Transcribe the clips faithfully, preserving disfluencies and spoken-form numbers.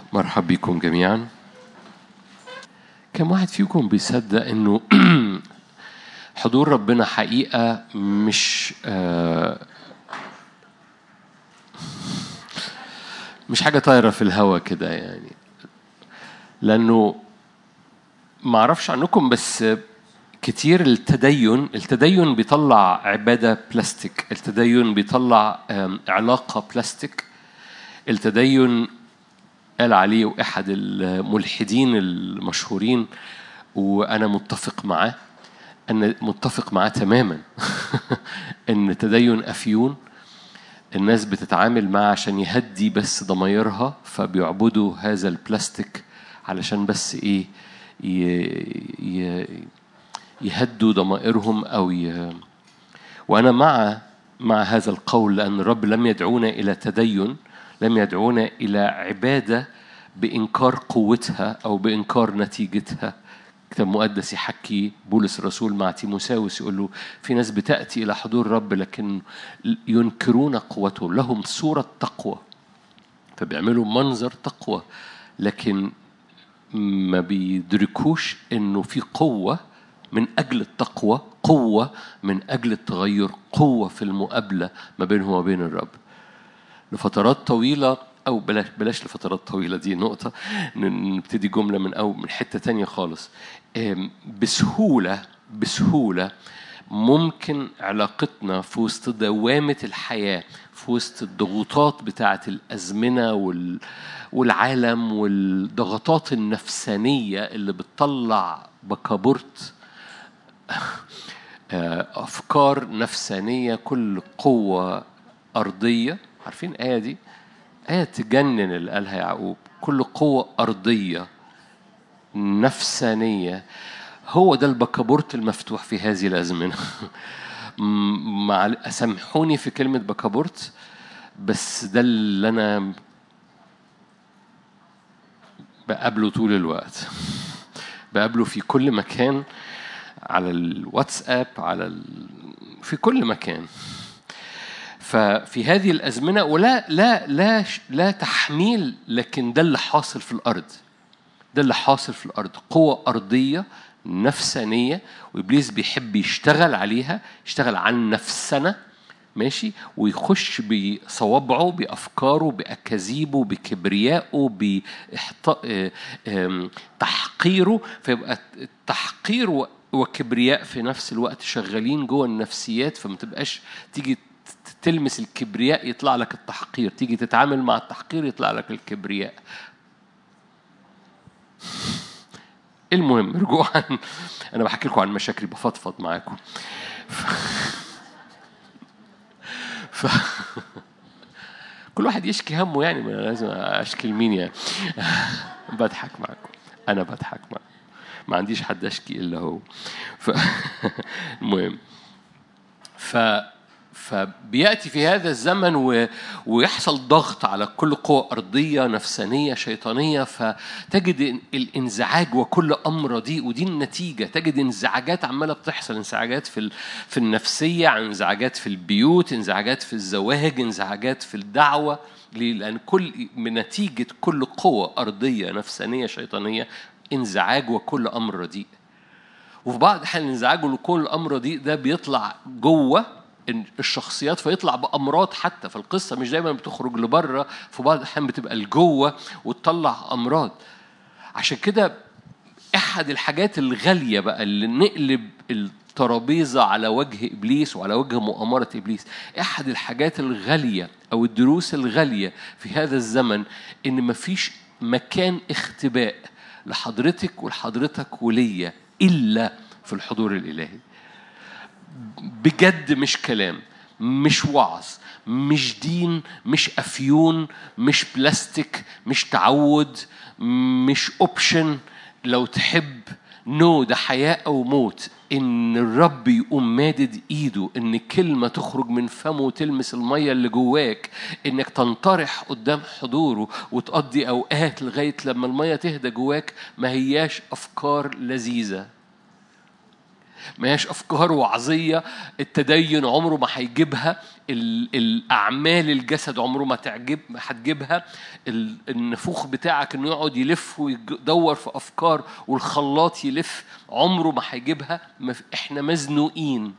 مرحب بكم جميعا. كم واحد فيكم بيصدق انه حضور ربنا حقيقة مش آه مش حاجة طايرة في الهوا كده يعني؟ لأنه ما أعرفش عنكم بس كتير التدين التدين بيطلع عبادة بلاستيك، التدين بيطلع علاقة بلاستيك. التدين قال عليه أحد الملحدين المشهورين وأنا متفق معاه، أنا متفق معاه تماما إن تدين أفيون. الناس بتتعامل معه عشان يهدي بس ضميرها، فبيعبدوا هذا البلاستيك علشان بس إيه يهدوا ضمائرهم أو ي... وأنا مع مع هذا القول، لأن الرب لم يدعونا إلى تدين، لم يدعونا إلى عبادة بإنكار قوتها أو بإنكار نتيجتها. كتاب مقدس يحكي بولس الرسول مع تيموساوس يقول له في ناس بتأتي إلى حضور الرب لكن ينكرون قوته، لهم صورة تقوى فبيعملوا منظر تقوى لكن ما بيدركوش إنه في قوة من أجل التقوى، قوة من أجل التغير، قوة في المقابلة ما بينهم وبين الرب لفترات طويلة. أو بلاش بلاش لفترات طويلة، دي نقطة نبتدي جملة من أو من حتة تانية خالص. بسهولة بسهولة ممكن علاقتنا في وسط دوامة الحياة، في وسط الضغوطات بتاعة الأزمنة وال والعالم والضغطات النفسانية اللي بتطلع بكابورت أفكار نفسانية، كل قوة أرضية. عارفين الآية دي؟ آية تجنن اللي قالها يعقوب، كل قوة أرضية نفسانية. هو ده البكابورت المفتوح في هذه الأزمنة. مع أسامحوني في كلمة بكابورت، بس ده اللي أنا بقابله طول الوقت، بقابله في كل مكان، على الواتساب، على ال... في كل مكان. ففي هذه الأزمنة ولا لا لا لا تحميل، لكن ده اللي حاصل في الأرض، ده اللي حاصل في الأرض، قوة أرضية نفسانية، وإبليس بيحب يشتغل عليها، يشتغل عن نفسنا ماشي، ويخش بصوابعه، بأفكاره، بأكاذيبه، بكبريائه، بتحقيره، فيبقى التحقير وكبرياء في نفس الوقت شغالين جوه النفسيات. فما تبقاش تيجي تلمس الكبرياء يطلع لك التحقير، تيجي تتعامل مع التحقير يطلع لك الكبرياء. المهم رجوعا، أنا بحكي لكم عن مشاكل، بفضفض معاكم. ف... ف... كل واحد يشكي همه يعني، ما لازم أشكي لمين يعني. بضحك معاكم، أنا بضحك معاكم، ما عنديش حد أشكي إلا هو. ف... المهم ف فبيأتي في هذا الزمن و... ويحصل ضغط على كل قوة أرضية نفسانية شيطانية، فتجد الانزعاج وكل أمر دي، ودي النتيجة. تجد انزعاجات عمالة بتحصل، انزعاجات في ال... في النفسية، انزعاجات في البيوت، انزعاجات في الزواج، انزعاجات في الدعوة. ليه؟ لأن كل من نتيجة كل قوة أرضية نفسانية شيطانية انزعاج وكل أمر رديء. وفي بعض الأحيان الانزعاج وكل أمر رديء ده بيطلع جوه الشخصيات، فيطلع بأمراض. حتى في القصة مش دايما بتخرج لبره، في بعض الأحيان بتبقى لجوه وتطلع أمراض. عشان كده أحد الحاجات الغالية بقى اللي نقلب الترابيزة على وجه إبليس وعلى وجه مؤامرة إبليس، أحد الحاجات الغالية أو الدروس الغالية في هذا الزمن إن مفيش مكان اختباء لحضرتك ولحضرتك وليا إلا في الحضور الإلهي. بجد مش كلام، مش وعظ، مش دين، مش أفيون، مش بلاستيك، مش تعود، مش أوبشن لو تحب. نو ده حياة أو موت. إن الرب يقوم مادد إيده، إن كلمة تخرج من فمه وتلمس المية اللي جواك، إنك تنطرح قدام حضوره وتقضي أوقات لغاية لما المية تهدى جواك. ما هياش أفكار لذيذة، ما هيش أفكار وعظية. التدين عمره ما هيجيبها، الأعمال الجسد عمره ما تعجب ما هتجيبها، النفوخ بتاعك إنه يقعد يلف ويدور في أفكار والخلاط يلف عمره ما هيجيبها. إحنا مزنوقين.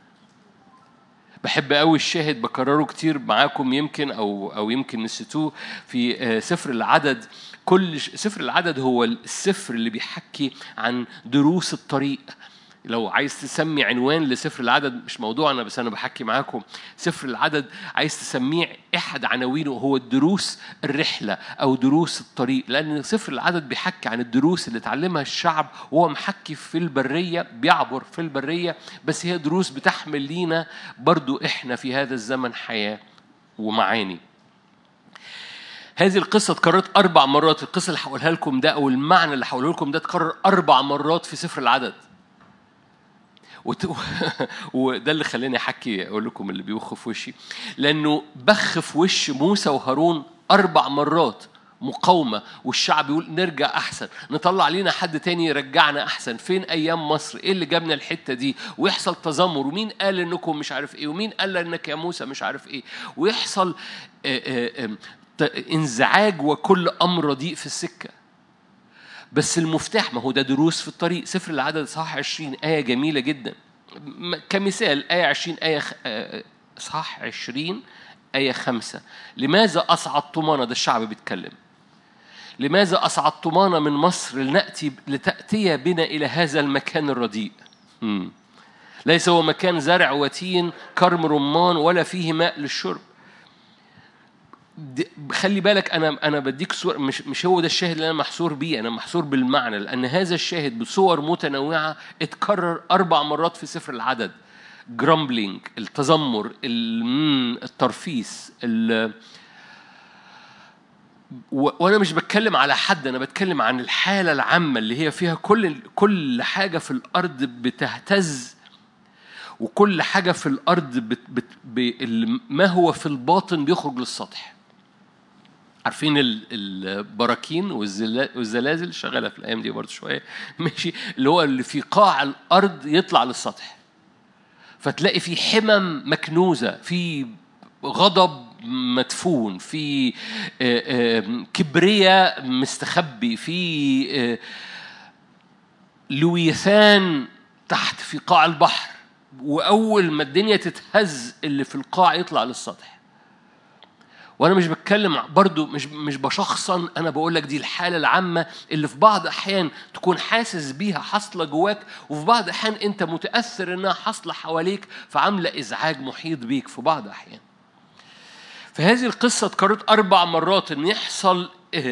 بحب قوي الشاهد بكرره كتير معاكم يمكن أو أو يمكن نسيتوه في سفر العدد. كل سفر العدد هو السفر اللي بيحكي عن دروس الطريق. لو عايز تسمي عنوان لسفر العدد، مش موضوعنا بس أنا بحكي معاكم، سفر العدد عايز تسميه أحد عناوينه هو الدروس الرحلة أو دروس الطريق، لأن سفر العدد بيحكي عن الدروس اللي تعلمها الشعب وهو محكي في البرية، بيعبر في البرية، بس هي دروس بتحمل لينا برضو إحنا في هذا الزمن حياة ومعاني. هذه القصة اتكررت أربع مرات. القصة اللي هقولها لكم ده أو المعنى اللي هقوله لكم ده اتكرر أربع مرات في سفر العدد. وده اللي خلاني أحكي أقول لكم اللي بيوخ في وشي، لأنه بخ في وش موسى وهارون أربع مرات مقاومة، والشعب يقول نرجع أحسن، نطلع لنا حد تاني يرجعنا أحسن. فين أيام مصر؟ إيه اللي جابنا الحتة دي؟ ويحصل تذمر، ومين قال إنكم مش عارف إيه، ومين قال إنك يا موسى مش عارف إيه، ويحصل انزعاج وكل أمر رديء في السكة. بس المفتاح، ما هو ده دروس في الطريق. سفر العدد صح عشرين آية جميلة جدا كمثال. آية عشرين آية صح عشرين آية خمسة. لماذا أصعدتمانا؟ ده الشعب بيتكلم. لماذا أصعدتمانا من مصر لنأتي لتأتي بنا إلى هذا المكان الرديء؟ مم. ليس هو مكان زرع وتين كرم رمان ولا فيه ماء للشرب. خلي بالك، أنا أنا بديك صور، مش مش هو ده الشاهد اللي أنا محصور بيه. أنا محصور بالمعنى، لأن هذا الشاهد بصور متنوعة اتكرر أربع مرات في سفر العدد. جرامبلينج، التذمر، الترفيس، وأنا مش بتكلم على حد، أنا بتكلم عن الحالة العامة اللي هي فيها كل كل حاجة في الأرض بتهتز، وكل حاجة في الأرض بت بت ما هو في الباطن بيخرج للسطح. عارفين البراكين والزلازل شغالة في الأيام دي برضو شوية ماشي، اللي هو اللي في قاع الأرض يطلع للسطح، فتلاقي في حمم مكنوزة، في غضب مدفون، في كبرياء مستخبي، في لويثان تحت في قاع البحر، وأول ما الدنيا تتهز اللي في القاع يطلع للسطح. وأنا مش بتكلم برضو، مش مش بشخصا، أنا بقول لك دي الحالة العامة اللي في بعض أحيان تكون حاسس بيها حصلة جواك، وفي بعض أحيان أنت متأثر إنها حصلة حواليك فعاملة إزعاج محيط بيك في بعض أحيان. فهذه القصة اتكررت أربع مرات إن يحصل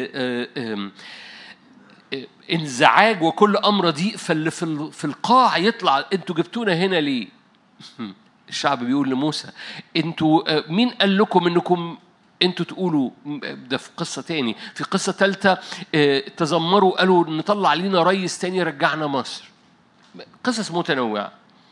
انزعاج وكل أمر رديء، فاللي في القاع يطلع. أنتوا جبتونا هنا ليه؟ الشعب بيقول لموسى أنتوا مين قال لكم إنكم أنتوا تقولوا ده؟ في قصة تاني، في قصة ثالثة تذمروا قالوا نطلع لنا رئيس تاني رجعنا مصر. قصص متنوعة.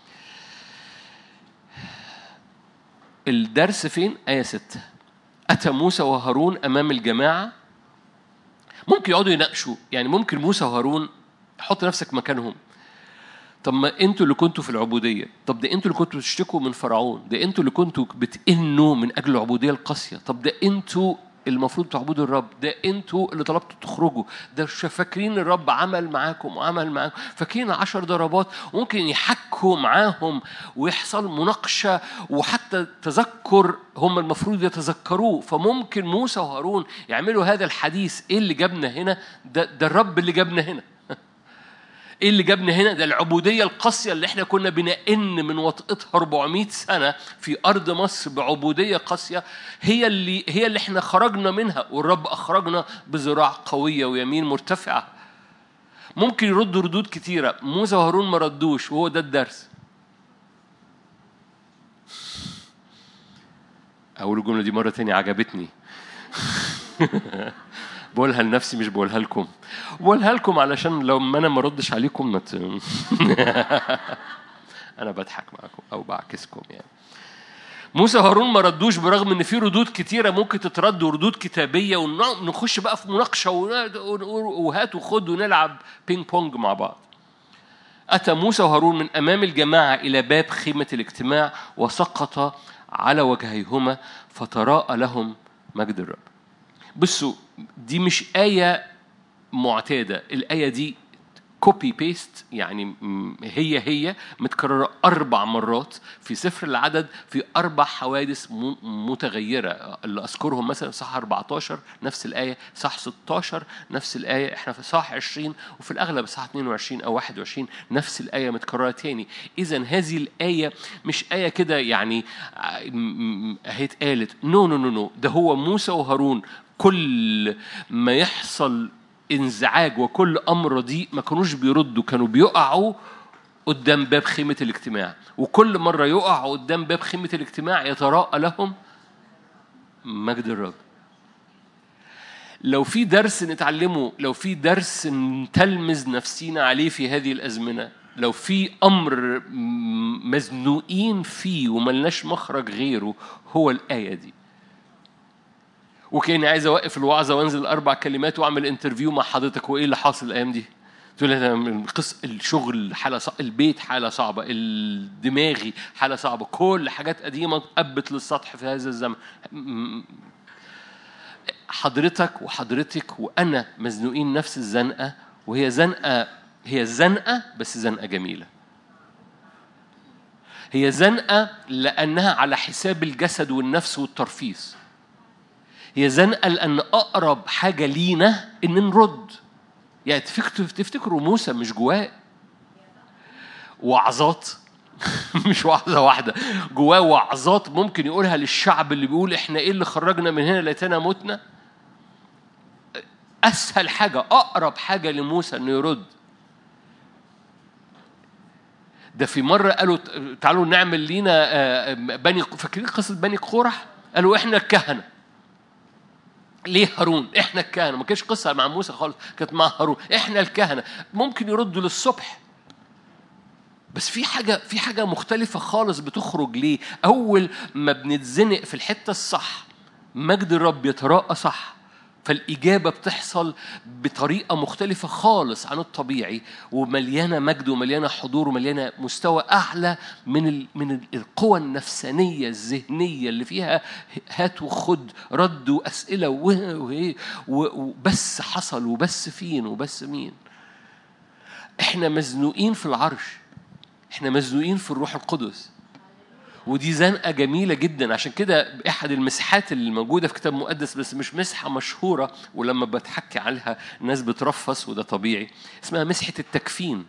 الدرس فين؟ آية ستة. أتى موسى وهارون أمام الجماعة. ممكن يقعدوا يناقشوا، يعني ممكن موسى وهارون حط نفسك مكانهم. طب ما انتوا اللي كنتوا في العبودية، طب ده انتوا اللي كنتوا بتشتكوا من فرعون، ده انتوا اللي كنتوا بتئنوا من أجل العبودية القاسية، طب ده انتوا المفروض تعبدوا الرب، ده انتوا اللي طلبتوا تخرجوا، ده فاكرين الرب عمل معاكم وعمل معاكم، فاكرين عشر ضربات. ممكن يحكوا معاهم ويحصل مناقشة وحتى تذكر هم المفروض يتذكروه. فممكن موسى وهارون يعملوا هذا الحديث. ايه اللي جابنا هنا؟ ده, ده الرب اللي جابنا هنا. ايه اللي جابنا هنا؟ ده العبودية القاسية اللي احنا كنا بنئن من وطئتها أربعمائة سنة في أرض مصر بعبودية قاسية، هي اللي هي اللي احنا خرجنا منها، والرب أخرجنا بذراع قوية ويمين مرتفعة. ممكن يردوا ردود كتيرة، موسى وهارون ما ردوش، وهو ده الدرس. أقول الجملة دي مرة تانية عجبتني. بقولها لنفسي مش بقولها لكم، بقولها لكم علشان لو ما أنا ما ردش عليكم ما ت... أنا بضحك معكم أو بعكسكم يعني. موسى وهارون ما ردوش برغم إن في ردود كتيرة ممكن تترد وردود كتابية، ونخش بقى في مناقشة وهات وخد ونلعب بينج بونج مع بعض. أتى موسى وهارون من أمام الجماعة إلى باب خيمة الاجتماع وسقط على وجهيهما فتراءى لهم مجد الرب. بصوا، دي مش آية معتادة، الآية دي كوبي بيست، يعني هي هي متكررة أربع مرات في سفر العدد في أربع حوادث متغيرة. اللي أذكرهم مثلا صح أربعة عشر نفس الآية، صح ستة عشر نفس الآية، إحنا في صح عشرين، وفي الأغلب صح اثنين وعشرين أو واحد وعشرين نفس الآية متكررة تاني. إذن هذه الآية مش آية كده يعني هي اتقالت، نو نو نو نو ده هو موسى وهارون كل ما يحصل انزعاج وكل أمر رديء ما كانوش بيردوا، كانوا بيقعوا قدام باب خيمة الاجتماع، وكل مرة يقعوا قدام باب خيمة الاجتماع يتراءى لهم مجد الرب. لو في درس نتعلمه، لو في درس نتلمذ نفسينا عليه في هذه الأزمنة، لو في أمر مزنوقين فيه وملناش مخرج غيره، هو الآية دي. وكأني عايز أوقف الوعظة وأنزل أربع كلمات وأعمل انترفيو مع حضرتك، وإيه اللي حاصل الأيام دي؟ تقول لي أنا قص الشغل حالة صعبة، البيت حالة صعبة، الدماغي حالة صعبة، كل حاجات قديمة قبت للسطح في هذا الزمن. حضرتك وحضرتك وأنا مزنوقين نفس الزنقة، وهي زنقة، هي زنقة بس زنقة جميلة. هي زنقة لأنها على حساب الجسد والنفس والترفيس. هي زنقة لأن أقرب حاجة لينا إن نرد. يعني تفتكروا موسى مش جواه وعظات مش وعظة واحدة، جواه وعظات ممكن يقولها للشعب اللي بيقول إحنا إيه اللي خرجنا من هنا ليتنا متنا. أسهل حاجة، أقرب حاجة لموسى إنه يرد. ده في مرة قالوا تعالوا نعمل لينا بني، فاكرين قصة بني قورح؟ قالوا إحنا الكهنة. ليه هارون؟ إحنا الكهنة. ما كانش قصة مع موسى خالص، كانت مع هارون. إحنا الكهنة. ممكن يردوا للصبح، بس في حاجة في حاجة مختلفة خالص بتخرج. ليه؟ أول ما بنتزنق في الحتة الصح مجد الرب يتراءى صح، فالإجابة بتحصل بطريقة مختلفة خالص عن الطبيعي، ومليانة مجد ومليانة حضور ومليانة مستوى أعلى من ال... من القوى النفسانية الذهنية اللي فيها هات وخد، رد وأسئلة وهي وبس حصل وبس فين وبس مين. إحنا مزنوقين في العرش، إحنا مزنوقين في الروح القدس، ودي زنقة جميلة جدا. عشان كده أحد المسحات اللي موجودة في كتاب مقدس، بس مش مسحة مشهورة ولما بتحكي عليها الناس بترفص وده طبيعي، اسمها مسحة التكفين.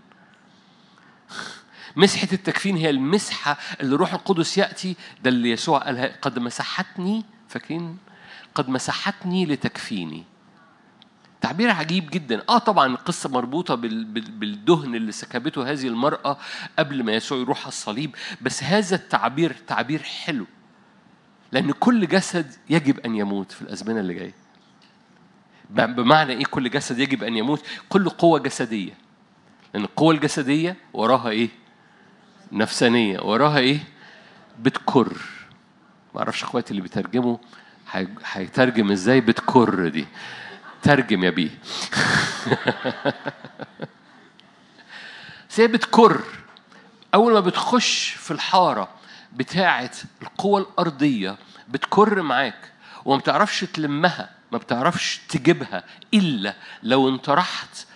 مسحة التكفين هي المسحة اللي روح القدس يأتي، ده اللي يسوع قالها قد مسحتني، فاكرين؟ قد مسحتني لتكفيني. تعبير عجيب جدا. آه طبعا القصة مربوطة بالدهن اللي سكبته هذه المرأة قبل ما يسوع يروح على الصليب، بس هذا التعبير تعبير حلو، لأن كل جسد يجب أن يموت في الأزمنة اللي جاية. بمعنى إيه كل جسد يجب أن يموت؟ كل قوة جسدية، لأن القوة الجسدية وراها إيه؟ نفسانية. وراها إيه؟ بتكر. ما أعرفش أخواتي اللي بيترجموا هيترجم إزاي بتكر دي. ترجم يا بيه. سي بتكر. أول ما بتخش في الحارة بتاعة القوى الأرضية بتكر معاك، وما بتعرفش تلمها، ما بتعرفش تجيبها إلا لو انطرحت.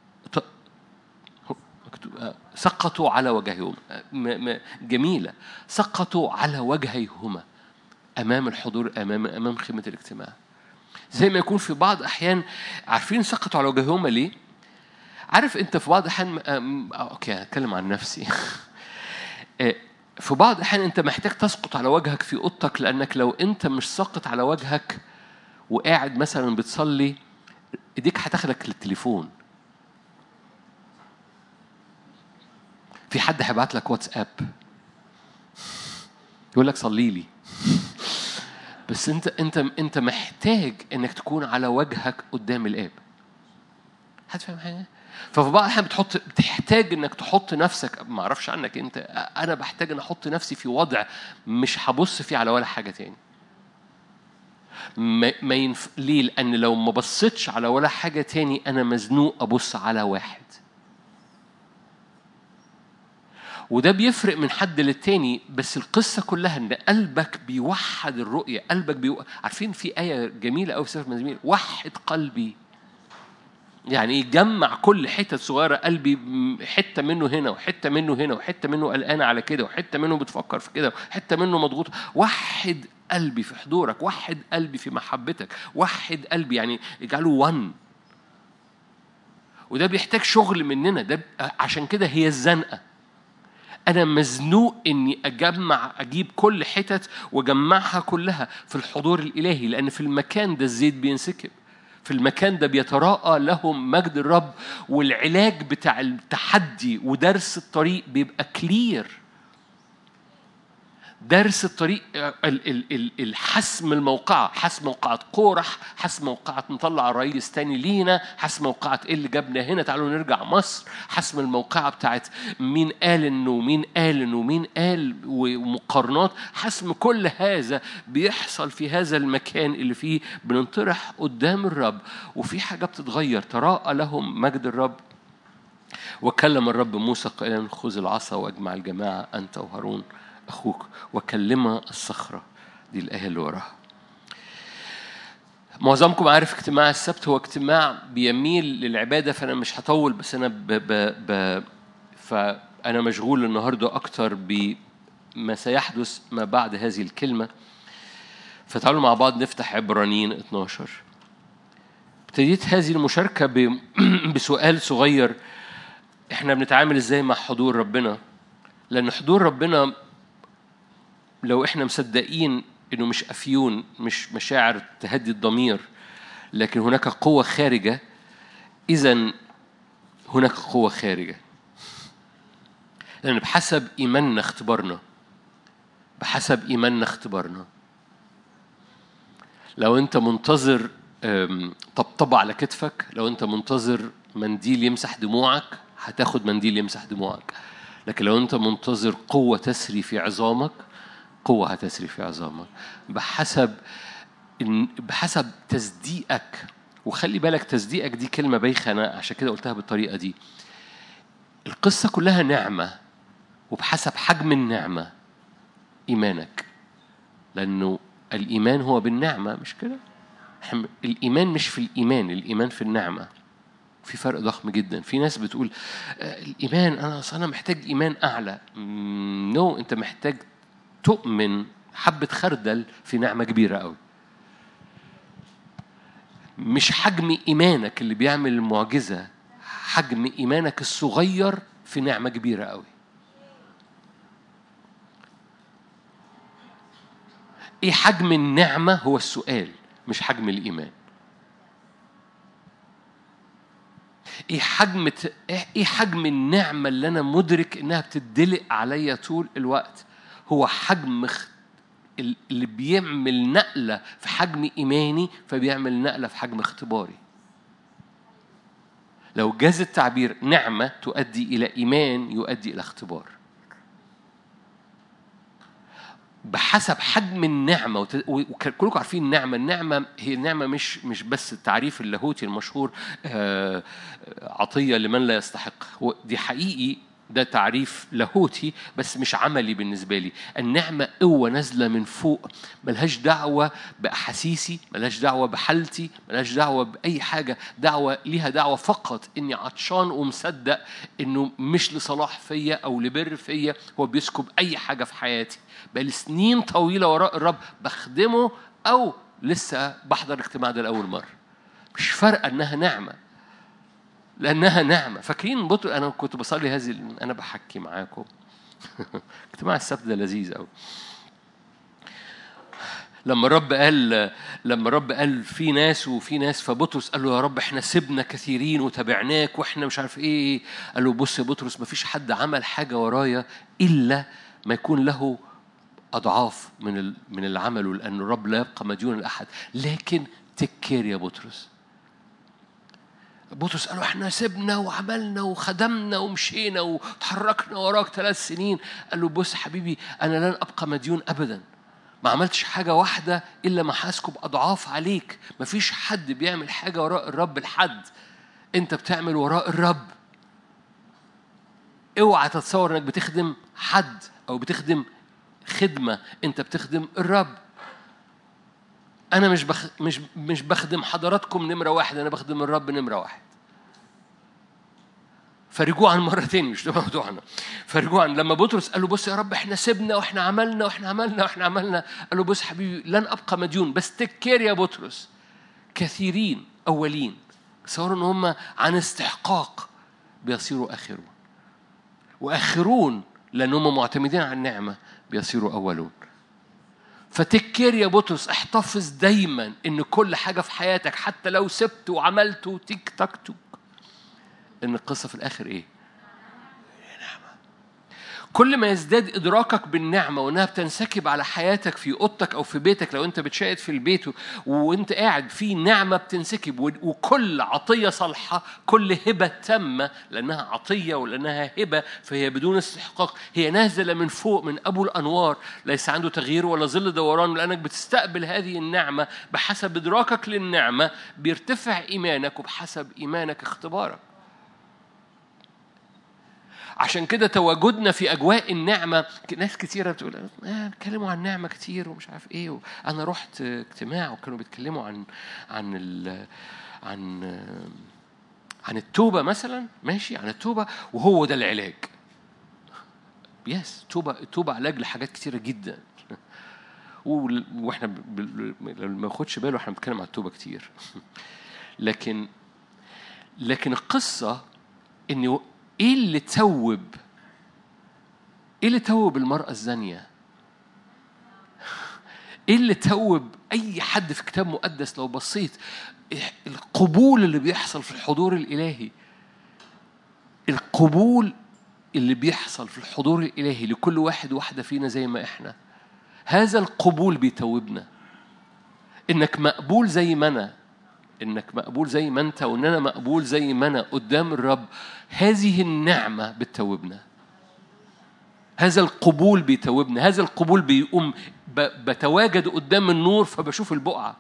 سقطوا على وجههم. جميلة. سقطوا على وجهيهما أمام الحضور، أمام أمام خيمة الاجتماع. زي ما يكون في بعض أحيان، عارفين سقطوا على وجههما ليه؟ عارف أنت في بعض أحيان، أوكي هتكلم عن نفسي. في بعض أحيان أنت محتاج تسقط على وجهك في أوضتك، لأنك لو أنت مش ساقط على وجهك وقاعد مثلا بتصلي، إيديك هتاخدك للتليفون. في حد هيبعت لك واتساب يقول لك صلي لي، بس انت انت انت محتاج انك تكون على وجهك قدام الآب. هتفهم حاجه؟ ففي بعض الأحيان بتحط بتحتاج انك تحط نفسك، ما اعرفش عنك انت، انا بحتاج ان احط نفسي في وضع مش هبص فيه على ولا حاجه تاني. ما, ما ينف... ليه؟ لان لو ما بصيتش على ولا حاجه تاني انا مزنوق ابص على واحد. وده بيفرق من حد للتاني، بس القصة كلها إن قلبك بيوحد الرؤية. قلبك بيو... عارفين في آية جميلة أوي في سفر المزامير، وحد قلبي، يعني يجمع كل حتة صغيرة قلبي، حتة منه هنا وحتة منه هنا وحتة منه قلقان على كده وحتة منه بتفكر في كده وحتة منه مضغوط. وحد قلبي في حضورك، وحد قلبي في محبتك، وحد قلبي، يعني اجعله ون. وده بيحتاج شغل مننا، ده عشان كده هي الزنقة. أنا مزنوق إني أجمع أجيب كل حتت وجمعها كلها في الحضور الإلهي، لأن في المكان ده الزيت بينسكب، في المكان ده بيتراءى لهم مجد الرب، والعلاج بتاع التحدي ودرس الطريق بيبقى كلير. درس الطريق، الحسم الموقعة، حسم موقعة قورح، حسم موقعة نطلع رئيس تاني لينا، حسم موقعة إيه اللي جابنا هنا تعالوا نرجع مصر، حسم الموقعة بتاعت مين قال إنه مين قال إنه مين قال ومقارنات. حسم كل هذا بيحصل في هذا المكان اللي فيه بننطرح قدام الرب، وفي حاجة بتتغير. تراءى لهم مجد الرب. وكلم الرب موسى قائلا خذ العصا واجمع الجماعة أنت وهارون أخوك وكلمة الصخرة. دي الآية اللي وراها. معظمكم عارف اجتماع السبت هو اجتماع بيميل للعبادة، فأنا مش هطول، بس أنا ب ب ب فأنا مشغول النهاردة أكتر بما سيحدث ما بعد هذه الكلمة. فتعالوا مع بعض نفتح عبرانيين اثناشر. ابتديت هذه المشاركة بسؤال صغير، احنا بنتعامل ازاي مع حضور ربنا؟ لأن حضور ربنا لو احنا مصدقين انه مش افيون، مش مشاعر تهدي الضمير، لكن هناك قوة خارجة، اذن هناك قوة خارجة. لأن بحسب إيماننا اختبارنا، بحسب إيماننا اختبارنا. لو أنت منتظر طبطبة على كتفك، لو أنت منتظر منديل يمسح دموعك، هتاخد منديل يمسح دموعك. لكن لو أنت منتظر قوة تسري في عظامك، قوة هتسري في عظامك بحسب بحسب تصديقك. وخلي بالك تصديقك دي كلمة بايخة، أنا عشان كده قلتها بالطريقة دي. القصة كلها نعمة، وبحسب حجم النعمة إيمانك، لأنه الإيمان هو بالنعمة، مش كده؟ الإيمان مش في الإيمان، الإيمان في النعمة. في فرق ضخم جدا. في ناس بتقول الإيمان أنا أنا محتاج إيمان أعلى. نو no, أنت محتاج تؤمن حبة خردل في نعمة كبيرة قوي. مش حجم إيمانك اللي بيعمل المعجزة، حجم إيمانك الصغير في نعمة كبيرة قوي. إيه حجم النعمة هو السؤال، مش حجم الإيمان. إيه حجم إيه حجم النعمة اللي أنا مدرك إنها بتدلق عليا طول الوقت، هو حجم اللي بيعمل نقلة في حجم إيماني، فبيعمل نقلة في حجم اختباري. لو جاز التعبير، نعمة تؤدي إلى إيمان يؤدي إلى اختبار. بحسب حجم النعمة. وكلكم عارفين النعمة، النعمة هي النعمة مش مش بس التعريف اللاهوتي المشهور عطية لمن لا يستحق. دي حقيقي، ده تعريف لاهوتي بس مش عملي بالنسبة لي. النعمة قوة نازلة من فوق، ملهاش دعوة بأحاسيسي، ملهاش دعوة بحالتي، ملهاش دعوة بأي حاجة. دعوة ليها دعوة فقط إني عطشان ومصدق إنه مش لصلاح فيا أو لبر فيا، هو بيسكب أي حاجة في حياتي. بقالي سنين طويلة وراء الرب بخدمه، أو لسه بحضر اجتماع ده لأول مرة. مش فرق أنها نعمة، لأنها نعمة. فاكرين بطل أنا كنت بصلي هذه، أنا بحكي معاكم اجتماع السبت ده لذيذ أوي. لما الرب قال لما الرب قال في ناس وفي ناس، فبطرس قال له يا رب احنا سبنا كثيرين وتابعناك واحنا مش عارف ايه. قال له بص يا بطرس، ما فيش حد عمل حاجة ورايا إلا ما يكون له أضعاف من من اللي عمله، لأن الرب لا يبقى مديون لأحد. لكن تكير يا بطرس. بطرس قالوا احنا سبنا وعملنا وخدمنا ومشينا وتحركنا وراك ثلاث سنين. قال له بص حبيبي، أنا لن أبقى مديون أبدا. ما عملتش حاجة واحدة إلا ما حاسكب أضعاف عليك. ما فيش حد بيعمل حاجة وراء الرب لحد، أنت بتعمل وراء الرب. اوعى تتصور انك بتخدم حد او بتخدم خدمة، انت بتخدم الرب. انا مش بخ... مش مش بخدم حضراتكم نمرة واحد، انا بخدم الرب نمرة واحد. فرجوعا مرتين مش ده موضوعنا. فرجوعا لما بطرس قال له بص يا رب احنا سبنا واحنا عملنا واحنا عملنا واحنا عملنا، قال له بص حبيبي لن ابقى مديون، بس تكير يا بطرس كثيرين اولين صاروا ان هم عن استحقاق بيصيروا اخرون، واخرون لان هم معتمدين على النعمه بيصيروا اولون. فتكير يا بطرس، احتفظ دايما ان كل حاجه في حياتك حتى لو سبت وعملت وتيك تاك توك، ان القصه في الاخر ايه؟ نعمه. كل ما يزداد ادراكك بالنعمه وانها بتنسكب على حياتك في اوضتك او في بيتك، لو انت بتشاهد في البيت وانت قاعد في نعمه بتنسكب، وكل عطيه صالحه، كل هبه تامه، لانها عطيه ولانها هبه فهي بدون استحقاق، هي نازله من فوق من ابو الانوار، ليس عنده تغيير ولا ظل دوران، لانك بتستقبل هذه النعمه بحسب ادراكك للنعمه، بيرتفع ايمانك وبحسب ايمانك اختبارك. عشان كده تواجدنا في أجواء النعمة، ناس كتيرة بتقول آه بيتكلموا عن النعمة كتير ومش عارف إيه. أنا رحت اجتماع وكانوا بيتكلموا عن عن ال عن عن التوبة مثلا، ماشي عن التوبة وهو ده العلاج. يس توبة، التوبة علاج لحاجات كتيرة جدا. وإحنا ما ناخدش باله إحنا بنتكلم عن التوبة كتير. لكن لكن القصة إنه إيه اللي توب؟ إيه اللي توب المرأة الزانية؟ إيه اللي توب أي حد في كتاب مقدس؟ لو بصيت القبول اللي بيحصل في الحضور الإلهي، القبول اللي بيحصل في الحضور الإلهي لكل واحد واحدة فينا زي ما إحنا، هذا القبول بيتوبنا. إنك مقبول زي ما أنا، إنك مقبول زي ما أنت، وإن أنا مقبول زي ما أنا قدام الرب، هذه النعمة بتتوبنا. هذا القبول بيتوبنا، هذا القبول بيقوم بتواجد قدام النور فبشوف البقعة،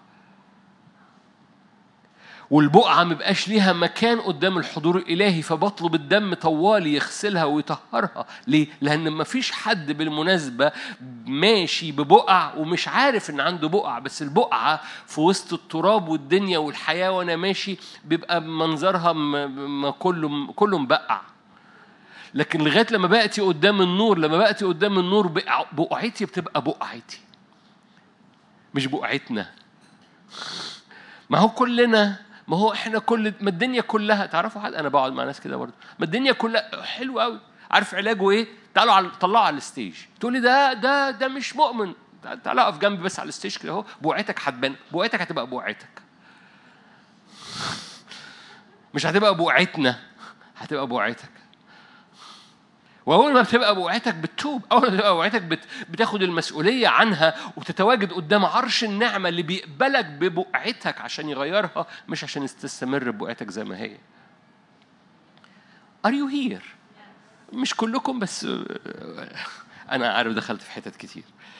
والبقعة مبقاش ليها مكان قدام الحضور الإلهي، فبطلب الدم طوالي يغسلها ويطهرها. ليه؟ لأن مفيش حد بالمناسبة ماشي ببقع ومش عارف إن عنده بقع، بس البقعة في وسط التراب والدنيا والحياة وأنا ماشي بيبقى منظرها م- م- كله كله مبقع. لكن لغاية لما بقتي قدام النور، لما بقتي قدام النور بقعتي بتبقى بقعتي مش بقعتنا. ما هو كلنا، ما هو احنا كل ما الدنيا كلها، تعرفوا حد انا بقعد مع ناس كده برضه، ما الدنيا كلها حلوه قوي، عارف علاجه ايه؟ تعالوا على طلعوا على الستيج، تقولي ده ده ده مش مؤمن، تعالى اقف جنبي بس على الستيج كده اهو، بوعتك هتبان، بوعتك هتبقى بوعتك، مش هتبقى بوعتنا، هتبقى بوعتك. وأول ما بتبقى بوعتك بتتوب، أول ما بتبقى بوعتك بت... بتاخد المسؤولية عنها وتتواجد قدام عرش النعمة اللي بيقبلك ببقعتك عشان يغيرها، مش عشان تستمر ببقعتك زي ما هي. Are you here؟ مش كلكم بس أنا عارف دخلت في حتت كتير.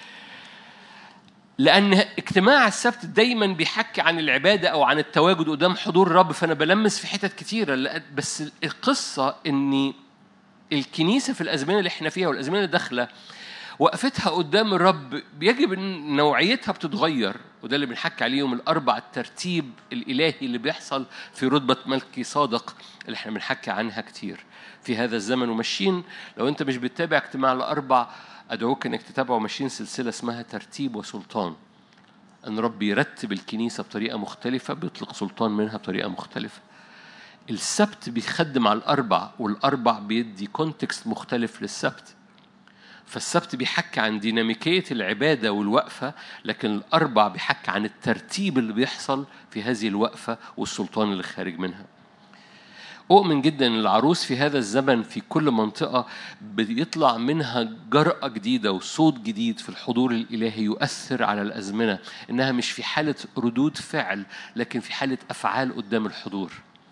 لأن اجتماع السبت دايما بيحكي عن العبادة أو عن التواجد قدام حضور الرب، فأنا بلمس في حتت كتيرة. بس القصة إني الكنيسة في الأزمنة اللي احنا فيها والأزمنة اللي داخلة وقفتها قدام الرب يجب أن نوعيتها بتتغير، وده اللي بنحكي عليهم الأربع الترتيب الإلهي اللي بيحصل في رتبة ملكي صادق اللي احنا بنحكي عنها كتير في هذا الزمن وماشيين. لو أنت مش بتتابع اجتماع الأربع أدعوك أنك تتابعوا، ماشيين سلسلة اسمها ترتيب وسلطان، أن رب يرتب الكنيسة بطريقة مختلفة، بيطلق سلطان منها بطريقة مختلفة. السبت بيخدم على الأربع، والأربع بيدي كونتكست مختلف للسبت. فالسبت بيحكي عن ديناميكية العبادة والوقفة، لكن الأربع بيحكي عن الترتيب اللي بيحصل في هذه الوقفة والسلطان اللي خارج منها. أؤمن جدا أن العروس في هذا الزمن في كل منطقة بيطلع منها جرأة جديدة وصوت جديد في الحضور الإلهي يؤثر على الأزمنة، إنها مش في حالة ردود فعل لكن في حالة أفعال قدام الحضور.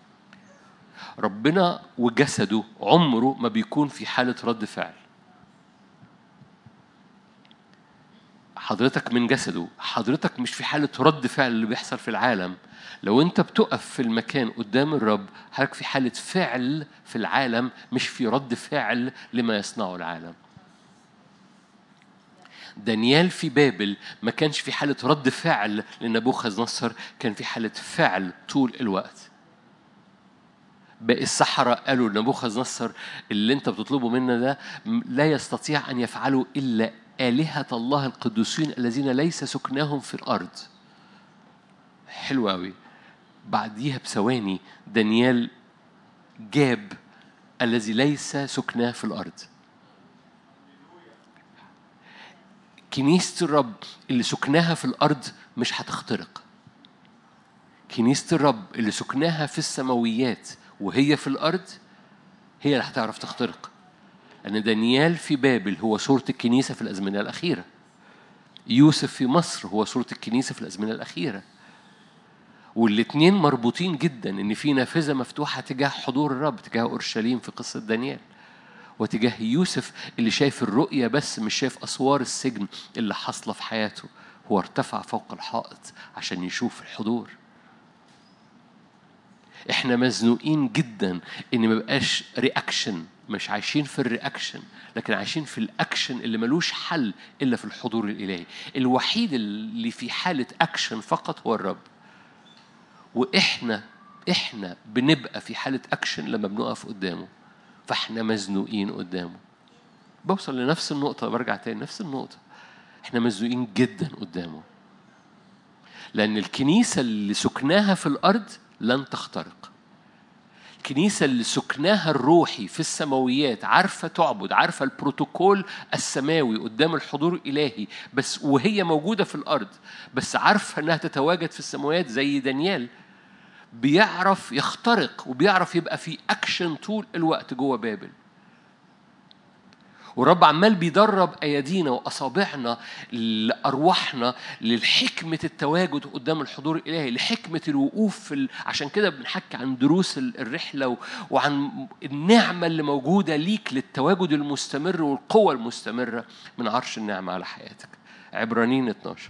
ربنا وجسده عمره ما بيكون في حالة رد فعل. حضرتك من جسده، حضرتك مش في حالة رد فعل اللي بيحصل في العالم. لو أنت بتقف في المكان قدام الرب، حضرتك في حالة فعل في العالم، مش في رد فعل لما يصنعه العالم. دانيال في بابل ما كانش في حالة رد فعل لنبوخذ نصر، كان في حالة فعل طول الوقت. باقي السحرة قالوا لنبوخذ نصر اللي انت بتطلبه منا ده لا يستطيع أن يفعله إلا آلهة الله القدوسين الذين ليس سكناهم في الأرض. حلو قوي. بعديها بثواني دانيال جاب الذي ليس سكناه في الأرض. كنيسة الرب اللي سكناها في الأرض مش هتخترق. كنيسة الرب اللي سكناها في السماويات وهي في الأرض هي اللي هتعرف تخترق. أن دانيال في بابل هو صورة الكنيسة في الأزمنة الأخيرة. يوسف في مصر هو صورة الكنيسة في الأزمنة الأخيرة. والاثنين مربوطين جدا، إن في نافذة مفتوحة تجاه حضور الرب، تجاه أورشليم في قصة دانيال، وتجاه يوسف اللي شايف الرؤية بس مش شايف أسوار السجن اللي حصل في حياته. هو ارتفع فوق الحائط عشان يشوف الحضور. احنا مزنوقين جدا ان ما بقاش رياكشن، مش عايشين في الرياكشن، لكن عايشين في الاكشن اللي ملوش حل الا في الحضور الالهي. الوحيد اللي في حالة اكشن فقط هو الرب. واحنا احنا بنبقى في حالة اكشن لما بنقف قدامه، فاحنا مزنوقين قدامه. بوصل لنفس النقطة، برجع تاني نفس النقطة، احنا مزنوقين جدا قدامه، لأن الكنيسة اللي سكناها في الأرض لن تخترق. الكنيسة اللي سكناها الروحي في السماويات عارفة تعبد، عارفة البروتوكول السماوي قدام الحضور الإلهي، بس وهي موجودة في الأرض، بس عارفة أنها تتواجد في السماويات. زي دانيال بيعرف يخترق وبيعرف يبقى في أكشن طول الوقت جوه بابل. ورب عمال بيدرب أيدينا وأصابعنا لأرواحنا للحكمة التواجد قدام الحضور الإلهي، لحكمة الوقوف في ال... عشان كده بنحكي عن دروس الرحلة و... وعن النعمة اللي موجودة ليك للتواجد المستمر والقوة المستمرة من عرش النعمة على حياتك. عبرانيين اتناشر.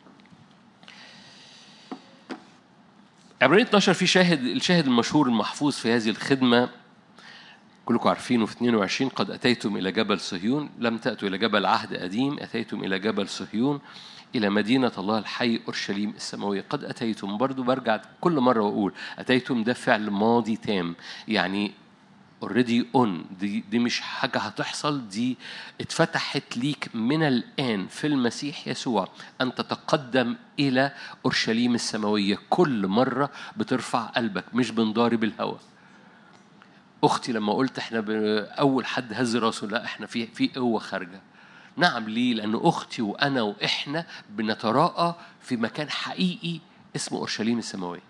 عبرانيين اتناشر في شاهد، الشاهد المشهور المحفوظ في هذه الخدمة كلكم عارفينه في اثنين وعشرين: قد أتيتم إلى جبل صهيون، لم تأتوا إلى جبل عهد قديم، أتيتم إلى جبل صهيون، إلى مدينة الله الحي أورشليم السماوية. قد أتيتم، برضو برجع كل مرة وأقول أتيتم ده فعل ماضي تام، يعني already on، دي, دي مش حاجة هتحصل، دي اتفتحت ليك من الآن في المسيح يسوع أن تتقدم إلى أورشليم السماوية. كل مرة بترفع قلبك، مش بنضارب الهوى. أختي لما قلت إحنا أول حد هز راسه، لا إحنا في في قوة خارجة. نعم، ليه؟ لأن أختي وأنا وإحنا بنتراءى في مكان حقيقي اسمه أورشليم السماوية.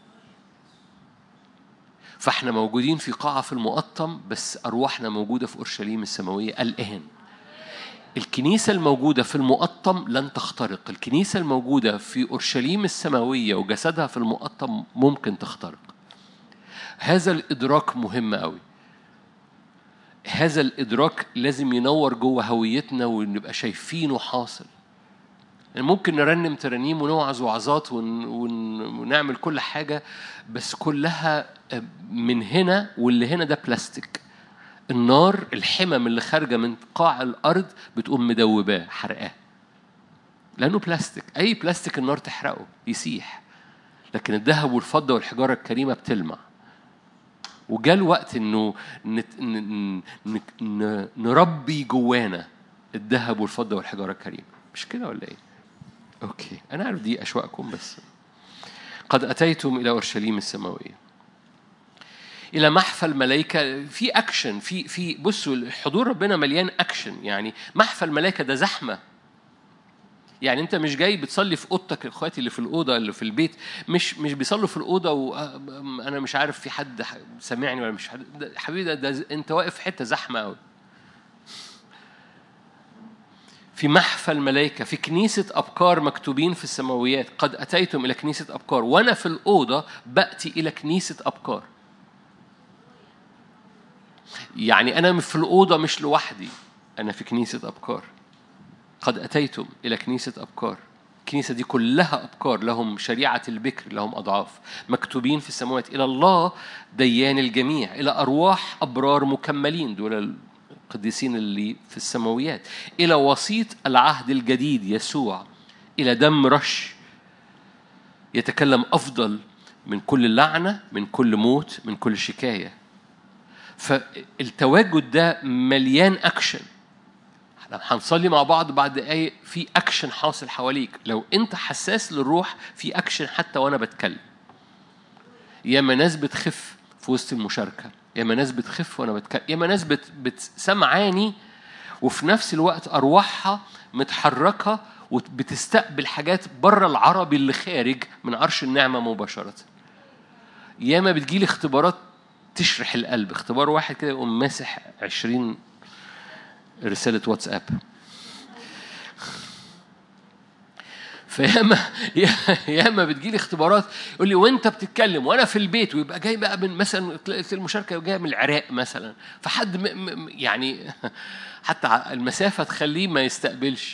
فإحنا موجودين في قاعة في المقطم، بس أرواحنا موجودة في أورشليم السماوية الآن. الكنيسة الموجودة في المقطم لن تخترق، الكنيسة الموجودة في أورشليم السماوية وجسدها في المقطم ممكن تخترق. هذا الإدراك مهم قوي. هذا الإدراك لازم ينور جوه هويتنا ونبقى شايفينه حاصل. يعني ممكن نرنم ترانيم ونوعظ وعظات ون... ون... ونعمل كل حاجة، بس كلها من هنا، واللي هنا ده بلاستيك. النار، الحمم اللي خارجة من قاع الأرض بتقوم مدوباه، حرقاه، لأنه بلاستيك. أي بلاستيك النار تحرقه يسيح، لكن الذهب والفضة والحجارة الكريمة بتلمع. وجاء الوقت إنه نت... ن... ن... نربي جوانا الذهب والفضة والحجارة الكريمة. مش كده ولا إيه؟ أوكي، أنا عارف دي أشواقكم، بس قد أتيتم إلى أورشليم السماوية، إلى محفل ملائكة. في أكشن، في في بصوا، حضور ربنا مليان أكشن. يعني محفل ملائكة ده زحمة. يعني أنت مش جاي بتصلي في أوضتك، إخواتي اللي في الأوضة اللي في البيت مش مش بيصلوا في الأوضة وأنا مش عارف في حد سمعني ولا مش حد. حبيبي ده, ده أنت واقف في حتة زحمة أوي. في محفل ملائكة، في كنيسة أبكار مكتوبين في السماويات. قد أتيتم إلى كنيسة أبكار، وأنا في الأوضة بأتي إلى كنيسة أبكار. يعني أنا في الأوضة مش لوحدي، أنا في كنيسة أبكار. قد أتيتم إلى كنيسة أبكار. الكنيسة دي كلها أبكار، لهم شريعة البكر، لهم أضعاف مكتوبين في السماوات، إلى الله ديان الجميع، إلى أرواح أبرار مكملين، دول القديسين اللي في السماويات، إلى وسيط العهد الجديد يسوع، إلى دم رش يتكلم أفضل من كل لعنة، من كل موت، من كل شكاية. فالتواجد ده مليان أكشن. لما هنصلي مع بعض بعد دقايق في أكشن حاصل حواليك. لو أنت حساس للروح في أكشن حتى وأنا بتكلم. ياما ناس بتخف في وسط المشاركة، ياما ناس بتخف وأنا بتكلم، ياما ناس بت بتسمعاني وفي نفس الوقت أرواحها متحركة وبتستقبل حاجات بره العربي اللي خارج من عرش النعمة مباشرة. ياما بتجيلي اختبارات تشرح القلب. اختبار واحد كده يقوم ماسح عشرين رسالة واتساب. فياما ياما بتجيلي اختبارات يقول لي وانت بتتكلم وانا في البيت، ويبقى جاي بقى من مثلا المشاركة جايه من العراق مثلا، فحد م م يعني حتى المسافة تخليه ما يستقبلش.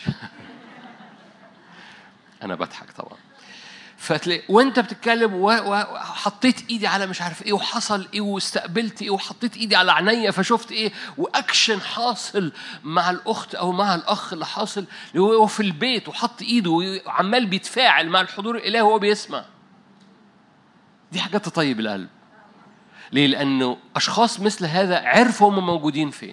أنا بضحك طبعا. فتلاقي وانت بتتكلم وحطيت ايدي على مش عارف ايه وحصل ايه واستقبلت ايه وحطيت ايدي على عينيا فشفت ايه، واكشن حاصل مع الاخت او مع الاخ اللي حاصل هو في البيت وحط ايده وعمال بيتفاعل مع الحضور الالهي وهو بيسمع. دي حاجات تطيب القلب. ليه؟ لانه اشخاص مثل هذا عرفوا هم موجودين فين.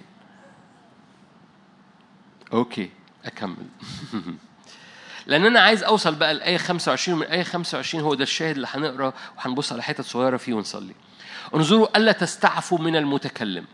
اوكي اكمل. لأن أنا عايز أوصل بقى الآية خمسة وعشرين. من الآية خمسة وعشرين هو ده الشاهد اللي هنقرأ وهنبص على حتة صغيرة فيه ونصلي. انظروا ألا تستعفوا من المتكلم.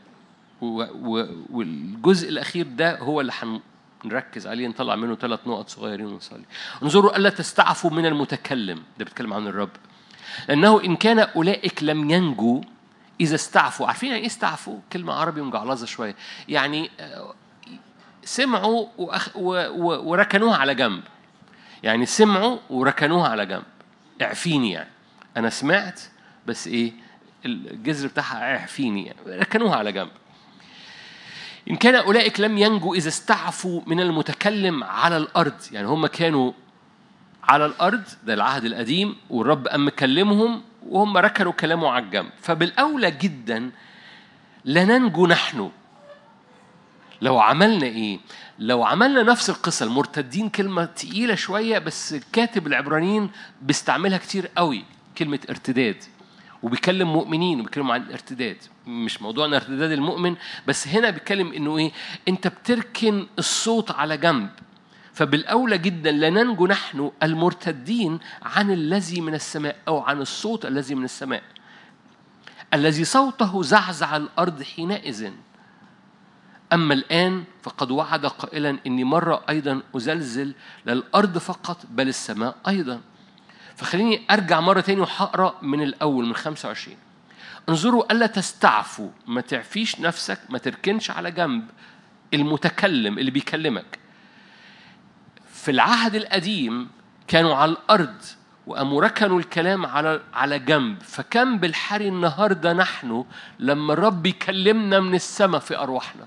والجزء الأخير ده هو اللي هنركز عليه، نطلع منه ثلاث نقط صغيرين ونصلي. انظروا ألا تستعفوا من المتكلم. ده بيتكلم عن الرب. لأنه إن كان أولئك لم ينجوا إذا استعفوا. عارفين يعني إيه استعفوا؟ كلمة عربي مجعلظة شوية. يعني سمعوا وركنوها على جنب. يعني سمعوا وركنوها على جنب. اعفيني يعني. أنا سمعت بس إيه الجذر بتاعها اعفيني يعني. ركنوها على جنب. إن كان أولئك لم ينجوا إذا استعفوا من المتكلم على الأرض. يعني هم كانوا على الأرض، ده العهد القديم، والرب أم كلمهم وهم ركنوا كلامه على الجنب. فبالأولى جدا لا ننجو نحن. لو عملنا إيه؟ لو عملنا نفس القصة. المرتدين كلمة تقيلة شوية بس كاتب العبرانيين بيستعملها كتير قوي، كلمة ارتداد، وبيكلم مؤمنين وبيكلم عن ارتداد. مش موضوعنا ارتداد المؤمن، بس هنا بيكلم إنه إيه؟ أنت بتركن الصوت على جنب. فبالأولى جدا لا ننجو نحن المرتدين عن الذي من السماء، أو عن الصوت الذي من السماء الذي صوته زعزع الأرض حينئذ. أما الآن فقد وعد قائلا إني مرة أيضا أزلزل للأرض فقط بل السماء أيضا. فخليني أرجع مرة تاني وحقرأ من الأول من خمسة وعشرين. انظروا ألا تستعفوا. ما تعفيش نفسك، ما تركنش على جنب المتكلم اللي بيكلمك. في العهد القديم كانوا على الأرض وقاموا ركنوا الكلام على على جنب. فكم بالحري النهارده نحن لما الرب يكلمنا من السماء في أرواحنا.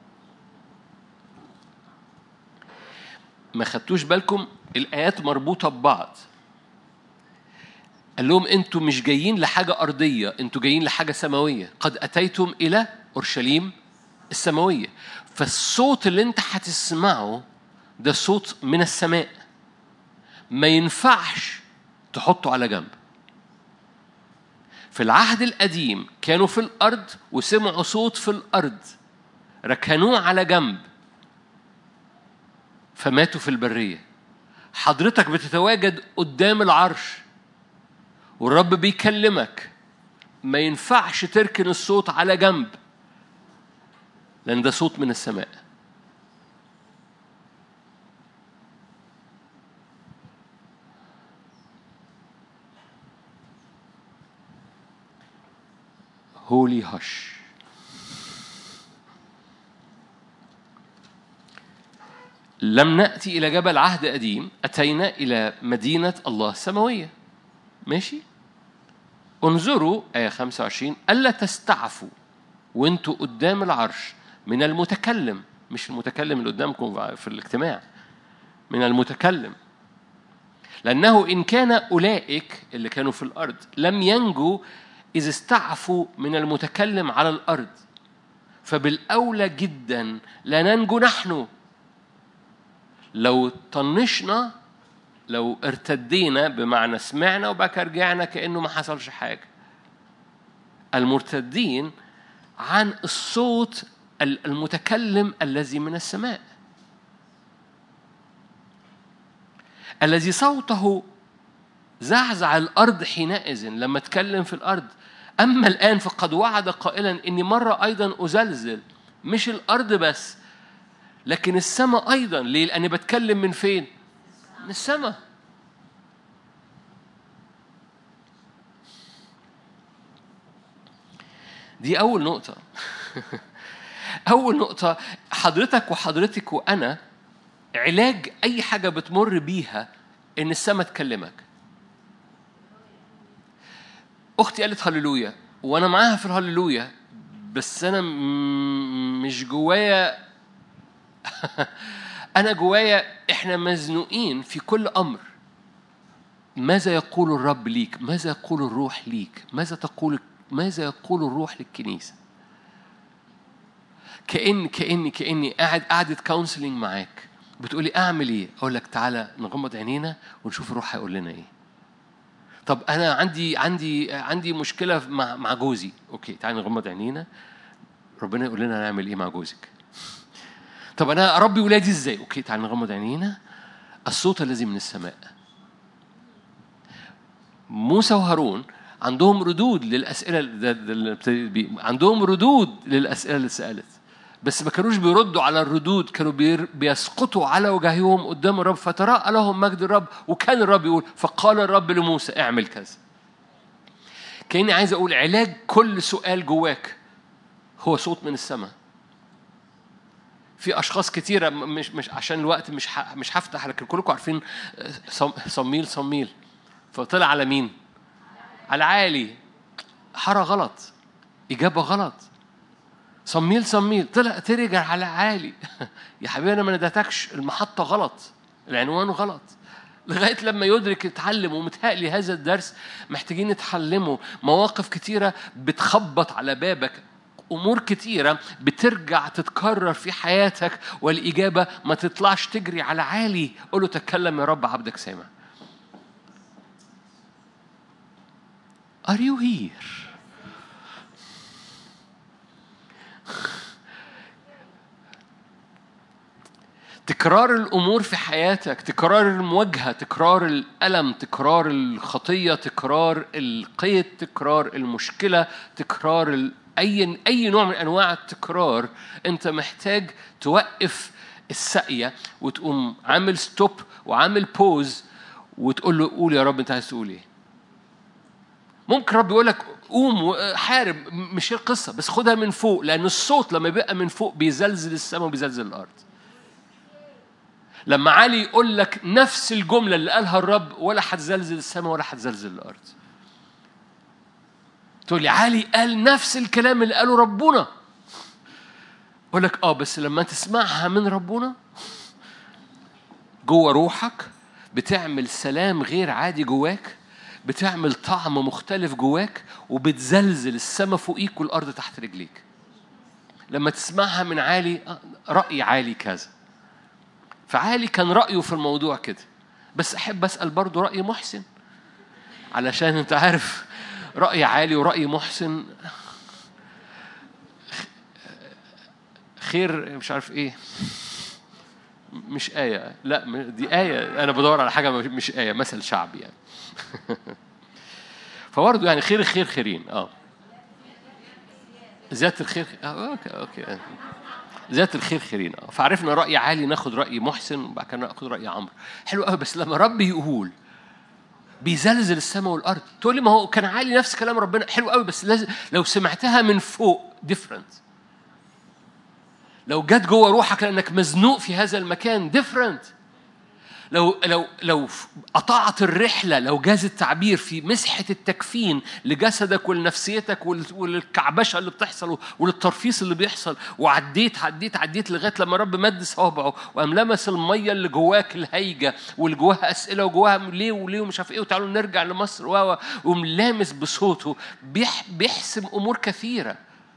ما خدتوش بالكم الآيات مربوطة ببعض. قال لهم أنتوا مش جايين لحاجة أرضية، أنتوا جايين لحاجة سماوية. قد أتيتم إلى أورشليم السماوية. فالصوت اللي أنت هتسمعه ده صوت من السماء، ما ينفعش تحطه على جنب. في العهد القديم كانوا في الأرض وسمعوا صوت في الأرض، ركنوه على جنب فماتوا في البرية. حضرتك بتتواجد قدام العرش والرب بيكلمك، ما ينفعش تركن الصوت على جنب لأن ده صوت من السماء. هولي هش. لم نأتي إلى جبل عهد قديم، أتينا إلى مدينة الله السماوية. ماشي؟ انظروا آية خمسة وعشرين ألا تستعفوا وانتوا قدام العرش من المتكلم. مش المتكلم اللي قدامكم في الاجتماع، من المتكلم، لأنه إن كان أولئك اللي كانوا في الأرض لم ينجوا إذ استعفوا من المتكلم على الأرض، فبالأولى جدا لا ننجو نحن لو طنشنا، لو ارتدينا، بمعنى سمعنا وبقى رجعنا كأنه ما حصلش حاجة. المرتدين عن الصوت المتكلم الذي من السماء، الذي صوته زعزع الأرض حينئذ لما تكلم في الأرض. أما الآن فقد وعد قائلا إني مرة أيضا أزلزل، مش الأرض بس لكن السماء أيضا. ليه؟ لأني بتكلم من فين؟ من السماء. دي أول نقطة. أول نقطة، حضرتك وحضرتك وأنا علاج أي حاجة بتمر بيها إن السماء تكلمك. أختي قالت هللويا وأنا معاها في الهللويا، بس أنا مش جوايا أنا جوايا إحنا مزنوقين في كل أمر. ماذا يقول الرب ليك؟ ماذا يقول الروح ليك؟ ماذا تقول ماذا يقول الروح للكنيسة؟ كأن كأني كأني قاعد قاعدة كونسلينج معاك، بتقولي أعمل إيه؟ أقول لك تعالى نغمض عينينا ونشوف الروح هيقول لنا إيه. طب أنا عندي عندي عندي مشكلة مع مع جوزي، أوكي تعالى نغمض عينينا، ربنا يقول لنا نعمل إيه مع جوزك. طب أنا أربي ولادي إزاي؟ أوكي تعالى نغمض عينينا، الصوت الذي من السماء. موسى وهارون عندهم ردود للأسئلة، عندهم ردود للأسئلة اللي سألت، بس ما كانوش بيردوا على الردود، كانوا بيسقطوا على وجههم قدام الرب، فتراءى لهم مجد الرب. وكان الرب يقول فقال الرب لموسى اعمل كذا. كأني عايز أقول علاج كل سؤال جواك هو صوت من السماء. في أشخاص كتيرة، مش مش عشان الوقت مش مش هفتح، لكن كلكم عارفين صميل صميل فطلع على مين؟ على عالي. حرة غلط، إجابة غلط. صميل صميل طلع ترجع على عالي. يا حبيبي أنا ما ندهتكش، المحطة غلط، العنوان غلط. لغاية لما يدرك يتعلم. ومتهيألي هذا الدرس محتاجين نتعلمه. مواقف كتيرة بتخبط على بابك، أمور كتيرة بترجع تتكرر في حياتك، والإجابة ما تطلعش تجري على عالي. قوله تكلم يا رب عبدك سامع. Are you here? تكرار الأمور في حياتك، تكرار المواجهة، تكرار الألم، تكرار الخطية، تكرار القيد، تكرار المشكلة، تكرار ال... أي أي نوع من أنواع التكرار. أنت محتاج توقف السقية وتقوم عامل ستوب وعامل بوز وتقول له قول يا رب أنت عايز تقول إيه. ممكن رب يقول لك قوم وحارب، مش هي القصة، بس خدها من فوق، لأن الصوت لما بيبقى من فوق بيزلزل السماء وبيزلزل الأرض. لما علي يقول لك نفس الجملة اللي قالها الرب، ولا هتزلزل السماء ولا هتزلزل الأرض. تقول لي علي قال نفس الكلام اللي قاله ربنا. أقول لك آه بس لما تسمعها من ربنا جوه روحك بتعمل سلام غير عادي جواك، بتعمل طعم مختلف جواك، وبتزلزل السماء فوقيك والأرض تحت رجليك. لما تسمعها من عالي، رأي عالي كذا، فعالي كان رأيه في الموضوع كده، بس أحب أسأل برضو رأي محسن، علشان أنت عارف رأي عالي ورأي محسن خير مش عارف إيه، مش آية، لا دي آية، أنا بدور على حاجة مش آية، مثل شعبي يعني. فبرضو يعني خير خير خيرين آه زيادة الخير آه أوكي أوكي ذات الخير خيرين. فعرفنا رأي عالي ناخد رأي محسن، وبعد كده ناخد رأي عمرو. حلو قوي. بس لما ربي يقول بيزلزل السماء والأرض، تقول لي ما هو كان عالي نفس كلام ربنا. حلو قوي، بس لازم لو سمعتها من فوق different. لو جت جوه روحك لأنك مزنوق في هذا المكان different. لو لو لو قطعت الرحلة، لو جاز التعبير، في مسحة التكفين لجسدك ولنفسيتك وللكعبشة اللي بتحصل وللترفيص اللي بيحصل، وعديت عديت عديت لغاية لما رب مد صوابعه وقام لمس المية اللي جواك الهيجة واللي جواها أسئلة وجواها ليه وليه ومش عارف إيه وتعالوا نرجع لمصر و وملامس بصوته بيح بيحسم أمور كثيرة.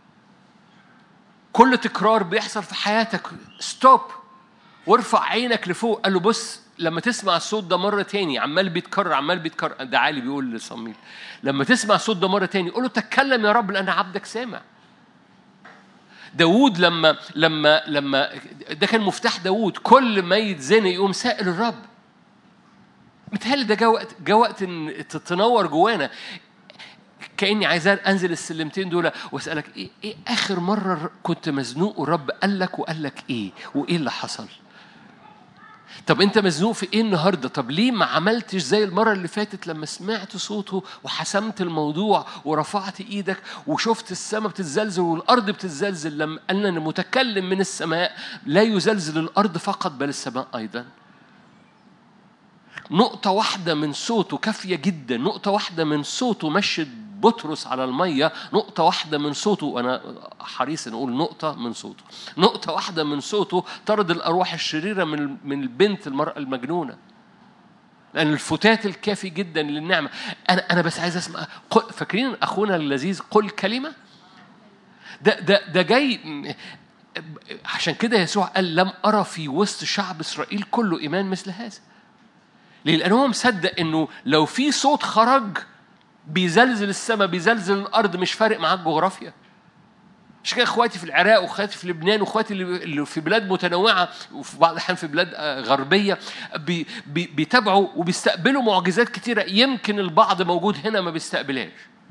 كل تكرار بيحصل في حياتك ستوب وارفع عينك لفوق. قال له بص، لما تسمع الصوت ده مرة تاني عمال بيتكرر عمال بيتكرر، ده عالي بيقول لصميل، لما تسمع الصوت ده مرة تاني قول له تكلم يا رب لأن عبدك سامع. داود لما لما لما ده كان مفتاح داود، كل ما يتزنق يقوم سائل الرب. متهيألي ده جا وقت جا وقت تتنور جوانا، كأني عايز أنزل السلمتين دول وأسألك إيه إيه آخر مرة كنت مزنوق والرب قال لك وقال لك إيه وإيه اللي حصل؟ طب أنت مزنوق في إيه النهاردة؟ طب ليه ما عملتش زي المرة اللي فاتت لما سمعت صوته وحسمت الموضوع ورفعت إيدك وشفت السماء بتتزلزل والأرض بتتزلزل؟ لما قالنا إن متكلم من السماء لا يزلزل الأرض فقط بل السماء أيضا. نقطة واحدة من صوته كافية جدا، نقطة واحدة من صوته مشت بطرس على المية، نقطة واحدة من صوته، وأنا حريص نقول نقطة من صوته، نقطة واحدة من صوته طرد الأرواح الشريرة من من البنت المرأة المجنونة، لأن الفتات الكافي جدا للنعمة. أنا أنا بس عايز أسمع. فاكرين أخونا اللذيذ قل كلمة؟ ده ده ده جاي عشان كده يسوع قال لم أرى في وسط شعب إسرائيل كله إيمان مثل هذا. ليه؟ لأنه هو مصدق إنه لو في صوت خرج بيزلزل السماء بيزلزل الأرض، مش فارق معاك جغرافيا. مش كده إخواتي في العراق وإخواتي في لبنان وإخواتي اللي في بلاد متنوعة وفي بعض الأحيان في بلاد غربية بي بي بيتابعوا وبيستقبلوا معجزات كتيرة يمكن البعض موجود هنا ما بيستقبلهاش.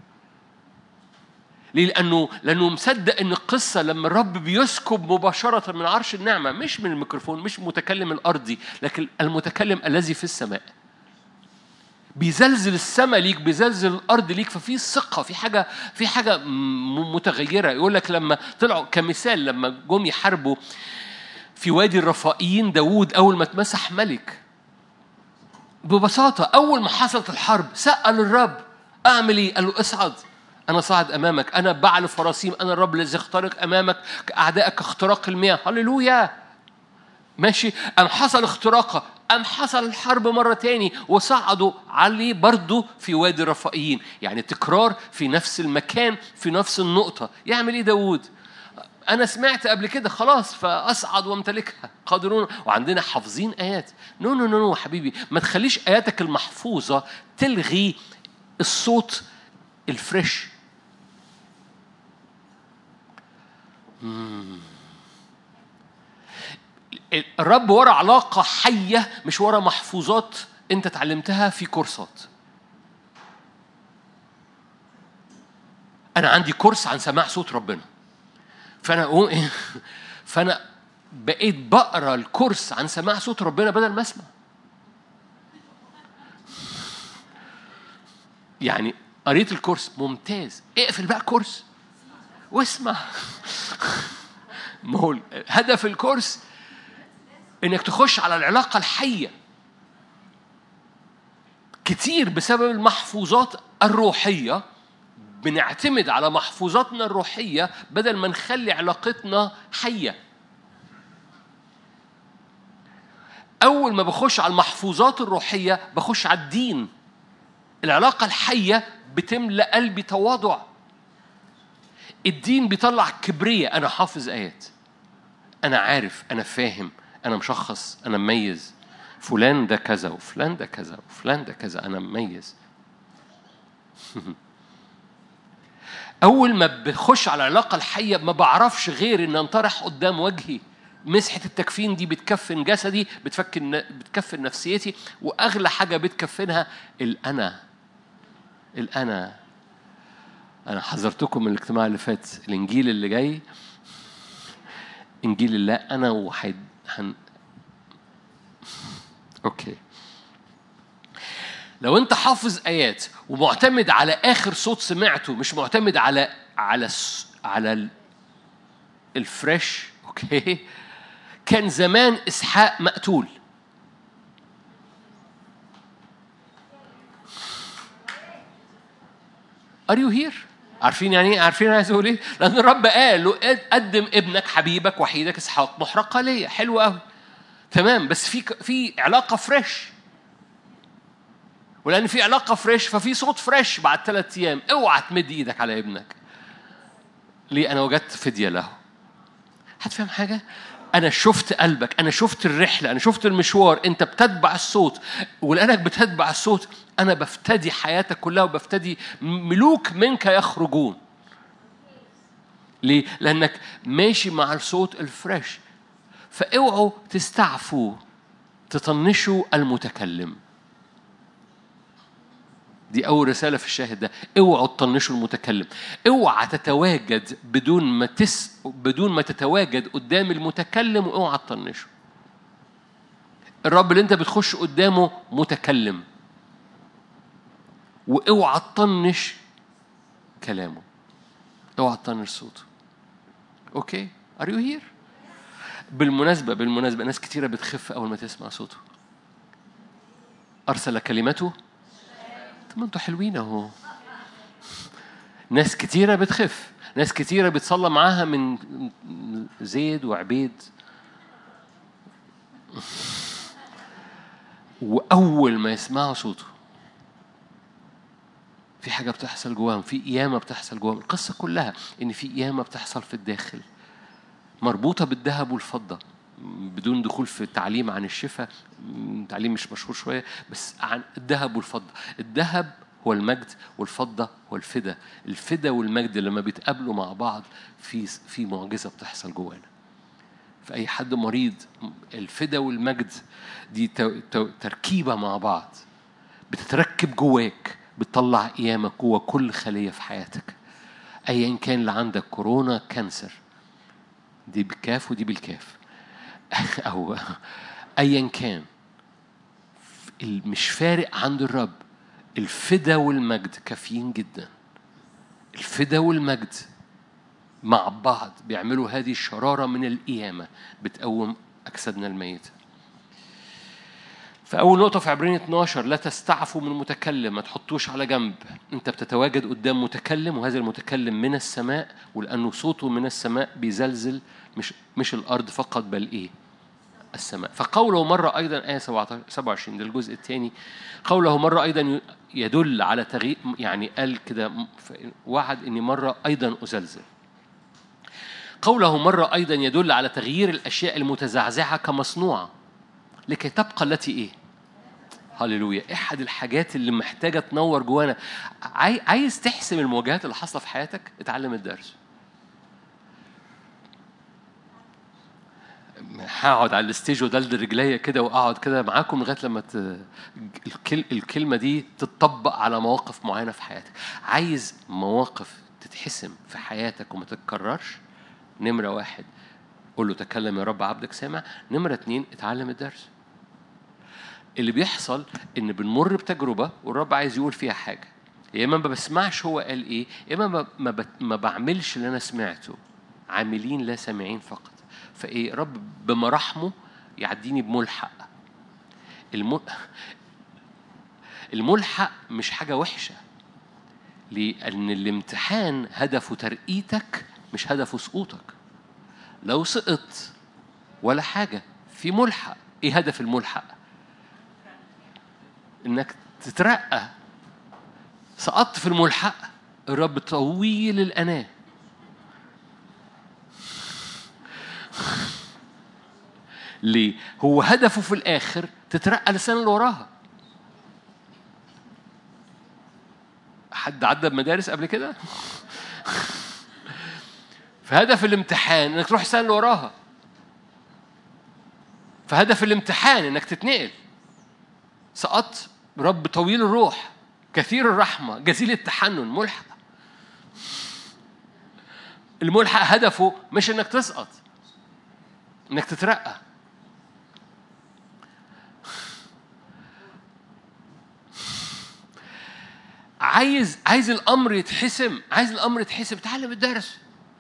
ليه؟ لأنه لأنه مصدق إن القصة لما الرب بيسكب مباشرة من عرش النعمة، مش من الميكروفون، مش المتكلم الأرضي، لكن المتكلم الذي في السماء، بيزلزل السماء ليك، بيزلزل الأرض ليك. ففي ثقة، في حاجة في حاجة متغيرة. يقول لك لما طلعوا كمثال لما جم يحاربوا في وادي الرفائيين، داود أول ما اتمسح ملك ببساطة أول ما حصلت الحرب سأل الرب أعمل إيه؟ قال له اصعد، أنا صاعد أمامك، أنا بعل فراسيم، أنا الرب الذي اخترق أمامك أعدائك اختراق المياه. هللويا. ماشي. أم حصل اختراقه، أم حصل الحرب مرة تاني وصعدوا عليه برضو في وادي الرفائيين. يعني تكرار في نفس المكان في نفس النقطة. يعمل إيه داود؟ أنا سمعت قبل كده خلاص فأصعد وامتلكها قادرون، وعندنا حافظين آيات. نو نو نو نو حبيبي، ما تخليش آياتك المحفوظة تلغي الصوت الفريش. مم. الرب ورا علاقة حية، مش ورا محفوظات انت تعلمتها في كورسات. انا عندي كورس عن سماع صوت ربنا، فانا فانا بقيت بقرا الكورس عن سماع صوت ربنا بدل ما اسمع. يعني قريت الكورس ممتاز، اقفل بقى الكورس واسمع. ما هو هدف الكورس إنك تخش على العلاقة الحية. كتير بسبب المحفوظات الروحية بنعتمد على محفوظاتنا الروحية بدل ما نخلي علاقتنا حية. أول ما بخش على المحفوظات الروحية بخش على الدين. العلاقة الحية بتملأ قلبي تواضع. الدين بيطلع كبرية. أنا حافظ آيات، أنا عارف، أنا فاهم، أنا مشخص، أنا مميز. فلان ده كذا وفلان ده كذا وفلان ده كذا، أنا مميز. أول ما بخش على العلاقة الحية ما بعرفش غير إن انطرح قدام وجهي. مسحة التكفين دي بتكفن جسدي، بتفكن بتكفن نفسيتي، وأغلى حاجة بتكفنها الأنا. الأنا. أنا حذرتكم من الاجتماع اللي فات، الإنجيل اللي جاي إنجيل الله أنا وحيد هن... أوكي. لو أنت حافظ آيات ومعتمد على آخر صوت سمعته، مش معتمد على على على الفريش، أوكي، كان زمان إسحاق مقتول. Are you here؟ عارفين يعني ايه؟ عارفين عايز اقول ايه؟ لأن الرب قال له قدم ابنك حبيبك وحيدك إسحاق محرقة ليا. حلو قوي. تمام، بس في في علاقة فريش. ولأن في علاقة فريش ففي صوت فريش بعد ثلاث أيام. اوعى تمد إيدك على ابنك. ليه؟ أنا وجدت فدية له. هتفهم حاجة؟ أنا شفت قلبك، أنا شفت الرحلة، أنا شفت المشوار. أنت بتتبع الصوت، ولأنك بتتبع الصوت أنا بفتدي حياتك كلها وبفتدي ملوك منك يخرجون. ليه؟ لأنك ماشي مع الصوت الفريش. فاوعوا تستعفوا تطنشوا المتكلم. دي أول رسالة في الشاهد ده. اوعوا تطنشوا المتكلم. اوعى تتواجد بدون ما تس بدون ما تتواجد قدام المتكلم، واوعى تطنشه. الرب اللي انت بتخش قدامه متكلم، واوعى تطنش كلامه، اوعى تطنش صوته. اوكي؟ Are you here؟ بالمناسبة بالمناسبة ناس كتيرة بتخف أول ما تسمع صوته. أرسل كلمته. ما انتوا حلوين اهو. ناس كتيرة بتخف، ناس كتيرة بتصلى معاها من زيد وعبيد، وأول ما يسمعوا صوته في حاجة بتحصل جواهم، في قيامة بتحصل جواهم. القصة كلها إن في قيامة بتحصل في الداخل مربوطة بالذهب والفضة، بدون دخول في التعليم عن الشفاء، تعليم مش مشهور شوية، بس عن الذهب والفضة. الذهب هو المجد والفضة هو الفدا. الفدا والمجد لما بيتقابلوا مع بعض في في معجزة بتحصل جوانا. في أي حد مريض الفدا والمجد دي تركيبة مع بعض بتتركب جواك، بتطلع قيامة جوا كل خلية في حياتك. أيا كان اللي عندك كورونا، كانسر، دي بالكاف ودي بالكاف، أو أيا كان، مش فارق عند الرب. الفدا والمجد كافيين جدا. الفدا والمجد مع بعض بيعملوا هذه الشرارة من القيامة بتقوم أجسادنا الميتة. فأول نقطة في عبرين اتناشر، لا تستعفوا من المتكلم، ما تحطوش على جنب. أنت بتتواجد قدام متكلم، وهذا المتكلم من السماء، ولأنه صوته من السماء بيزلزل مش مش الأرض فقط بل إيه؟ السماء. فقوله مرة أيضا آية سبعة وعشرين ده الجزء الثاني، قوله مرة أيضا يدل على تغيير، يعني قال كده وعد إني مرة أيضا أزلزل. قوله مرة أيضا يدل على تغيير الأشياء المتزعزعة كمصنوعة لكي تبقى التي إيه؟ هاليلويا. أحد الحاجات اللي محتاجة تنور جوانا، عايز تحسم المواجهات اللي حصلت في حياتك، اتعلم الدرس. هقعد على الستيج ودلدل رجليا كده واقعد كده معاكم لغايه لما ت... الكل... الكلمه دي تتطبق على مواقف معينه في حياتك. عايز مواقف تتحسم في حياتك وما تتكررش. نمره واحد، قول له تكلم يا رب عبدك سامع. نمره اتنين، اتعلم الدرس. اللي بيحصل ان بنمر بتجربه والرب عايز يقول فيها حاجه، يا اما ما بسمعش هو قال ايه، يا اما ما, ما, ب... ما بعملش اللي انا سمعته. عاملين لا سامعين فقط. فإيه رب بمراحمه يعديني بملحق. الملحق مش حاجة وحشة، لأن الامتحان هدفه ترقيتك مش هدفه سقوطك. لو سقط ولا حاجة، في ملحق. إيه هدف الملحق؟ إنك تترقى. سقطت في الملحق، الرب طويل الأناة، ليه؟ هو هدفه في الآخر تترقى للسنة اللي وراها. حد عدى بمدارس قبل كده؟ فهدف الامتحان انك تروح السنة اللي وراها. فهدف الامتحان انك تتنقل. سقطت، رب طويل الروح كثير الرحمة جزيل التحنن، ملحق. الملحق هدفه مش انك تسقط، انك تترقى. عايز عايز الامر يتحسم، عايز الامر يتحسم، تعلم الدرس.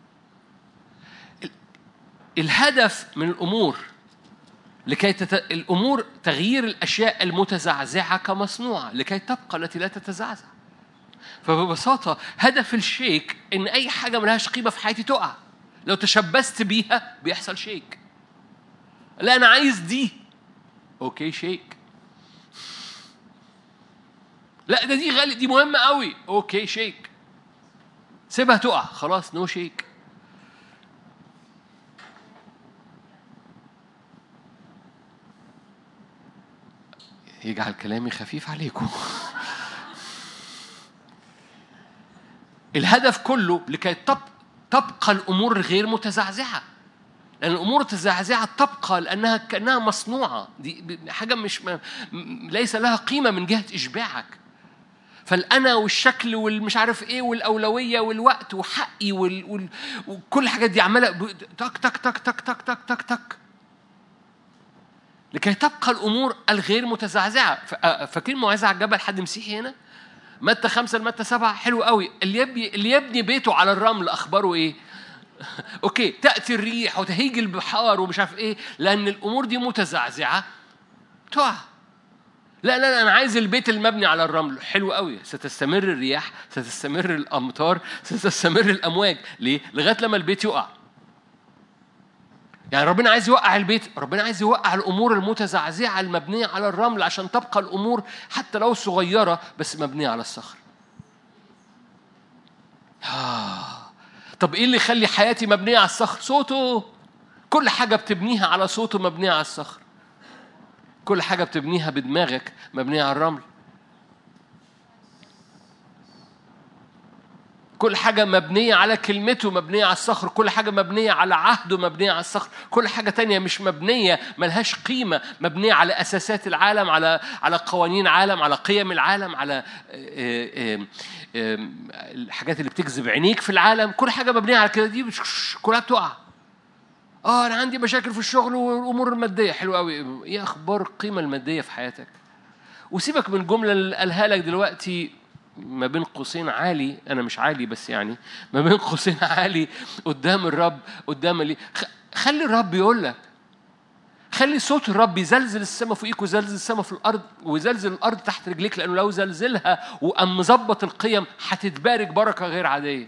الهدف من الامور لكي تت... الامور تغيير الاشياء المتزعزعه كمصنوعه لكي تبقى التي لا تتزعزع. فببساطة هدف الشيك إن أي حاجة ملهاش قيمة في حياتي تقع. لو تشبثت بيها بيحصل شيك. لا أنا عايز دي، أوكي شيك. لا ده دي غالي، دي مهمة قوي، أوكي شيك. سيبها تقع، خلاص نو شيك. يجعل كلامي خفيف عليكم. الهدف كله لكي تبقى الأمور غير متزعزعة، لأن الأمور المتزعزعة تبقى لأنها كأنها مصنوعة، دي حاجة مش م... ليس لها قيمة من جهة إشباعك. فالأنا والشكل والمش عارف إيه والأولوية والوقت وحقي وال... وال... وكل الحاجات دي عمالة تك تك تك تك تك تك تك تك لكي تبقى الأمور الغير متزعزعة. فاكرين موعظة على الجبل؟ حد مسيحي هنا؟ متى خمسة لمتى سبعة حلو قوي. اللي يبني اللي يبني بيته على الرمل أخباره إيه؟ أوكي، تأتي الريح وتهيج البحار ومش عارف إيه، لأن الأمور دي متزعزعة تقع. لا لا لا، أنا عايز البيت المبني على الرمل. حلو قوي، ستستمر الرياح، ستستمر الأمطار، ستستمر الأمواج. ليه؟ لغاية لما البيت يقع. يعني ربنا عايز يوقع البيت، ربنا عايز يوقع الأمور المتزعزعة المبنية على الرمل عشان تبقى الأمور حتى لو صغيرة بس مبنية على الصخر. آه. طب إيه اللي يخلي حياتي مبنية على الصخر؟ صوته. كل حاجة بتبنيها على صوته مبنية على الصخر. كل حاجة بتبنيها بدماغك مبنية على الرمل. كل حاجة مبنية على كلمته مبنية على الصخر. كل حاجة مبنية على عهده مبنية على الصخر. كل حاجة تانية مش مبنية، ملهاش قيمة، مبنية على أساسات العالم، على على قوانين العالم، على قيم العالم، على الحاجات اللي بتجذب عينيك في العالم. كل حاجة مبنية على كده، دي كلها بتقع. آه أنا عندي مشاكل في الشغل والأمور المادية. حلو قوي. إيه أخبار القيمة المادية في حياتك؟ وسيبك من الجملة اللي قالها لك دلوقتي ما بين قوسين عالي، أنا مش عالي بس يعني ما بين قوسين عالي قدام الرب، قدام اللي خلي الرب يقول لك، خلي صوت الرب يزلزل السماء فوقيك ويزلزل السماء في الأرض ويزلزل الأرض تحت رجليك، لأنه لو زلزلها وأم مظبط القيم هتتبارك بركة غير عادية.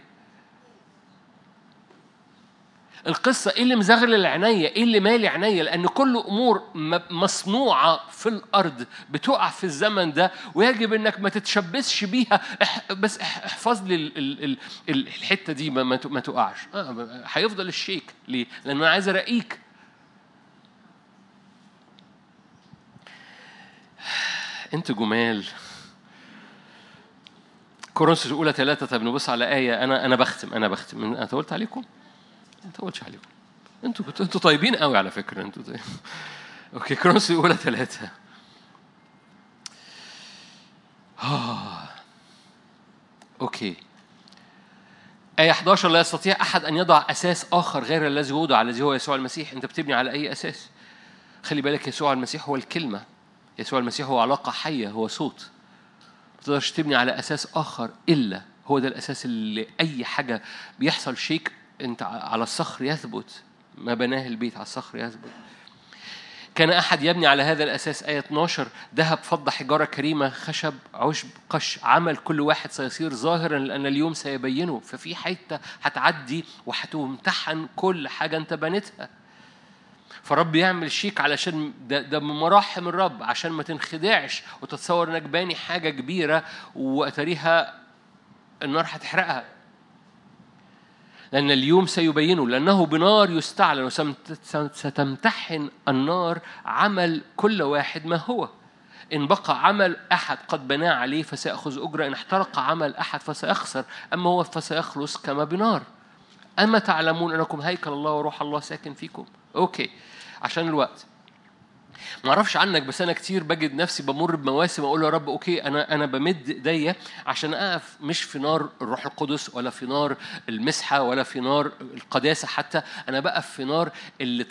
القصة إيه اللي مزغل العناية؟ إيه اللي مالي عناية؟ لأن كل أمور مصنوعة في الأرض بتقع في الزمن ده، ويجب أنك ما تتشبثش بيها. بس احفظ لي الحتة دي ما تقعش. هيفضل الشيك. ليه؟ لأنه أنا عايز أرقيك. أنت جمال. كورنثوس الأولى ثلاثة. طب نبص على آية. أنا أنا بختم أنا بختم أنا طولت عليكم؟ أنت قلتش عليكم. أنتوا كنتوا أنتوا طيبين قوي على فكرة. أنتوا طيب. أوكي. كورنثوس الأولى ثلاثة. آه. أوكي. آية إحدى عشر. لا يستطيع أحد أن يضع أساس آخر غير الذي وضع، الذي هو يسوع المسيح. أنت بتبني على أي أساس؟ خلي بالك، يسوع المسيح هو الكلمة. يسوع المسيح هو علاقة حية، هو صوت. ما تقدرش تبني على أساس آخر إلا هو ده الأساس اللي أي حاجة بيحصل شيك أنت على الصخر يثبت. ما بناه البيت على الصخر يثبت. كان أحد يبني على هذا الأساس. آية اثناشر. ذهب، فضة، حجارة كريمة، خشب، عشب، قش، عمل كل واحد سيصير ظاهرا لأن اليوم سيبينه. ففي حتة هتعدي وهتمتحن كل حاجة أنت بنيتها. فرب يعمل شيك علشان ده, ده من مراحم الرب، عشان ما تنخدعش وتتصور انك باني حاجة كبيرة وأتريها النار هتحرقها. لأن اليوم سيبينه، لأنه بنار يستعلن، وستمتحن النار عمل كل واحد ما هو. إن بقى عمل أحد قد بناه عليه فسيأخذ أجرة، إن احترق عمل أحد فسيخسر، أما هو فسيخلص كما بنار. أما تعلمون أنكم هيكل الله وروح الله ساكن فيكم. أوكي. عشان الوقت ما أعرفش عنك، بس أنا كتير بجد نفسي بمر بمواسم أقول يا رب أوكي أنا أنا بمد إيديا عشان أقف مش في نار الروح القدس ولا في نار المسحة ولا في نار القداسة، حتى أنا بقف في نار اللي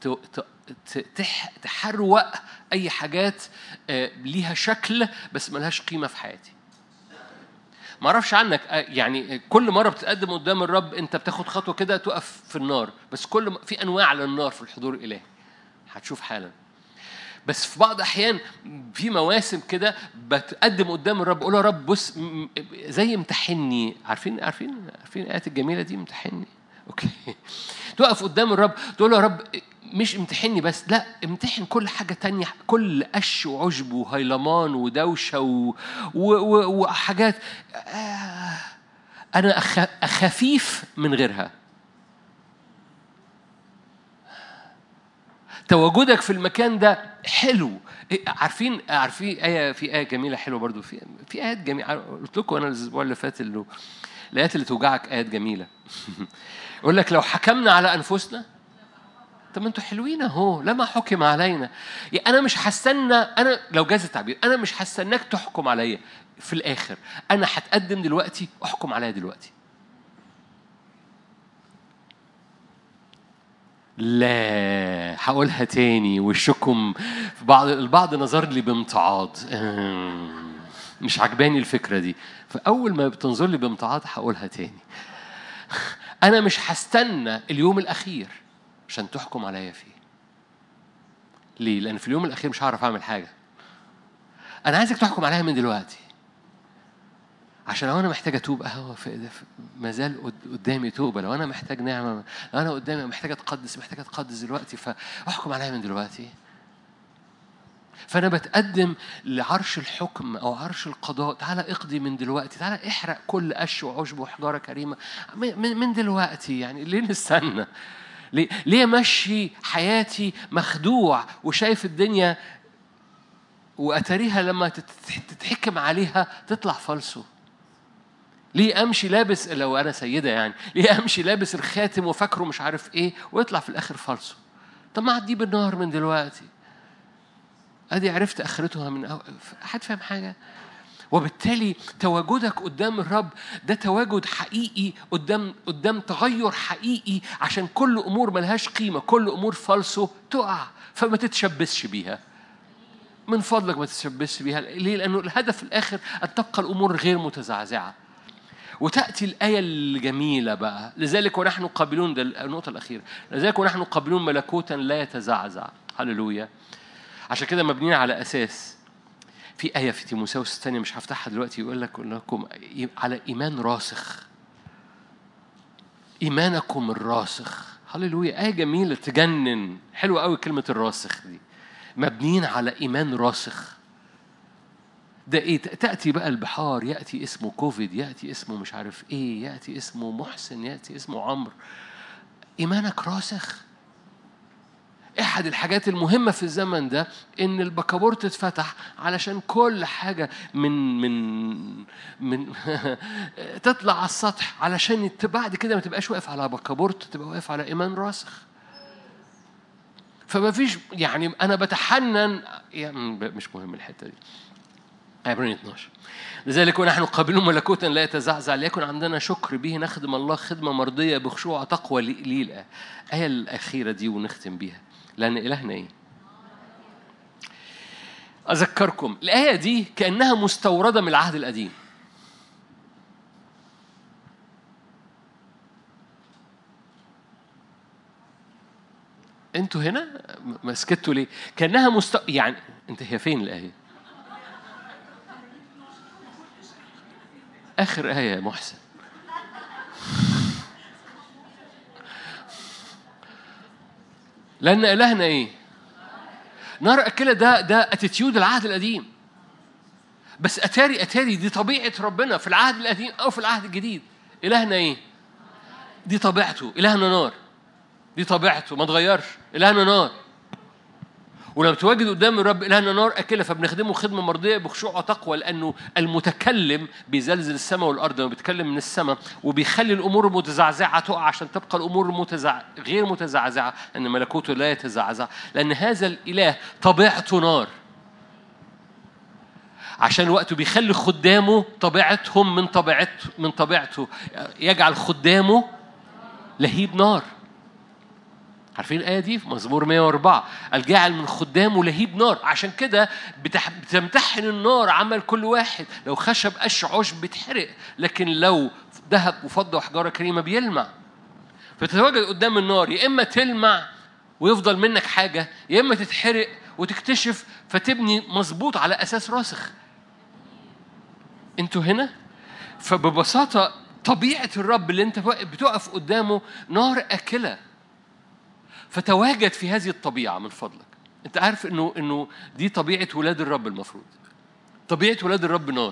تحروق أي حاجات ليها شكل بس ملهاش قيمة في حياتي. ما أعرفش عنك، يعني كل مرة بتقدم قدام الرب أنت بتاخد خطوة كده تقف في النار، بس كل م... في أنواع للنار في الحضور الإلهي هتشوف حالا. بس في بعض أحيان في مواسم كده بتقدم قدام الرب، أقول يا رب بص زي امتحني. عارفين عارفين عارفين الآيات الجميلة دي، امتحني. أوكي. تقف قدام الرب تقول يا رب مش امتحني بس، لا امتحن كل حاجة تانية، كل قش وعجب وهيلمان ودوشة و... و... و... وحاجات آه... أنا أخ... أخفيف من غيرها. تواجدك في المكان ده حلو. عارفين عارفين آية، في آية جميلة حلوة برضو، في في آيات جميلة قلت لكم أنا الأسبوع اللي فات، اللي الآيات اللي توجعك آيات جميلة. يقول لك لو حكمنا على أنفسنا، طب ما انتوا حلوين اهو، لما حكم علينا. يعني أنا مش هستنى، أنا لو جاز التعبير أنا مش هستناك تحكم عليا في الآخر، أنا هتقدم دلوقتي أحكم عليا دلوقتي. لا هقولها تاني وشكم. في بعض البعض نظر لي بامتعاض، مش عجباني الفكرة دي، فأول ما بتنظر لي بامتعاض هقولها تاني. أنا مش هستنى اليوم الأخير عشان تحكم عليا فيه. ليه؟ لأن في اليوم الأخير مش هعرف أعمل حاجة. أنا عايزك تحكم عليا من دلوقتي، عشان لو أنا محتاج أتوب أهو ما زال قدامي توبة، لو أنا محتاج نعمة، لو أنا قدامي محتاج أتقدس محتاج أتقدس دلوقتي، فأحكم عليا من دلوقتي. فأنا بتقدم لعرش الحكم أو عرش القضاء، تعالى اقضي من دلوقتي، تعالى احرق كل قش وعشب وحجارة كريمة من دلوقتي. يعني ليه نستنى؟ ليه ليه مشي حياتي مخدوع وشايف الدنيا وأتاريها لما تتحكم عليها تطلع فالسو؟ ليه أمشي لابس، لو أنا سيدة يعني، ليه أمشي لابس الخاتم وفكره مش عارف إيه ويطلع في الآخر فالسو؟ طب ما عدي بالنهار من دلوقتي، أدي عرفت آخرتها من أول. حد فاهم حاجة؟ وبالتالي تواجدك قدام الرب ده تواجد حقيقي، قدام قدام تغير حقيقي، عشان كل أمور ملهاش قيمة، كل أمور فالسو تقع، فما تتشبسش بيها. من فضلك ما تتشبسش بيها. ليه؟ لأنه الهدف الآخر أن تبقى الأمور غير متزعزعة. وتأتي الآية الجميلة بقى، لذلك ونحن قابلون، ده النقطة الأخيرة، لذلك ونحن قابلون ملكوتا لا يتزعزع. هللويا. عشان كده مبنيين على أساس، في آية في تيموثاوس الثانية مش هفتحها دلوقتي، يقول لك لكم على إيمان راسخ، إيمانكم الراسخ. هللويا. آية جميلة تجنن، حلوة قوي كلمة الراسخ دي. مبنيين على إيمان راسخ. ده إيه؟ تأتي بقى البحار، يأتي اسمه كوفيد، يأتي اسمه مش عارف إيه، يأتي اسمه محسن، يأتي اسمه عمرو. إيمانك راسخ. أحد الحاجات المهمة في الزمن ده إن البكابورت اتفتح علشان كل حاجة من من من تطلع على السطح، علشان بعد كده ما تبقاش واقف على بكابورت، تبقى واقف على إيمان راسخ. فما فيش يعني أنا بتحنن يعني، مش مهم الحتة دي. عبرانيين اثناشر. لذلك ونحن قابلون ملكوتا لا يتزعزع، ليكن عندنا شكر به نخدم الله خدمة مرضية بخشوع تقوى. ليه الآية الأخيرة دي ونختم بيها؟ لأن إلهنا إيه؟ أذكركم الآية دي كأنها مستوردة من العهد القديم. أنتوا هنا ما سكتوا ليه؟ كأنها مست يعني أنت هي فين الآية؟ آخر آية يا محسن. لأن إلهنا إيه؟ نار أكلة. ده ده أتيتيود العهد القديم، بس أتاري أتاري دي طبيعة ربنا في العهد القديم أو في العهد الجديد. إلهنا إيه؟ دي طبيعته. إلهنا نار، دي طبيعته ما تغيرش. إلهنا نار، ولما تواجد قدام الرب إلهنا نار أكلة، فبنخدمه خدمة مرضية بخشوع وتقوى، لأنه المتكلم بيزلزل السماء والأرض وبيتكلم من السماء وبيخلي الأمور المتزعزعة تقع عشان تبقى الأمور متزع... غير متزعزعة، لأن ملكوته لا يتزعزع، لأن هذا الإله طبيعته نار. عشان وقته بيخلي خدامه طبيعتهم من طبيعته من طبيعته يجعل خدامه لهيب نار. عارفين الآية دي في مزمور مئة وأربعة؟ الجاعل من خدامه لهيب نار. عشان كده بتمتحن النار عمل كل واحد. لو خشب قش عشب بتحرق، لكن لو ذهب وفضة وحجارة كريمة بيلمع. فتتواجد قدام النار، يا إما تلمع ويفضل منك حاجة، يا إما تتحرق وتكتشف فتبني مظبوط على أساس راسخ. أنتوا هنا؟ فببساطة طبيعة الرب اللي أنت بتقف قدامه نار أكلة، فتواجد في هذه الطبيعة من فضلك. أنت عارف إنه إنه دي طبيعة ولاد الرب. المفروض طبيعة ولاد الرب نار.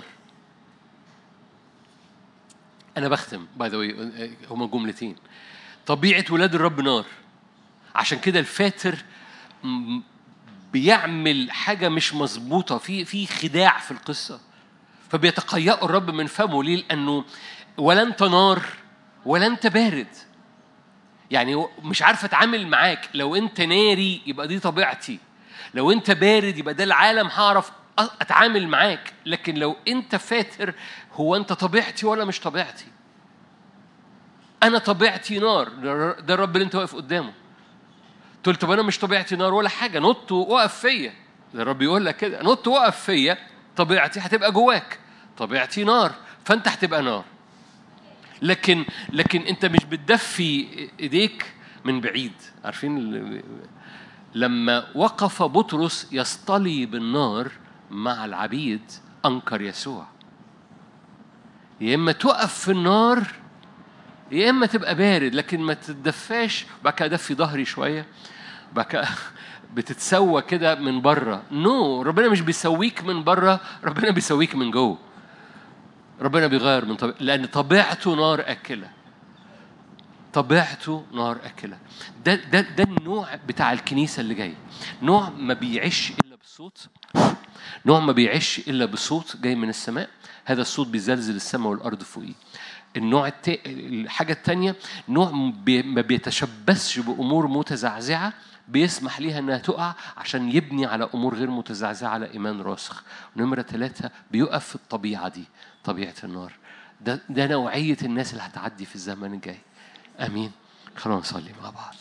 أنا بختم باي ذا واي، هما جملتين. طبيعة ولاد الرب نار. عشان كده الفاتر بيعمل حاجة مش مظبوطة، في في خداع في القصة، فبيتقيأ الرب من فمه. ليه؟ لأنه ولا أنت نار ولا أنت بارد. يعني مش عارف أتعامل معاك. لو أنت ناري يبقى دي طبيعتي، لو أنت بارد يبقى ده العالم هعرف أتعامل معاك. لكن لو أنت فاتر، هو أنت طبيعتي ولا مش طبيعتي؟ أنا طبيعتي نار. ده الرب اللي أنت واقف قدامه. قلت طب أنا مش طبيعتي نار ولا حاجة، نط وقف فيا. ده الرب يقول لك كده، نط وقف فيا، طبيعتي هتبقى جواك. طبيعتي نار، فأنت هتبقى نار. لكن لكن أنت مش بتدفي إيديك من بعيد. عارفين لما وقف بطرس يصطلي بالنار مع العبيد أنكر يسوع. يا إما تقف في النار يا إما تبقى بارد، لكن ما تدفاش. بعد كده دفي ظهري شوية، بعد كده بتتسوى كده من بره. نو no. ربنا مش بيسويك من بره، ربنا بيسويك من جوه. ربنا بيغير من طبيعته، لأن طبيعته نار أكلة. طبيعته نار أكلة. ده ده ده النوع بتاع الكنيسة اللي جاي. نوع ما بيعيش إلا بالصوت، نوع ما بيعيش إلا بصوت جاي من السماء. هذا الصوت بيزلزل السماء والأرض فوقيه. النوع الت... الحاجة التانية نوع بي... ما بيتشبثش بأمور متزعزعة، بيسمح ليها أنها تقع عشان يبني على أمور غير متزعزعة على إيمان راسخ. نمرة ثلاثة بيقف في الطبيعة دي، طبيعة النار. ده, ده نوعية الناس اللي هتعدي في الزمن الجاي. أمين. خلونا نصلي مع بعض.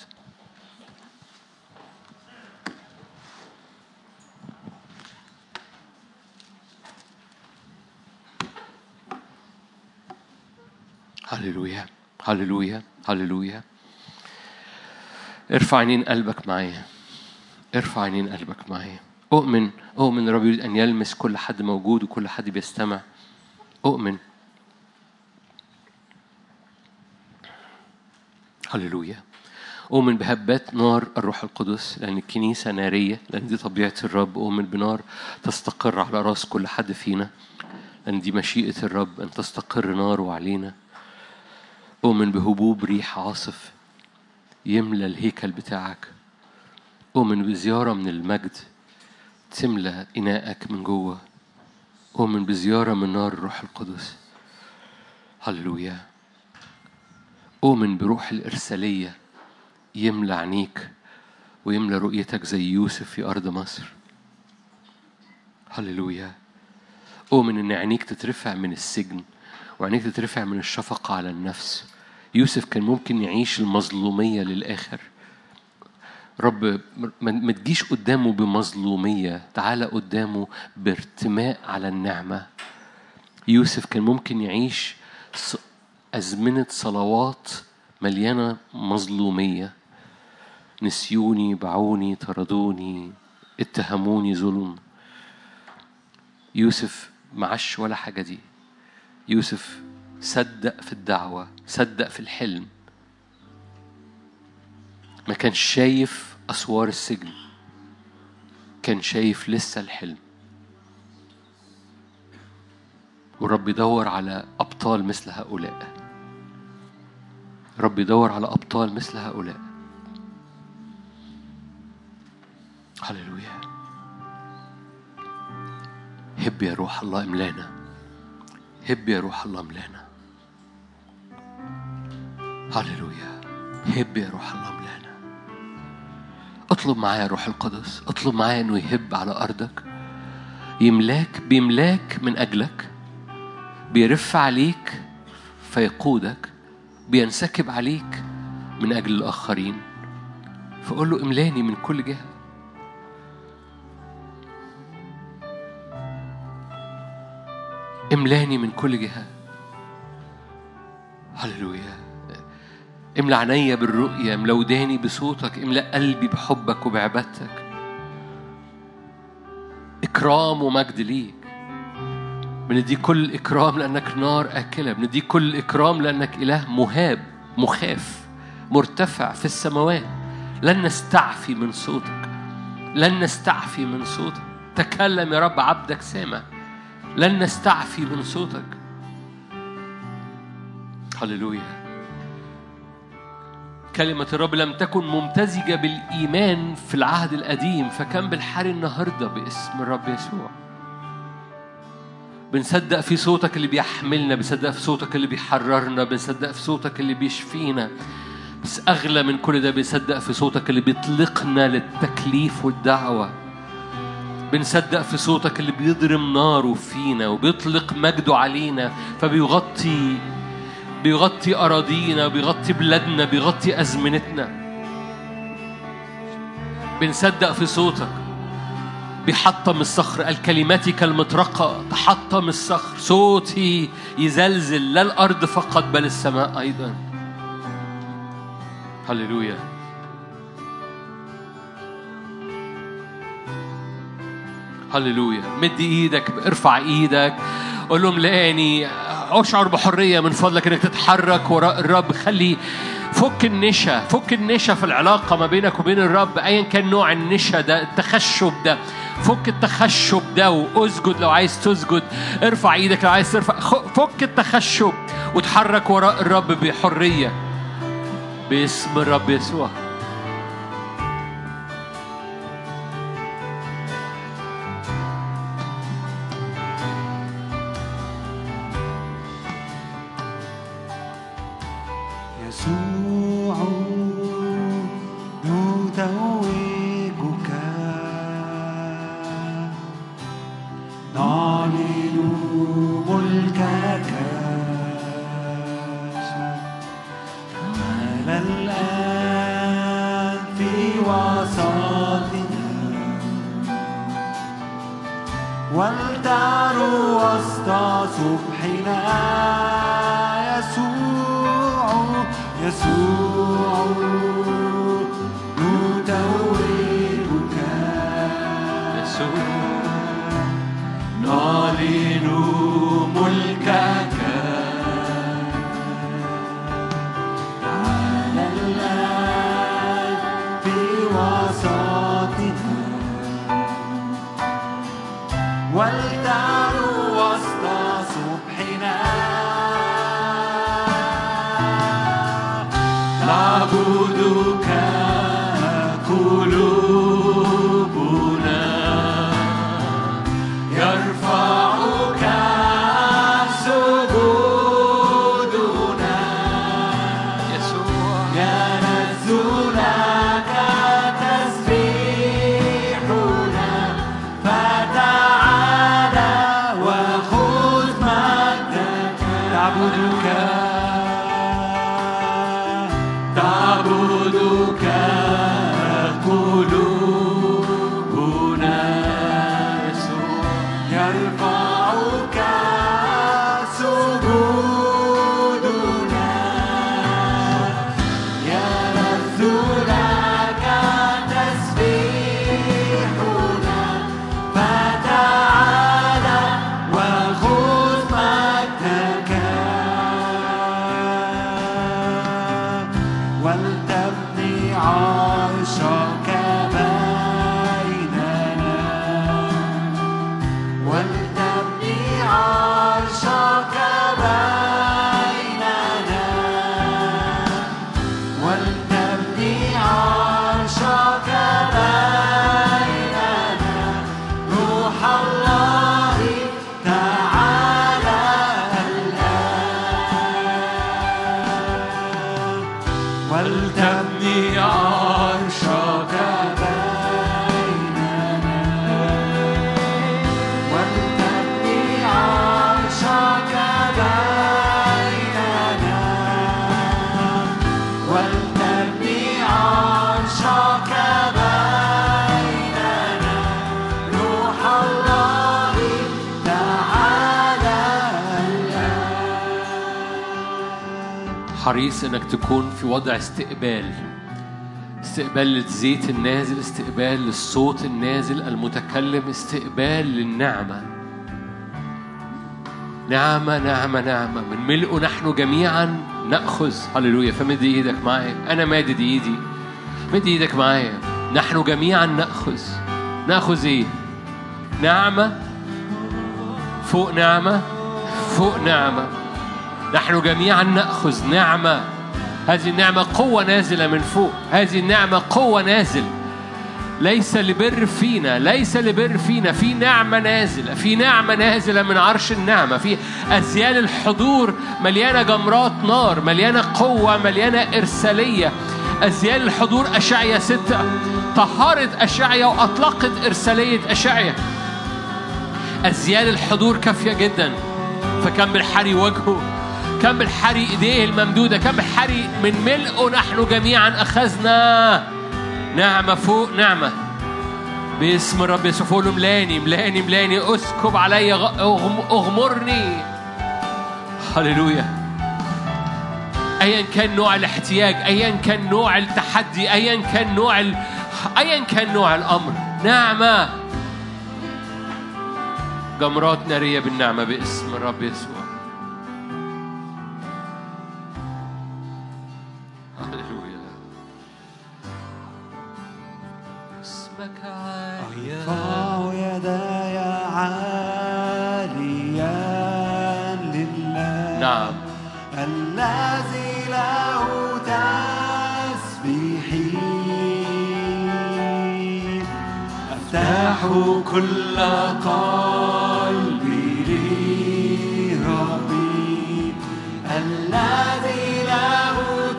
هللويا هللويا هللويا. ارفع عينين قلبك معايا، ارفع عينين قلبك معايا. أؤمن أؤمن رب يريد أن يلمس كل حد موجود وكل حد بيستمع. أؤمن. هللويا. أؤمن بهبات نار الروح القدس، لأن الكنيسة نارية، لأن دي طبيعة الرب. أؤمن بنار تستقر على رأس كل حد فينا، لأن دي مشيئة الرب أن تستقر نار علينا. أؤمن بهبوب ريح عاصف يملى الهيكل بتاعك. أؤمن بزيارة من المجد تملى إناءك من جوه. أؤمن بزيارة من نار الروح القدس. هللويا. أؤمن بروح الإرسالية يملى عينيك ويملى رؤيتك زي يوسف في أرض مصر. هللويا. أؤمن إن عينيك تترفع من السجن وعينيك تترفع من الشفقة على النفس. يوسف كان ممكن يعيش المظلومية للآخر. رب ما تجيش قدامه بمظلومية، تعال قدامه بارتماء على النعمة. يوسف كان ممكن يعيش أزمنة صلوات مليانة مظلومية. نسيوني، باعوني، طردوني، اتهموني ظلم. يوسف معاش ولا حاجة دي. يوسف صدق في الدعوة، صدق في الحلم. ما كانش شايف أسوار السجن، كان شايف لسه الحلم. والرب يدور على أبطال مثل هؤلاء. رب يدور على أبطال مثل هؤلاء. هللويا. هب يا روح الله املانا، هب يا روح الله املانا. هللويا. هب يا روح الله املانا. اطلب معايا روح القدس، اطلب معايا انه يهب على ارضك، يملاك، بيملاك من اجلك، بيرف عليك فيقودك، بينسكب عليك من اجل الاخرين. فقول له املاني من كل جهه. املاني من كل جهه. هللويا. املأ عينيا بالرؤية، املأ وداني بصوتك، املأ قلبي بحبك وبعبادتك. إكرام ومجد ليك. بنديك كل إكرام لأنك نار آكلة. بنديك كل إكرام لأنك إله مهاب مخاف مرتفع في السماوات. لن نستعفي من صوتك، لن نستعفي من صوتك. تكلم يا رب، عبدك سامع. لن نستعفي من صوتك. هللويا. كلمة الرب لم تكن ممتزجة بالإيمان في العهد القديم، فكان بالحري النهاردة باسم الرب يسوع. بنصدق في صوتك اللي بيحملنا، بنصدق في صوتك اللي بيحررنا، بنصدق في صوتك اللي بيشفينا. بس أغلى من كل ده بنصدق في صوتك اللي بيطلقنا للتكليف والدعوة. بنصدق في صوتك اللي بيضرم ناره فينا وبيطلق مجده علينا، فبيغطي بيغطي أراضينا، بيغطي بلادنا، بيغطي أزمنتنا. بنصدق في صوتك بيحطم الصخر. قال كلماتي كالمطرقة تحطم الصخر. صوتي يزلزل لا الأرض فقط بل السماء أيضا. هللويا. هللويا. مد ايدك، ارفع ايدك، قول لهم لقاني. اشعر بحرية من فضلك انك تتحرك وراء الرب. خلي فك النشا، فك النشا في العلاقة ما بينك وبين الرب، ايا كان نوع النشا ده، التخشب ده. فك التخشب ده واسجد لو عايز تسجد. ارفع ايدك لو عايز ترفع. فك التخشب وتحرك وراء الرب بحرية باسم الرب يسوع. يسوع نتوجك، نعلن ملكك على الآن في وسطنا، ولتعلو وسط صبحنا. يسوع يسوع نتوجك، يسوع نعلن ملكك على الآن في وسطنا، ولتعلو وسط صبحنا. نعبدك قلوبنا، يرفعك سجودنا. يسوع ينزل لك تسبيحنا، فتعالى وخذ مجدك. تعبدك تعبدك قلوبنا، يرفعك سجودنا. يلذ لك تسبيحنا، فتعالى وخذ مجدك. ولتبني عرشك بيننا، ولتبني عرشك بيننا، ولتبني عرشك بيننا. روح الله تعالى الآن، ولتبني عرشك بيننا، ولتبني عرشك بيننا، ولتبني عرشك بيننا. روح الله تعالى الآن. حريص انك تكون في وضع استقبال. استقبال للزيت النازل، استقبال للصوت النازل المتكلم، استقبال للنعمة. نعمة نعمة نعمة من ملئه نحن جميعا نأخذ. هللويا. فمد ايدك معايا، أنا مادد ايدي، مد ايدك معايا. نحن جميعا نأخذ. نأخذ ايه؟ نعمة فوق نعمة فوق نعمة. نحن جميعا نأخذ نعمة. هذه النعمة قوة نازلة من فوق. هذه النعمة قوة نازل، ليس لبر فينا، ليس لبر فينا. في نعمة نازلة، في نعمة نازلة من عرش النعمة. في أزيال الحضور مليانة جمرات نار، مليانة قوة، مليانة إرسالية. أزيال الحضور أشعيا ستة طهرت أشعيا وأطلقت إرسالية أشعيا. أزيال الحضور كافية جدا. فكم بالحري وجهه، كم بالحري إيديه الممدودة، كم بالحري من ملئه نحن جميعا أخذنا نعمة فوق نعمة باسم الرب يسوع. فقول له ملاني ملاني ملاني، أسكب علي، أغمرني. هللويا. أيا كان نوع الاحتياج، أيا كان نوع التحدي، أيا كان نوع ال... أيا كان نوع الأمر، نعمة، جمرات نارية بالنعمة باسم الرب يسوع. هللويا. اسمك أرفع يداي عاليا لله، نعم، الذي له تسبيحي. أفتح كل قلبي لربي، الذي له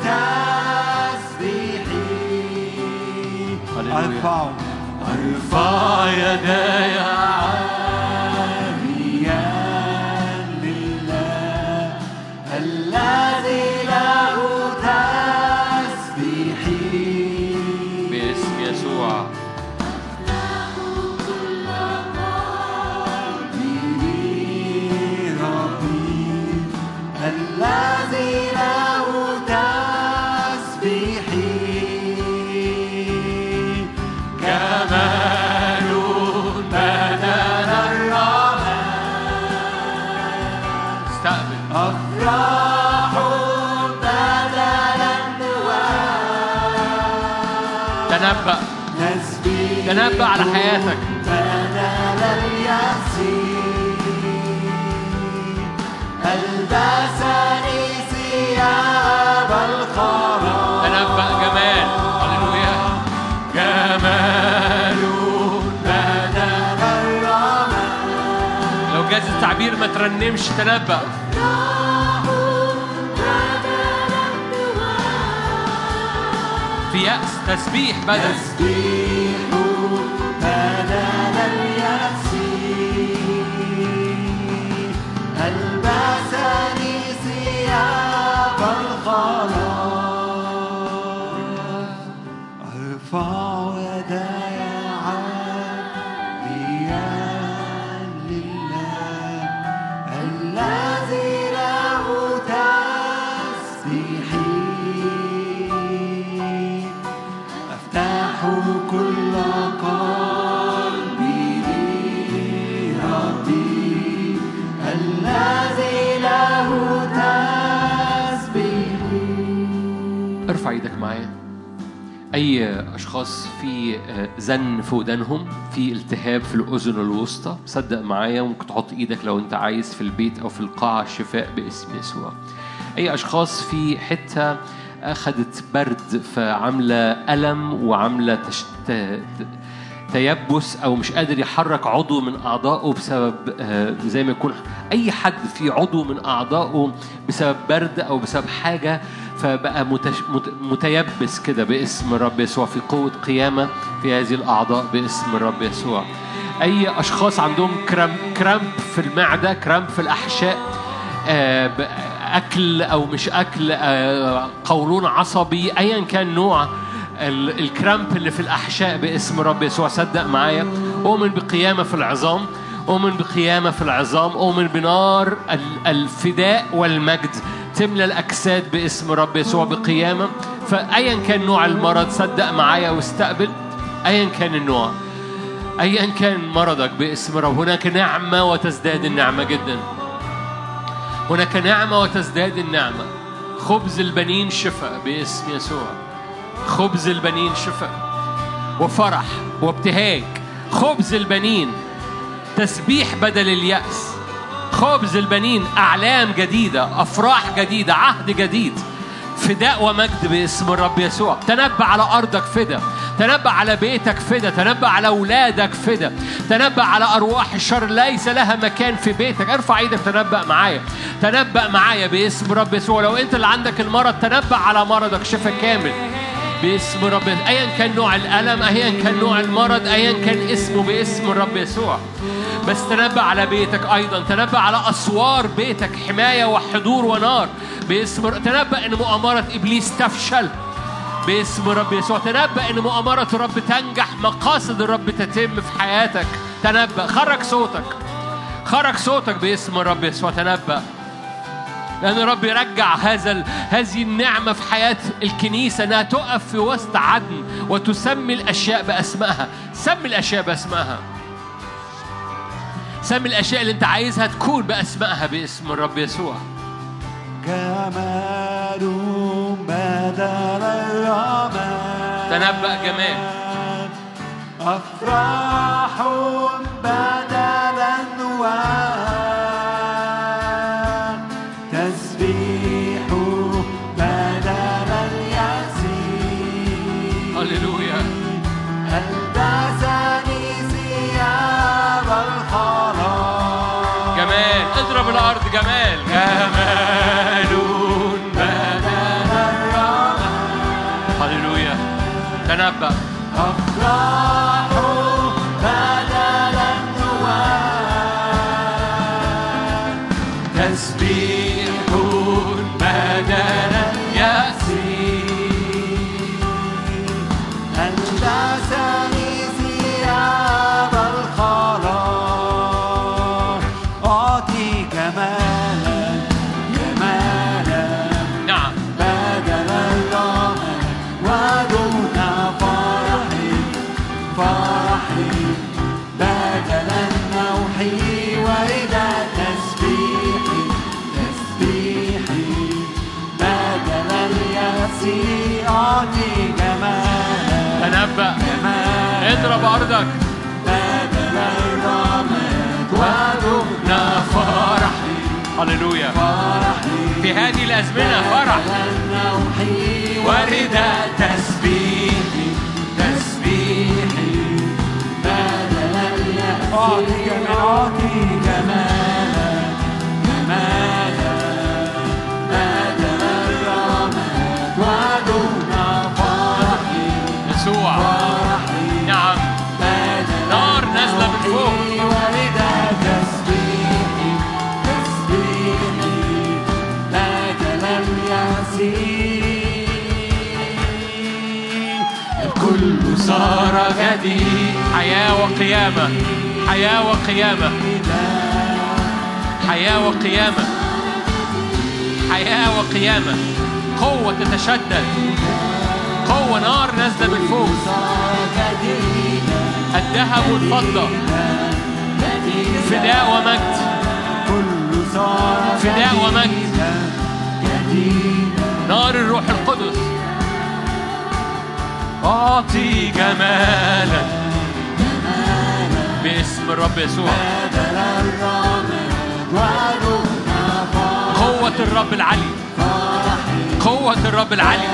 تسبيحي. أرفع أرفع يداي عاليا لله، الذي له تسبيحي باسم يسوع. الذي له تسبيحي. كمال بدل الرماد، استقبل أفراح بدل النوال. تنبأ، تسبيح تنبأ على حياتك. بدل اليسير، ألبسني ثياب القرار. تنبأ جمال. هللويا. جمال بدل الرماد. لو جاز التعبير ما ترنمش، تنبأ. في يأس تسبيح بدل تسبيح بدل اليسير، ألبسني ثياب الخلاص. أرفع يداي عاليا لله، الذي له تسبيحي. أفتح كل قلبي لربي، الذي له تسبيحي. ارفع ايدك معايا. اي اشخاص في زن في ودانهم، في التهاب في الاذن الوسطى، صدق معايا ممكن تحط ايدك لو انت عايز في البيت او في القاعه، الشفاء باسم يسوع. اي اشخاص في حته اخذت برد فعامله الم وعامله تشت... تيبس او مش قادر يحرك عضو من اعضائه بسبب زي ما يكون اي حد في عضو من اعضائه بسبب برد او بسبب حاجه فبقى متش... مت... متيبس كده باسم الرب يسوع. في قوه قيامه في هذه الاعضاء باسم الرب يسوع. اي اشخاص عندهم كرامب كرامب في المعده، كرامب في الاحشاء، آه اكل او مش اكل، آه قولون عصبي، ايا كان نوع الكرامب اللي في الأحشاء باسم رب يسوع. صدق معايا. أؤمن بقيامة في العظام، أؤمن بقيامة في العظام، أؤمن بنار الفداء والمجد تملى الأجساد باسم رب يسوع بقيامة. فأيا كان نوع المرض صدق معايا واستقبل، أيا كان النوع، أيا كان مرضك باسم رب. هناك نعمة وتزداد النعمة جدا، هناك نعمة وتزداد النعمة. خبز البنين شفاء باسم يسوع، خبز البنين شفاء وفرح وابتهاج. خبز البنين تسبيح بدل اليأس. خبز البنين أعلام جديدة، أفراح جديدة، عهد جديد، فداء ومجد باسم الرب يسوع. تنبأ على أرضك فدا، تنبأ على بيتك فدا، تنبأ على أولادك فدا، تنبأ على أرواح الشر ليس لها مكان في بيتك. ارفع ايدك تنبأ معايا، تنبأ معايا باسم الرب يسوع. لو أنت اللي عندك المرض تنبأ على مرضك شفاء كامل باسم الرب. أيا كان نوع الألم، أيا كان نوع المرض، أيا كان اسمه باسم الرب يسوع. بس تنبأ على بيتك أيضا، تنبأ على أسوار بيتك حماية وحضور ونار باسم. تنبأ إن مؤامرة إبليس تفشل باسم الرب يسوع. تنبأ إن مؤامرة الرب تنجح، مقاصد الرب تتم في حياتك. تنبأ، خرج صوتك، خرج صوتك باسم الرب يسوع. تنبأ لأن الرب يرجع هذا هذه النعمة في حياة الكنيسة، أنها تقف في وسط عدن وتسمي الأشياء بأسمائها. سمي الأشياء بأسمائها، سمي الأشياء اللي أنت عايزها تكون بأسمائها باسم الرب يسوع. جمال بدل الرماد، تنبأ جمال. أفراح بدل النوار، تسبيح بدل اليأس. هللويا. ألبسني ثياب الخلاص. جمال، اضرب الأرض. جمال، جمال بدل الرماد. هللويا. تنبأ. أفراح بدل النوار، تسبيح بدل اليأس. ألبسني ثياب الخلاص. أعطي جمالا جمالا، نعم، بدل الرماد ودون فرحي فرحي، بدل النوح وإلى تسبيحي تسبيحي، بدل اليأس. أعطي جمالا تنبأ. جمالا، اضرب أرضك. بدل الرماد ودون فرحي. هللويا. فرحي، في هذه الأزمنة فرح النوح ورداء تسبيحي تسبيحي. بدل اليأس. أعطي جمالا أعطي جمالا جمالا، بدل الرماد ودون فرحي يسوع. فرحي، نعم، بدل نار نازلة من فوق. ورداء تسبيحي تسبيحي، بدل اليأس. الكل صار جديد. حياة وقيامة، حياة وقيامة، حياة وقيامة، حياة وقيامة. قوة تتشدد، قوة نار نازلة من فوق. الذهب والفضة، فداء ومجد، فداء ومجد. نار الروح القدس. أعطي جمالا باسم الرب يسوع. قوة الرب العلي، قوة الرب العلي.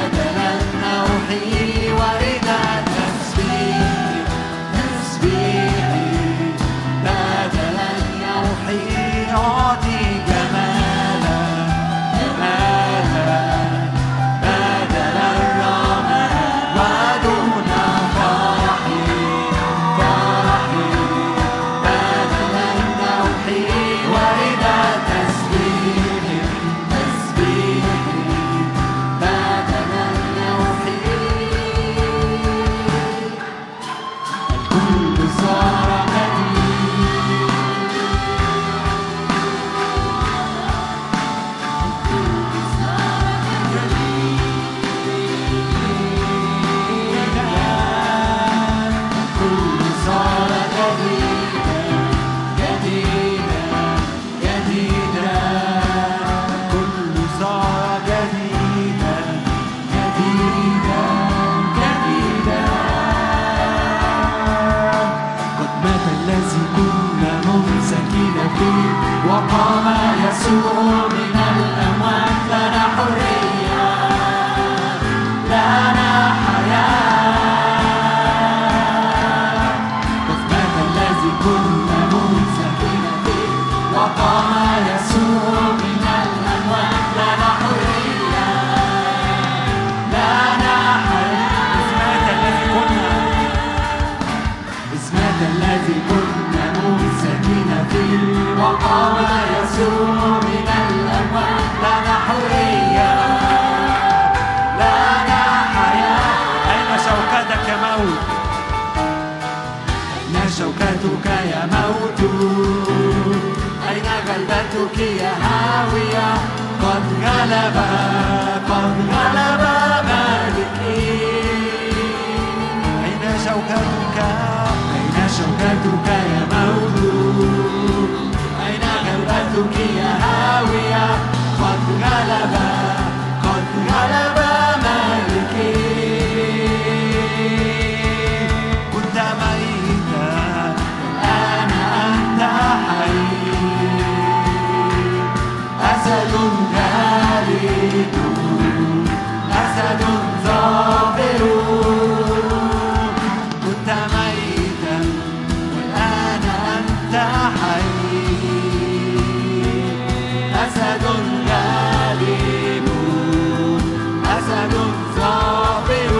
غلب قد غلب مالكي أين شوكتك أين شوكتك يا موت أين غلبتك يا هاوية قد غلب قد غلب مالكي كنت ميتا الآن أنت حي أسد غالب أسد ظافر كنت ميتا والآن أنت حي أسد غالب أسد ظافر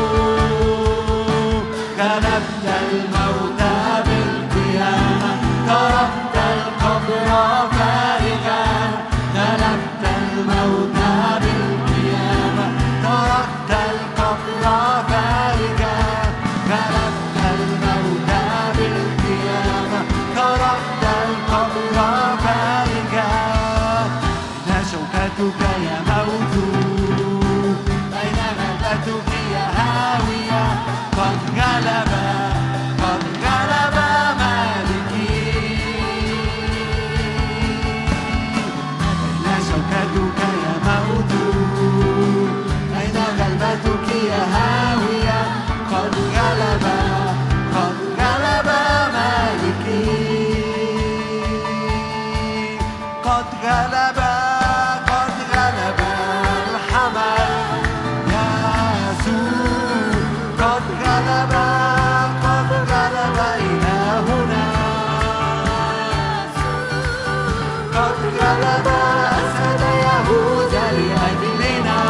غلبت الموت بالقيامة تركت القبر فارغا غلبت الموت بالقيامة تركت القبر فارغا غلبت الموت بالقيامة تركت القبر فارغا أين شوكتك يا موت أين غلبتك يا هاوية قد غلب قد غلب مالكي أين شوكتك يا موت أين غلبتك يا هاوية قد غلب قد غلب مالكي قد غلب قد غلب الحمل يا يسوع قد غلب قد غلب إلهنا قد غلب أسد يهوذا لأجلنا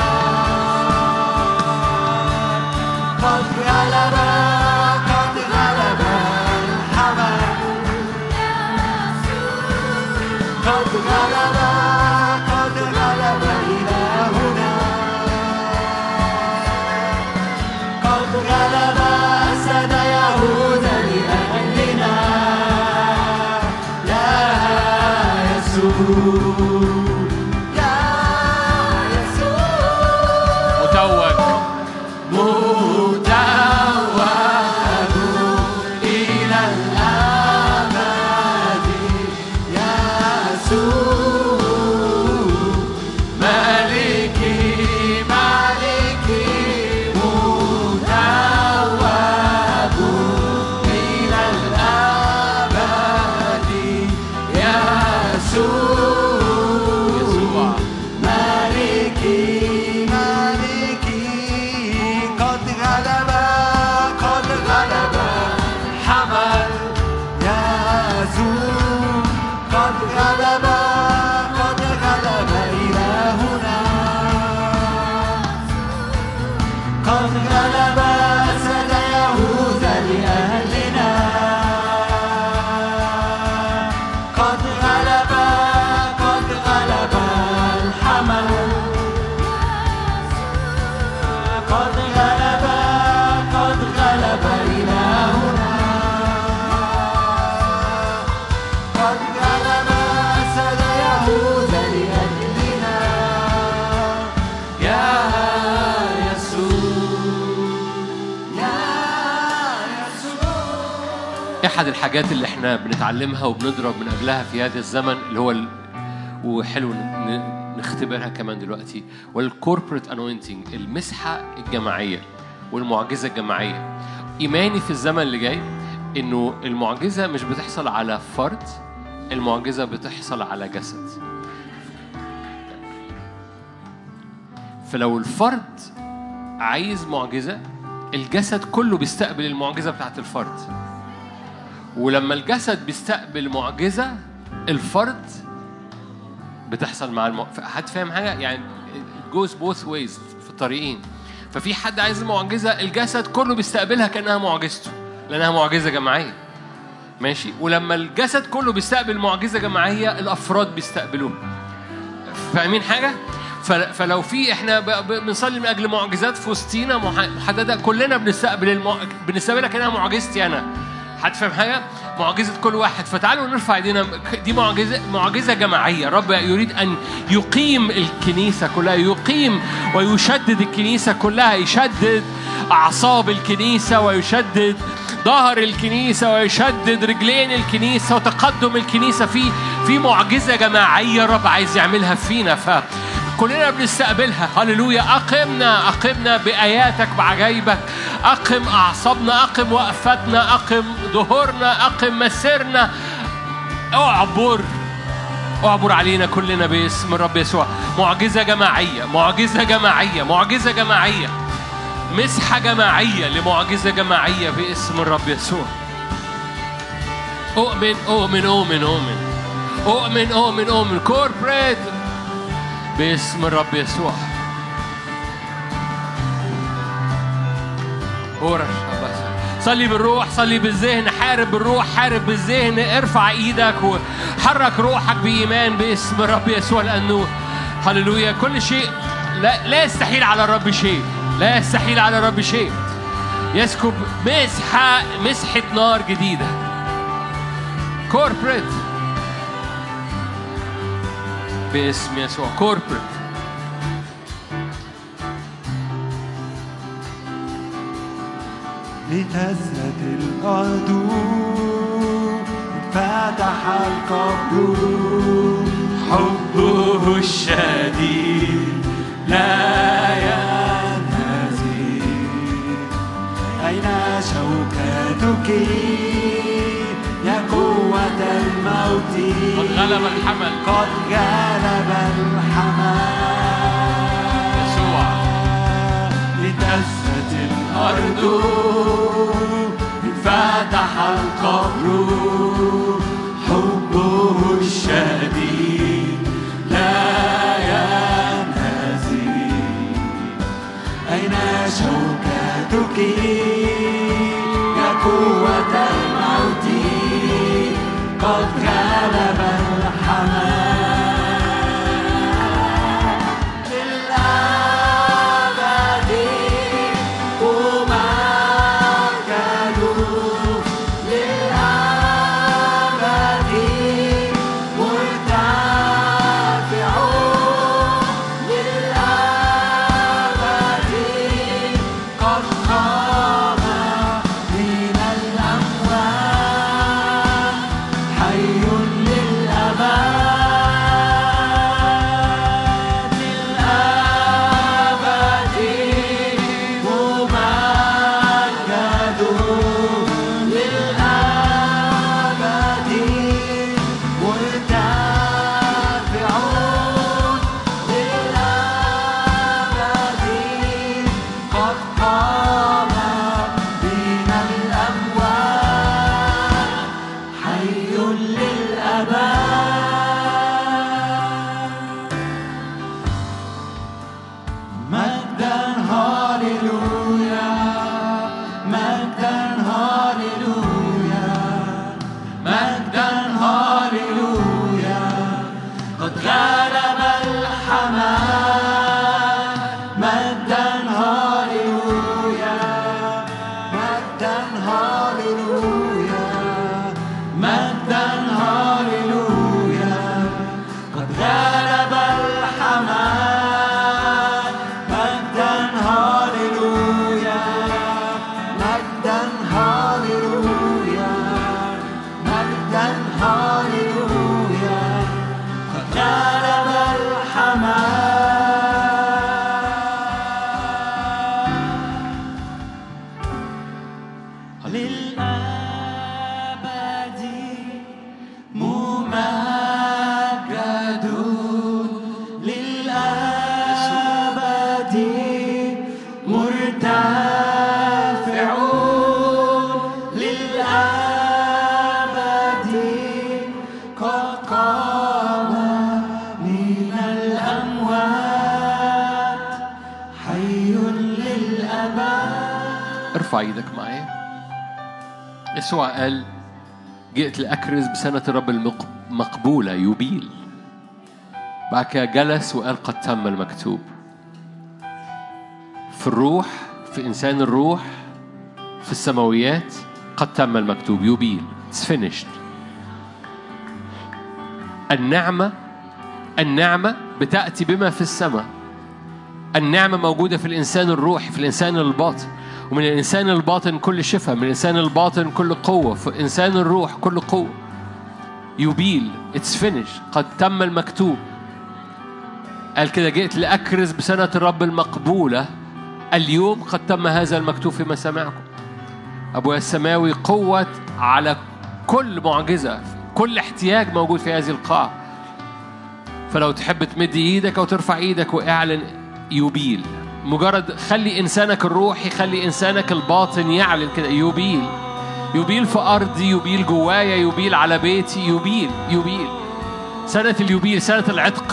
قد غلب قد غلب الحمل قد غلب قد غلب إلهنا قد غلب أسد يهوذا لأجلنا يا يسوع يا يسوع متوج متوج إلى الأبد يا يسوع مالكي مالكي متوج إلى الأبد يا يسوع يسوع مالكي مالكي قد غلب قد غلب حمل يا يسوع قد غلب قد غلب إلهنا قد غلب أسد يهوذا لأهلنا قد غلب قد غلب الحمل قد غلب قد غلب إلهنا قد غلب أسد يهوذا لأجلنا يا يسوع يا يسوع احد الحاجات اللي احنا بنتعلمها وبنضرب من اجلها في هذا الزمن اللي هو ال... وحلو ن- نختبرها كمان دلوقتي، والكوربريت انوينتنج، المسحه الجماعيه والمعجزه الجماعيه. ايماني في الزمن اللي جاي انه المعجزه مش بتحصل على فرد، المعجزه بتحصل على جسد. فلو الفرد عايز معجزه، الجسد كله بيستقبل المعجزه بتاعت الفرد. ولما الجسد بيستقبل معجزه، الفرد بتحصل مع الم... حد فاهم حاجه؟ يعني it goes both ways في الطريقين. ففي حد عايز معجزه، الجسد كله بيستقبلها كانها معجزته، لانها معجزه جماعيه. ماشي؟ ولما الجسد كله بيستقبل معجزه جماعيه، الافراد بيستقبلوها. فاهمين حاجه؟ فلو في احنا بنصلي من اجل معجزات في وسطينا محدده، كلنا بنستقبل المع... بنستقبلها كانها معجزتي انا. حد فاهم حاجة؟ معجزة كل واحد. فتعالوا نرفع ايدينا. دي معجزة معجزة جماعية. رب يريد أن يقيم الكنيسة كلها، يقيم ويشدد الكنيسة كلها، يشدد أعصاب الكنيسة ويشدد ظهر الكنيسة ويشدد رجلين الكنيسة وتقدم الكنيسة. في في معجزة جماعية رب عايز يعملها فينا، فكلنا بنستقبلها. هللويا. أقمنا أقمنا بآياتك بعجائبك. أقم أعصابنا، أقم وقفتنا، أقم ظهورنا، أقم مسيرنا. أعبر أعبر علينا كلنا باسم الرب يسوع. معجزة جماعية، معجزة جماعية، معجزة جماعية، مسحة جماعية لمعجزة جماعية باسم الرب يسوع. أؤمن أؤمن أؤمن أؤمن أؤمن أؤمن أؤمن كوربريت باسم الرب يسوع. أورش. صلي بالروح، صلي بالذهن، حارب بالروح، حارب بالذهن. ارفع ايدك وحرك روحك بإيمان باسم الرب يسوع، لأنه هللويا كل شيء لا, لا يستحيل على الرب شيء، لا يستحيل على الرب شيء. يسكب مسحة مسحة نار جديدة. كوربريت باسم يسوع. كوربريت. لتزداد الأرض، فتح القبر، حبه الشديد لا ينتهي. أين شوكتك يا قوة الموت؟ قد غلب الحمل، قد غلب الحمل. يسوع. لتزداد الأرض، فتح القبر، حبه الشديد لا ينتهي. أين شوكتك يا قوة الموت؟ قد غلب الحمل. ارفع ايدك معايا. يسوع قال جئت لأكرز بسنة الرب المقبولة يبيل. بعد كده جلس وقال قد تم المكتوب. في الروح، في إنسان الروح، في السماويات قد تم المكتوب. يبيل. It's finished. النعمة النعمة بتأتي بما في السماء. النعمة موجودة في الإنسان الروحي، في الإنسان الباطن، ومن الإنسان الباطن كل شفاء، من الإنسان الباطن كل قوة، في الإنسان الروح كل قوة. يبيل. It's finished. قد تم المكتوب. قال كده جئت لأكرز بسنة الرب المقبولة. اليوم قد تم هذا المكتوب في مسامعكم. أبويا السماوي قوة على كل معجزة، كل احتياج موجود في هذه القاعة. فلو تحب تمد ايدك أو ترفع ايدك واعلن يبيل. مجرد خلي إنسانك الروحي، خلي إنسانك الباطن يعلن كده يبيل. يبيل في أرضي، يبيل جوايا، يبيل على بيتي، يبيل يبيل. سنة اليوبيل، سنة العتق،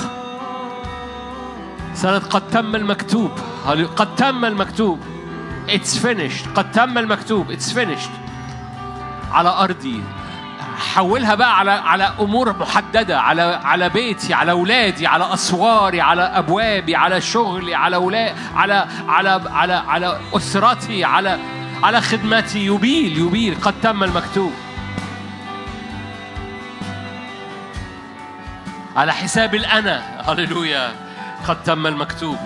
سنة قد تم المكتوب. قد تم المكتوب. It's finished. قد تم المكتوب. It's finished. على أرضي. حولها بقى على على أمور محددة، على على بيتي، على أولادي، على أسواري، على أبوابي، على شغلي، على أولاد، على على على على أسرتي، على على خدمتي. يبيل يبيل. قد تم المكتوب. على حساب الأنا. هللويا. قد تم المكتوب.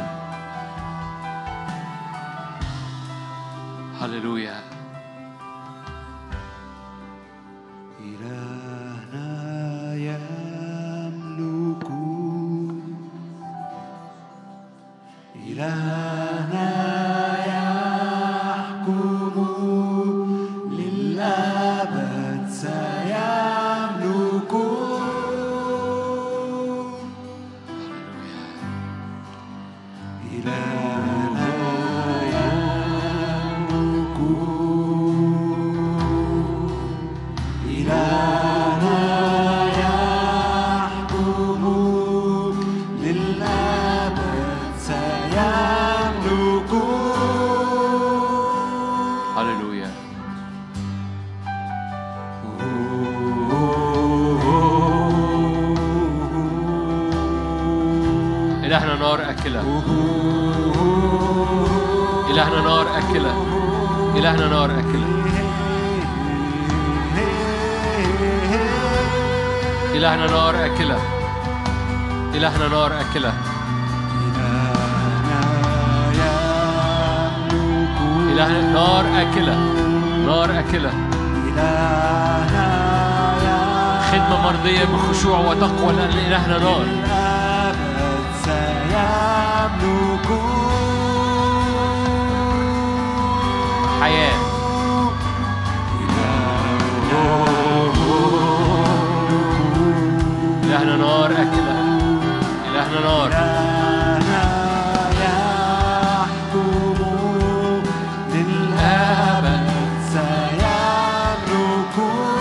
هللويا. إلهنا يملك، إلهنا يحكم للأبد سيملك. إلهنا يملك، إلهنا يحكم للأبد سيملك. هللويا. إلهنا نار أكلة. إلهنا نار أكلة. إلهنا نار أكلة. إلهنا نار أكلة. إلهنا نار أكلة. إلهنا نار أكلة. نار أكلة. خدمة مرضية بخشوع وتقوى، لأن إلهنا نار. حياة. إلهنا نار أكلة. إلهنا نار. يحكم للأبد سيملك.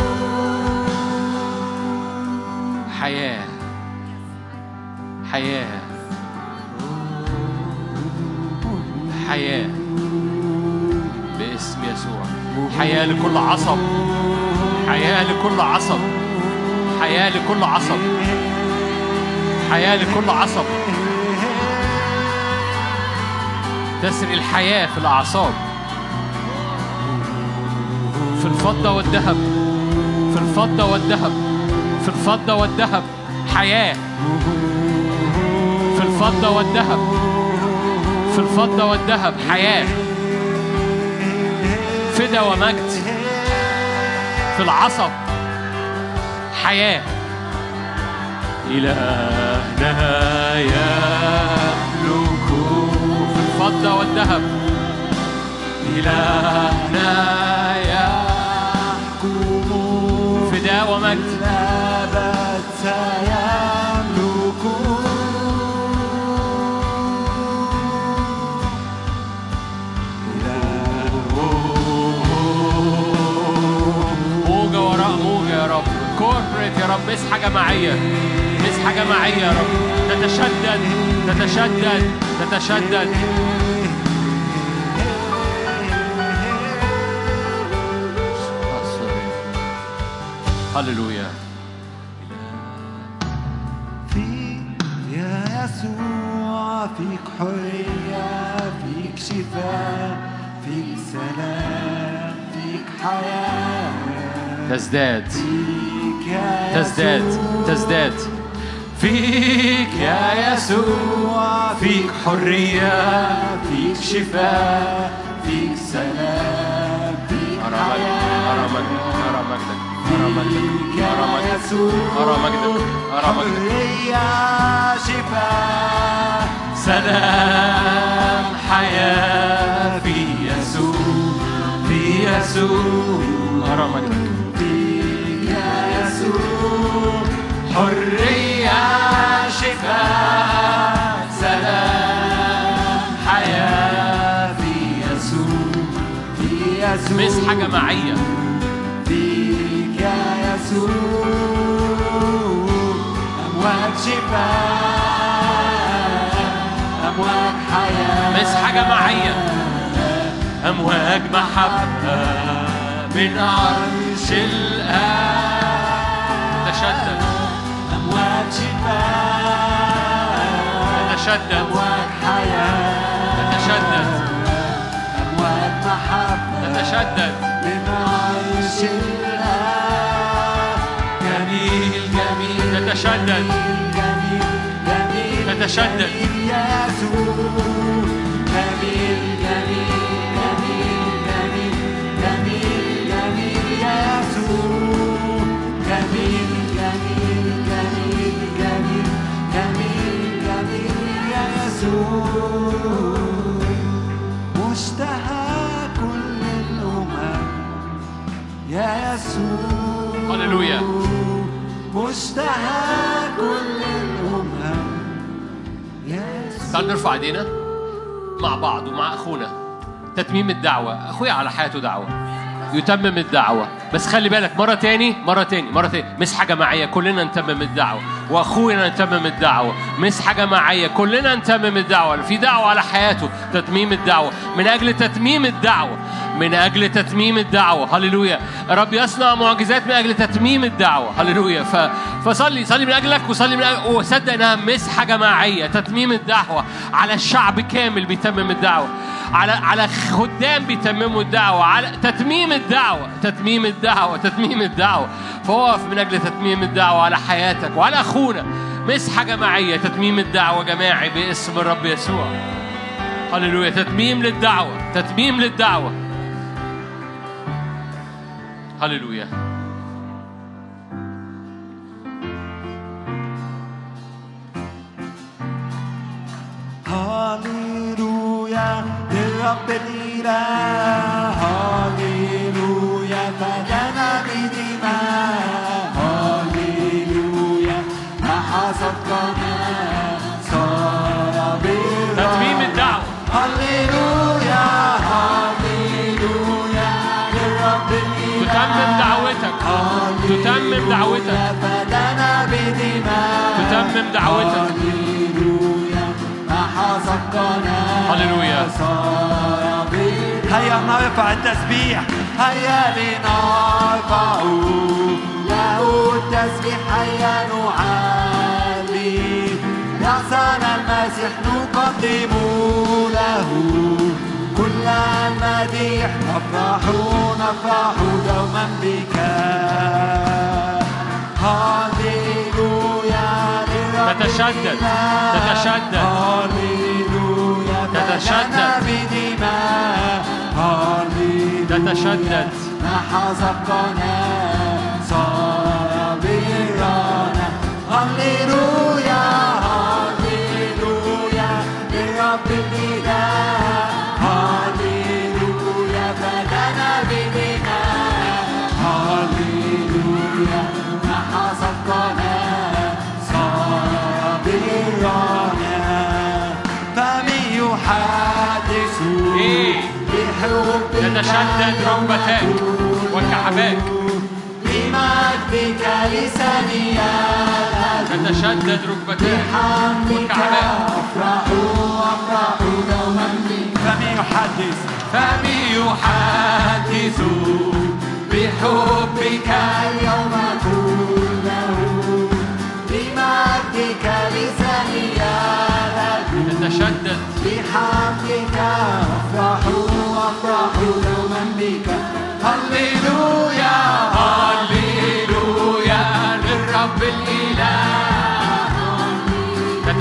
حياة. حياة. حياة باسم يسوع. حياة لكل عصب. حياة لكل عصب. حياة لكل عصب. حياة لكل عصب. تسري الحياة في الأعصاب، في الفضة والذهب، في الفضة والذهب، في الفضة والذهب. حياة في الفضة والذهب، في الفضة والذهب. حياة. فدا ومجد في العصب. حياة. إلهنا يملك في الفضة والذهب. إلهنا يحكم فداء ومجد للأبد سيملك. موجة وراء موجة يا رب. كوربريت يا رب. مسحة جماعية. مسحة جماعية يا رب. تتشدد تتشدد تتشدد. هللويا. فيك يا يسوع، فيك حرية، فيك شفاء، فيك سلام، فيك حياة. تزداد فيك يا تزداد يسوع. تزداد فيك يا يسوع فيك حرية فيك شفاء فيك سلام فيك أرى مجدك أرى مجدك أرى مجدك أرى مجدك أرى مجدك أرى مجدك أرى مجدك حرية شفاء سلام حياة في يسوع في يسوع أرى مجدك فيك يا يسوع حرية شفاء سلام حياة في يسوع في يسوع مسحة جماعية فيك يا يسوع أمواج شفاء أمواج حياة مسحة جماعية أمواج محبة من عرش الآب تشدد أمواج شفاء تشدد أمواج حياة تشدد أمواج محبة تشدد من عرش الآب جميل جميل تتشدد جميل جميل تتشدد جميل يا يسوع جميل جميل جميل جميل جميل جميل يا يسوع جميل جميل جميل جميل جميل جميل يا يسوع مشتهى كل الأمم يا يسوع هللويا. مشتهى كل الأمم يا يسوع. تعالوا نرفع ايدينا مع بعض ومع اخونا. تتميم الدعوة، اخويا على حياته دعوة، يتمم الدعوة. بس خلي بالك مرة تاني مرة تاني مرة تاني مسحة جماعية كلنا نتمم الدعوة، واخويا نتمم الدعوة. مسحة جماعية كلنا نتمم الدعوة. في دعوة على حياته، تتميم الدعوة، من اجل تتميم الدعوة، من اجل تتميم الدعوة. هللويا. رب يصنع معجزات من اجل تتميم الدعوة. هللويا. ف... فصلي صلي من اجلك وصلي من أجل... وصدق انها مسحة جماعية، تتميم الدعوة على الشعب كامل بيتمم الدعوة، على على خدام بيتمموا الدعوة، على تتميم الدعوة، تتميم الدعوة، تتميم الدعوة. فوقف من أجل تتميم الدعوة على حياتك وعلى أخونا. مسحة جماعية، تتميم الدعوة جماعي باسم الرب يسوع. هللويا. تتميم للدعوة، تتميم للدعوة. هللويا. هاليلويا للرب الإله، هاليلويا فدانا بدماء، هاليلويا ما حصدنا صار بالرب. تتميم الدعوة. هاليلويا هاليلويا للرب الإله، تتمم دعوتك، تتمم دعوتك، فدانا بدماء، تتمم دعوتك. هللويا. هيا نرفع التسبيح، هيا لنرفع له التسبيح، هيا نعلي رأسنا المسيح، نقدم له كل المديح، نفرح نفرح دوما بك. هاليلويا تتشدد تتشدد هاليلويا تتشدد بدماء، هاليلويا تتشدد ما حزقنا صار برانا. هاليلويا هاليلويا لرب الإله، هاليلويا فدانا بدماء، هاليلويا ما حزقنا صار برانا. فمن يحدث إيه؟ بحبك تتشدد ركبتاك وكعباك، بمجدك لساني تتشدد ركبتاك بحمدك وكعباك. أفرح أفرح دوما بك. فمن يحدث فمن يحدث بحبك اليوم كله، بمجدك لساني تتشدد بحمدك أفرح أفرح دوما بك. هللويا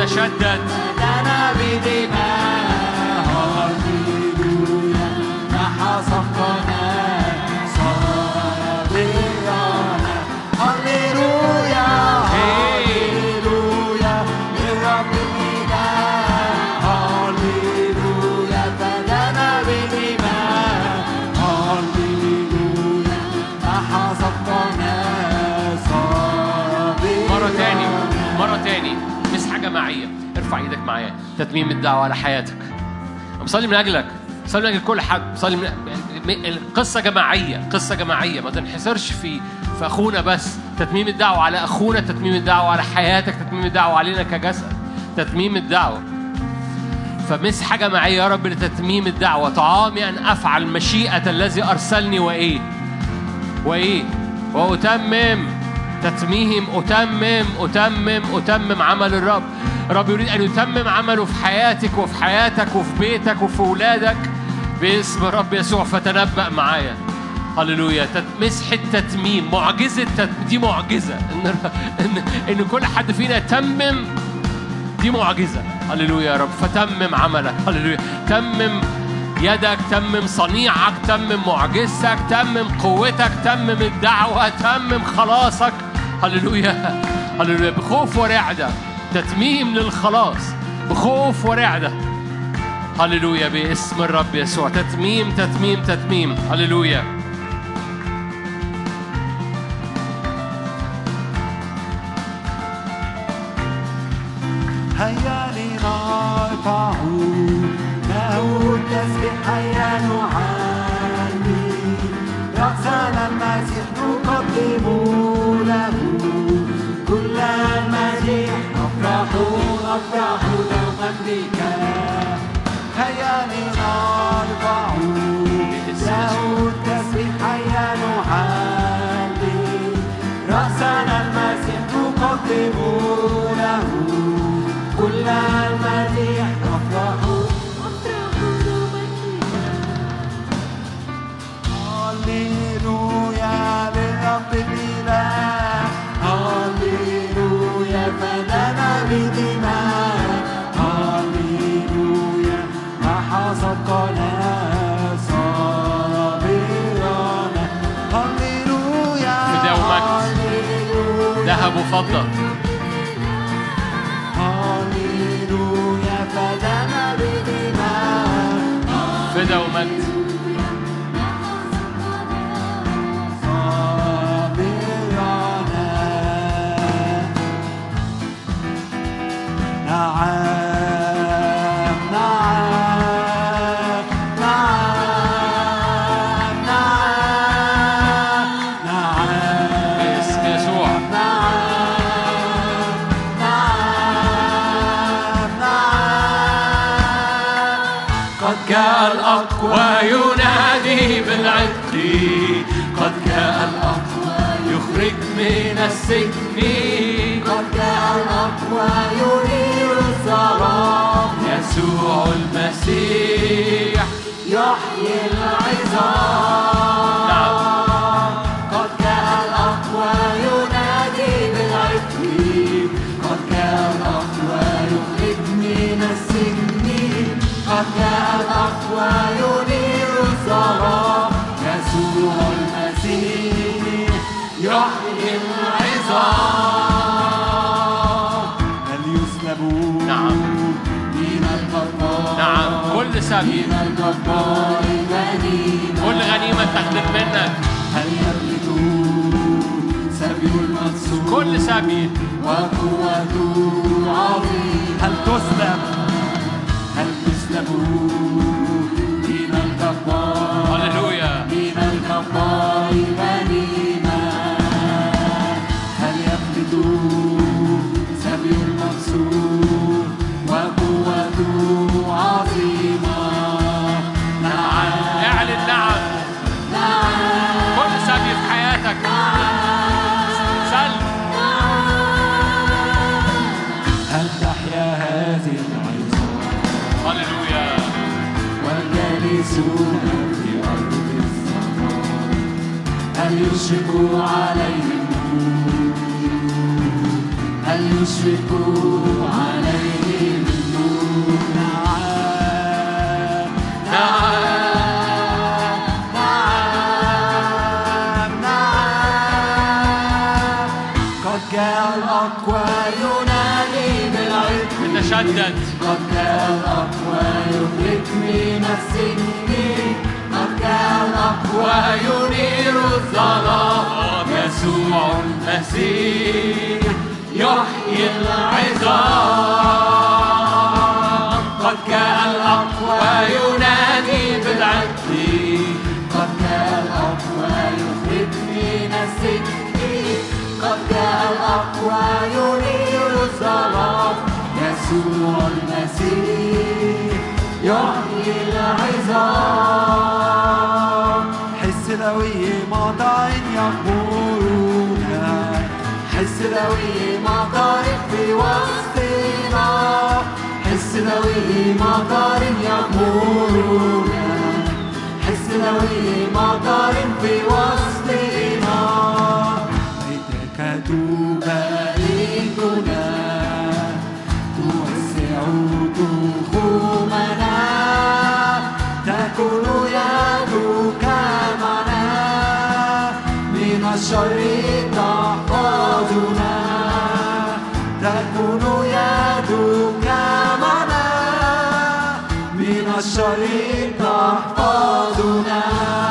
تشدد فدانا بدماء هللويا محى سقطنا صار برانا هللويا هللويا للرب الإله هللويا فدانا بدماء هللويا محى سقطنا صار برانا. مرة تاني مرة تاني مسحة جماعية. ارفع ايدك معايا. تتميم الدعوة على حياتك. بصلي من أجلك، بصلي من أجل كل حد، بصلي من القصة جماعية، قصة جماعية، ما تنحصرش في في أخونا بس. تتميم الدعوة على أخونا، تتميم الدعوة على حياتك، تتميم الدعوة علينا كجسد، تتميم الدعوة. فمسحة جماعية يا رب لتتميم الدعوة. طعامي أن أفعل مشيئة الذي أرسلني وإيه وإيه وأتمم تتميم أتمم أتمم أتمم عمل الرب. الرب يريد أن يتمم عمله في حياتك وفي حياتك وفي بيتك وفي أولادك باسم الرب يسوع. فتنبأ معايا. هللويا. مسحة تتميم، معجزة تتميم. دي معجزة إن, إن, إن كل حد فينا يتمم. دي معجزة. هللويا يا رب. فتمم عملك. هللويا. تمم يدك، تمم صنيعك، تمم معجزتك، تمم قوتك، تمم الدعوة، تمم خلاصك. هللويا هللويا. بخوف ورعدة تتميم للخلاص، بخوف ورعدة. هللويا باسم الرب يسوع. تتميم تتميم تتميم. هللويا. هيا لنرفع له التسبيح، هيا نعلي رأسنا المسيح نقدم له كل المديح. نفرح نفرح دوما بك. هيا لنرفع له التسبيح، هيا نعلي رأسنا المسيح نقدم له كل المديح. نفرح نفرح دوما بك. هللويا للرب الإله هللويا فدانا بدماء هللويا محى سقطنا صار برانا هللويا. فداء ومجد، ذهب وفضة. هللويا فدانا بدماء فداء ومجد. نعم نعم نعم نعم نعم باسم يسوع. نعم نعم نعم. قد جاء الأقوى ينادي بالعتق، قد جاء الأقوى يخرج من السجن، قد جاء الأقوى ينير الظلام. يسوع المسيح يحيي العظام. نعم. قد جاء الأقوى ينادي بالعتق، قد جاء الأقوى يخرج من السجن، قد جاء الأقوى ينير الظلام. يسوع المسيح يحيي العظام. هل يسلبون نعم من الجبار؟ نعم. كل سبي، من الجبار غنيمة، كل غنيمة تخلف منك. هل يبلغون سبي المنصور؟ كل سبي وقوته عظيمة. هل تسلب هل تسلبون من الجبار؟ هللويا. من الجبار غنيمة. هل يفقدون سبي المنصور وقوته عظيمة. نعم اعلن نعم. نعم كل سبي في حياتك سل. هل تحيا هذه العظام؟ هللويا. والجالسون في أرض الصحراء هل يشرق عليهم؟ هل يشرق عليهم نتشدد. قد جاء الأقوى يهلك من السنين، قد جاء الأقوى ينير الظلام، يسوع المسيح يحيي العظام. قد جاء الأقوى ينادي بالعدل، قد جاء الأقوى يهلك من السنين، قد جاء الأقوى ينير الظلام، يسوع المسيح يحيي العظام. حس ذوي مطر يغمرون، حس ذوي مطر في وسطنا، حس ذوي مطر يغمرون، حس ذوي مطر في وسطنا. ليتك تباركنا تخومنا، تكون يدك معنا، من الشر تحفظنا، تكون يدك معنا، من الشر تحفظنا.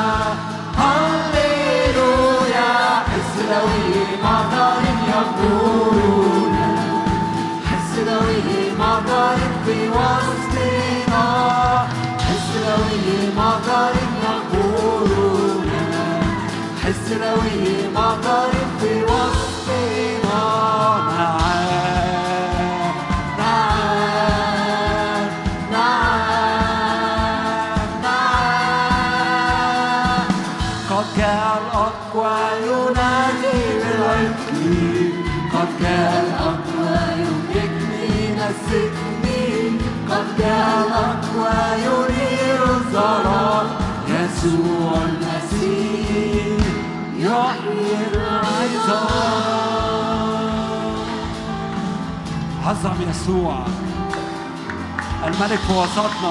هللويا. حس ذوي مطر يغمرون، حس ذوي مطر في وسطنا، حس ذوي مطر يغمرون، حس ذوي مطر في وسطنا. نعم نعم نعم. قد جاء الأقوى ينادي بالعدل، قد جاء الأقوى يهلك من السنين، قد جاء الأقوى ينير الظلام، يسوع المسيح يحيي العظام. عظم يسوع الملك في وسطنا.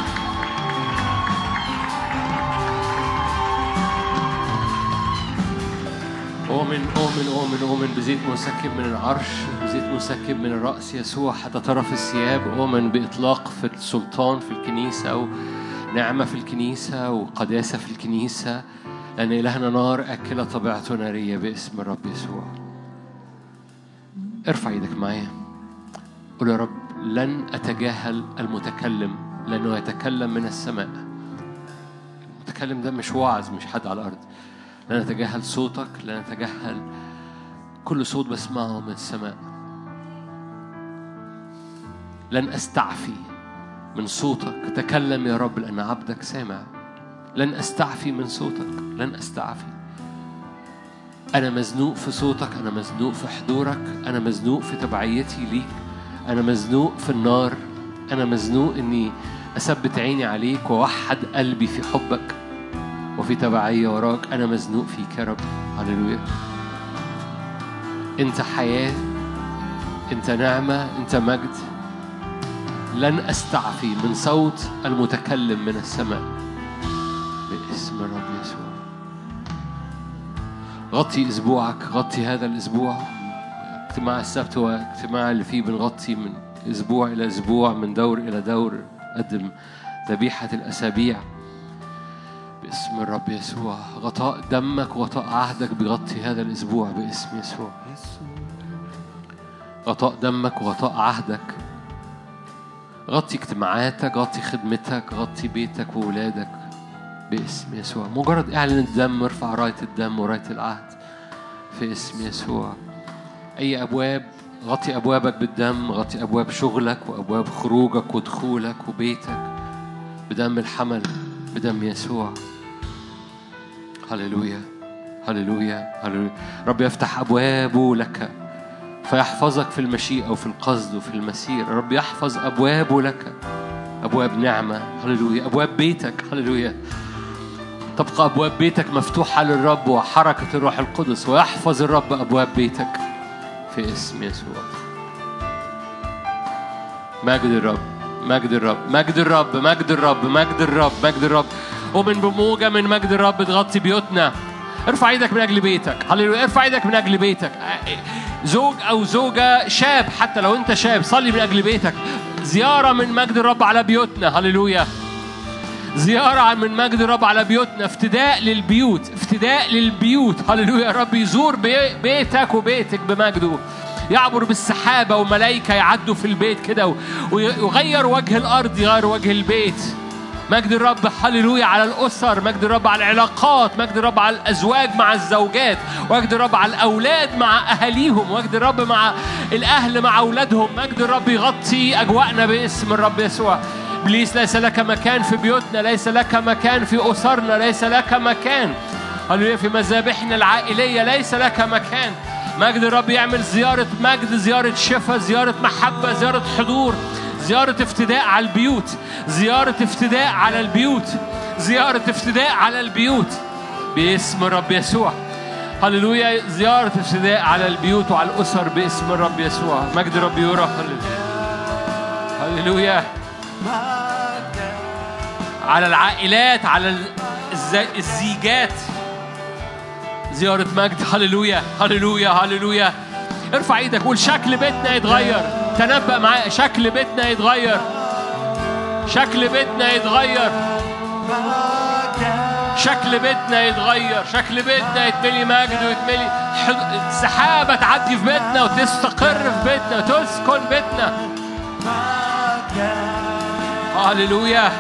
أؤمن أؤمن أؤمن أؤمن بزيت مسكب من العرش، بزيت مسكب من الرأس يسوع حتى طرف الثياب. أؤمن بإطلاق في السلطان في الكنيسة، ونعمة في الكنيسة، وقداسة في الكنيسة، لأن إلهنا نار أكلة طبيعته نارية باسم الرب يسوع. ارفع ايدك معايا، قول يا رب لن أتجاهل المتكلم لأنه يتكلم من السماء. المتكلم ده مش واعظ، مش حد على الأرض. لن أتجاهل صوتك، لن أتجاهل كل صوت بسمعه من السماء. لن أستعفي من صوتك. تكلم يا رب لأن عبدك سامع. لن أستعفي من صوتك، لن أستعفي. أنا مزنوق في صوتك، أنا مزنوق في حضورك، أنا مزنوق في تبعيتي ليك، أنا مزنوق في النار، أنا مزنوق إني أثبت عيني عليك ووحد قلبي في حبك وفي تبعية وراك. أنا مزنوق فيك يا رب. هللويا. أنت حياة، أنت نعمة، أنت مجد. لن أستعفي من صوت المتكلم من السماء باسم الرب يسوع. غطي أسبوعك، غطي هذا الأسبوع. اجتماع السبت هو اجتماع اللي فيه بنغطي من أسبوع إلى أسبوع، من دور إلى دور، قدم ذبيحة الأسابيع باسم الرب يسوع. غطاء دمك وغطاء عهدك بيغطي هذا الأسبوع باسم يسوع. غطاء دمك وغطاء عهدك. غطي اجتماعاتك، غطي خدمتك، غطي بيتك وولادك باسم يسوع. مجرد اعلن الدم، ارفع راية الدم وراية العهد في اسم يسوع. أي أبواب، غطي أبوابك بالدم، غطي أبواب شغلك وأبواب خروجك ودخولك وبيتك بدم الحمل، بدم يسوع. هللويا هللويا هللويا. رب يفتح أبوابه لك فيحفظك في المشيئة وفي القصد وفي المسير. رب يحفظ أبوابه لك، أبواب نعمة. هللويا. أبواب بيتك. هللويا. تبقى أبواب بيتك مفتوحة للرب وحركة الروح القدس، ويحفظ الرب أبواب بيتك في اسم يسوع. مجد الرب مجد الرب مجد الرب مجد الرب مجد الرب مجد الرب. ومن بموجة من مجد الرب تغطي بيوتنا. ارفع ايدك من اجل بيتك. هللويا. ارفع ايدك من اجل بيتك. زوج او زوجة شاب، حتى لو انت شاب صلي من اجل بيتك. زيارة من مجد الرب على بيوتنا. هللويا. زيارة من مجد الرب على بيوتنا. افتداء للبيوت. افتداء للبيوت. هللويا. يا رب يزور بيتك وبيتك بمجده. يعبر بالسحابة وملائكة يعدوا في البيت كده ويغير وجه الأرض، يغير وجه البيت. مجد الرب هللويا على الأسر، مجد الرب على العلاقات، مجد الرب على الأزواج مع الزوجات، مجد الرب على الأولاد مع أهاليهم، مجد الرب مع الأهل مع أولادهم. مجد الرب يغطي أجواءنا باسم الرب يسوع. إبليس ليس لك مكان في بيوتنا، ليس لك مكان في أسرنا، ليس لك مكان هللويا في مذابحنا العائلية، ليس لك مكان. مجد الرب يعمل زيارة مجد، زيارة شفاء، زيارة محبة، زيارة حضور، زيارة افتداء على البيوت، زيارة افتداء على البيوت، زيارة افتداء على البيوت باسم الرب يسوع. هللويا. زيارة افتداء على البيوت وعلى الأسر باسم الرب يسوع. مجد الرب يرى. هللويا. على العائلات، على الزيجات زيارة مجد. هللويا هللويا هللويا. ارفع ايدك قول شكل بيتنا يتغير. تنبأ معايا شكل بيتنا يتغير. شكل بيتنا يتغير. شكل بيتنا يتغير. شكل بيتنا يتملي مجد ويتملي سحابة تعدي في بيتنا وتستقر في بيتنا وتسكن بيتنا. هللويا.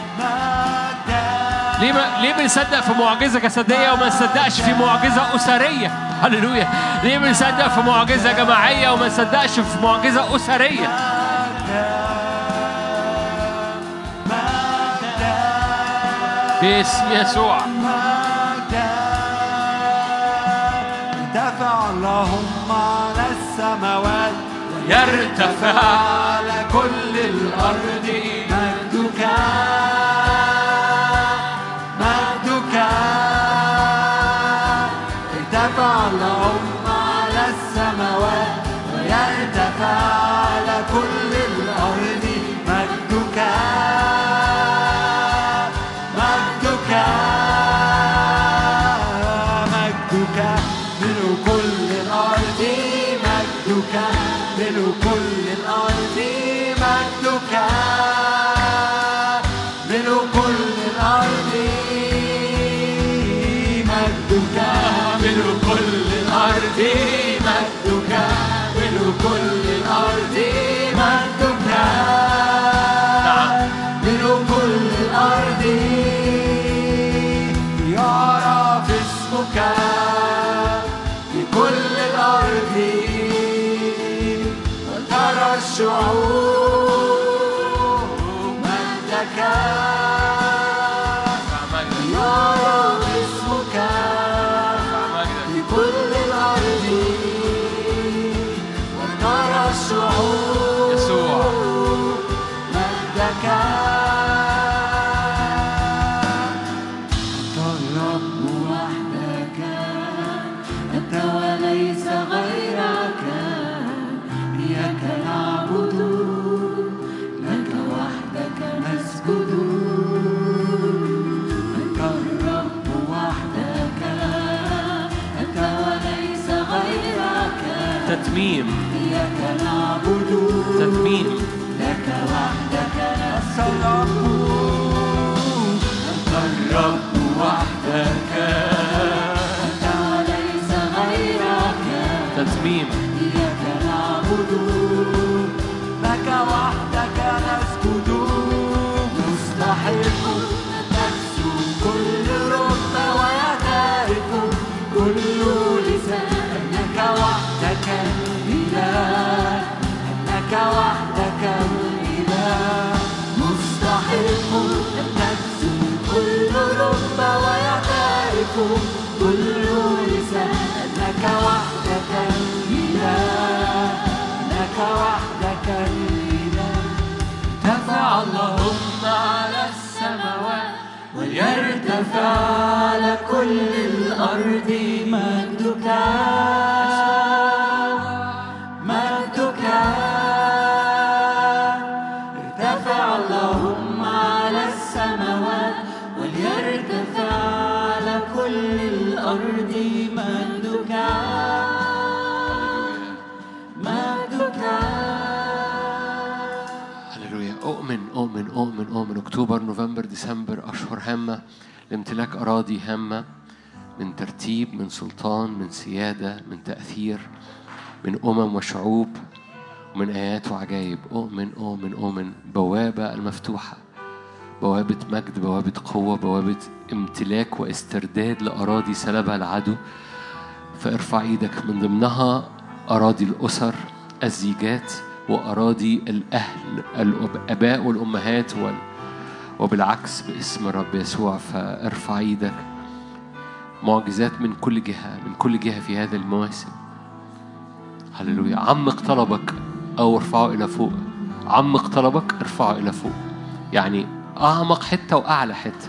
ليه ما ليه بنصدق في معجزة جسدية وما نصدقش في معجزة أسرية؟ هللويا. ليه بنصدق في معجزة جماعية وما نصدقش في معجزة أسرية؟ باسم يسوع. ارتفع اللهم على السماوات يرتفع على كل الأرض مجدك مجدك. ارتفع اللهم على السماوات ويرتفع على كل الأرض مجدك مجدك مجدك من كل الأرض مجدك من كل الأرض مجدك من كل الأرض مجدك من كل الأرض مجدك من كل الأرض مجدك من كل الأرض يعرف اسمك في كل الأرض وترى الشعوب مجدك يعرف اسمك في كل الأرض وترى الشعوب يسوع مجدك. أنت الرب وحدك أنت وليس غيرك إياك نعبد لك وحدك نسجد. أنت الرب وحدك أنت وليس غيرك تتميم إياك نعبد تتميم لك وحدك نسجد. أنت الرب وحدك أنت وليس غيرك تتميم إياك نعبد لك وحدك نسجد. مستحق أن تكسو كل ركبة ويعترف كل لسان أنك وحدك الإله أنك وحدك الإله. مستحق أن تكسو كل ركبة ويعترف كل لسان أنك وحدك الإله أنك وحدك الإله. ارتفع اللهم على السماوات ويرتفع على كل الأرض مجدك مجدك للأرض مجدك مجدك. هللويا. أؤمن أؤمن أؤمن أؤمن أكتوبر نوفمبر ديسمبر أشهر هامة لامتلاك أراضي هامة، من ترتيب، من سلطان، من سيادة، من تأثير، من أمم وشعوب، ومن آيات وعجائب. أؤمن أؤمن أؤمن. بوابة المفتوحة، بوابة مجد، بوابة قوة، بوابة امتلاك واسترداد لأراضي سلبها العدو. فارفع ايدك، من ضمنها أراضي الأسر، الزيجات، وأراضي الأهل، الآباء والأمهات وال... وبالعكس باسم الرب يسوع. فارفع ايدك. معجزات من كل جهة، من كل جهة في هذا المواسم. هللويا. عمق طلبك أو ارفعه إلى فوق. عمق طلبك ارفعه إلى فوق، يعني أعمق حتة وأعلى حتة.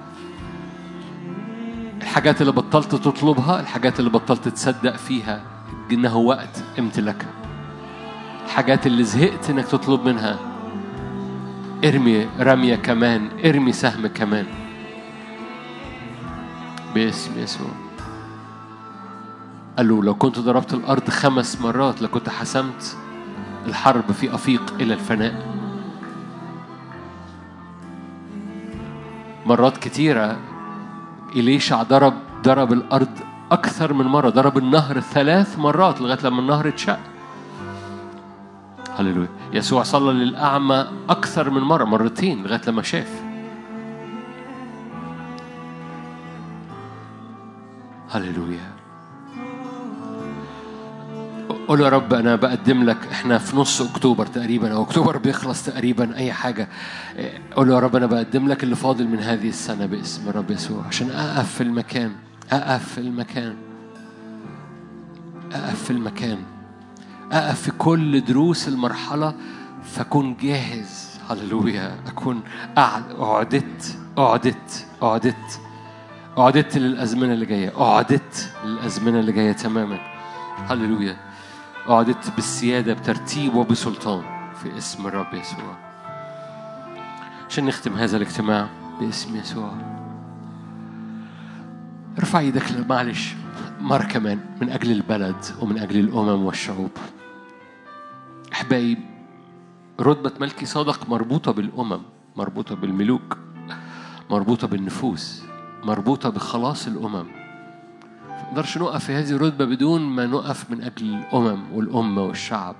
الحاجات اللي بطلت تطلبها، الحاجات اللي بطلت تصدق فيها إنه وقت امتلاكها، الحاجات اللي زهقت إنك تطلب منها، ارمي رمية كمان، ارمي سهم كمان باسم يسوع. قال له لو كنت ضربت الأرض خمس مرات لكنت حسمت الحرب في أفيق إلى الفناء. مرات كتيرة إليشع ضرب ضرب الأرض أكثر من مرة، ضرب النهر ثلاث مرات لغاية لما النهر اتشق. هللويا. يسوع صلى للأعمى أكثر من مرة، مرتين لغاية لما شاف. هللويا. قول يا رب أنا بقدم لك، إحنا في نص أكتوبر تقريبا أو أكتوبر بيخلص تقريبا، أي حاجة. قول يا رب أنا بقدم لك اللي فاضل من هذه السنة باسم الرب يسوع، عشان أقف في المكان، أقف في المكان، أقف في المكان، أقف في كل دروس المرحلة، فأكون جاهز. هللويا. أكون أعددت أعددت أعددت أعددت للأزمنة اللي جاية، أعددت للأزمنة اللي جاية تماما. هللويا. أعددت بالسيادة بترتيب وبسلطان في اسم الرب يسوع. عشان نختم هذا الاجتماع باسم يسوع، ارفع ايدك معلش مرة كمان من أجل البلد ومن أجل الأمم والشعوب. أحبائي، رتبة ملكي صادق مربوطة بالأمم، مربوطة بالملوك، مربوطة بالنفوس، مربوطة بخلاص الأمم. ما نقدرش نقف في هذه الرتبة بدون ما نقف من أجل الأمم والأمة والشعب.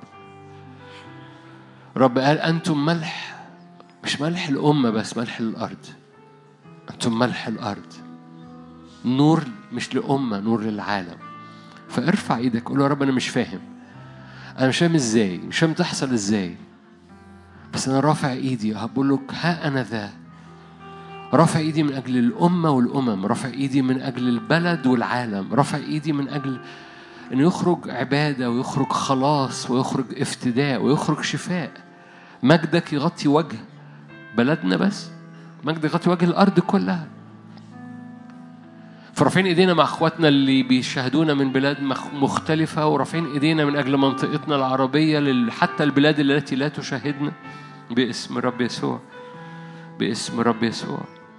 رب قال أنتم ملح، مش ملح الأمة بس، ملح الأرض. أنتم ملح الأرض، نور مش لأمة، نور للعالم. فارفع ايدك قول يا رب أنا مش فاهم، أنا مش فاهم إزاي، مش فاهم تحصل إزاي، بس أنا رافع إيدي هقول لك ها أنا ذا. رافع إيدي من أجل الأمة والأمم، رافع إيدي من أجل البلد والعالم، رافع إيدي من أجل أن يخرج عبادة ويخرج خلاص ويخرج افتداء ويخرج شفاء. مجدك يغطي وجه بلدنا، بس مجدك يغطي وجه الأرض كلها. فرافعين إيدينا مع أخواتنا اللي بيشاهدونا من بلاد مختلفة، ورافعين إيدينا من أجل منطقتنا العربية حتى البلاد التي لا تشاهدنا باسم رب يسوع، باسم رب يسوع.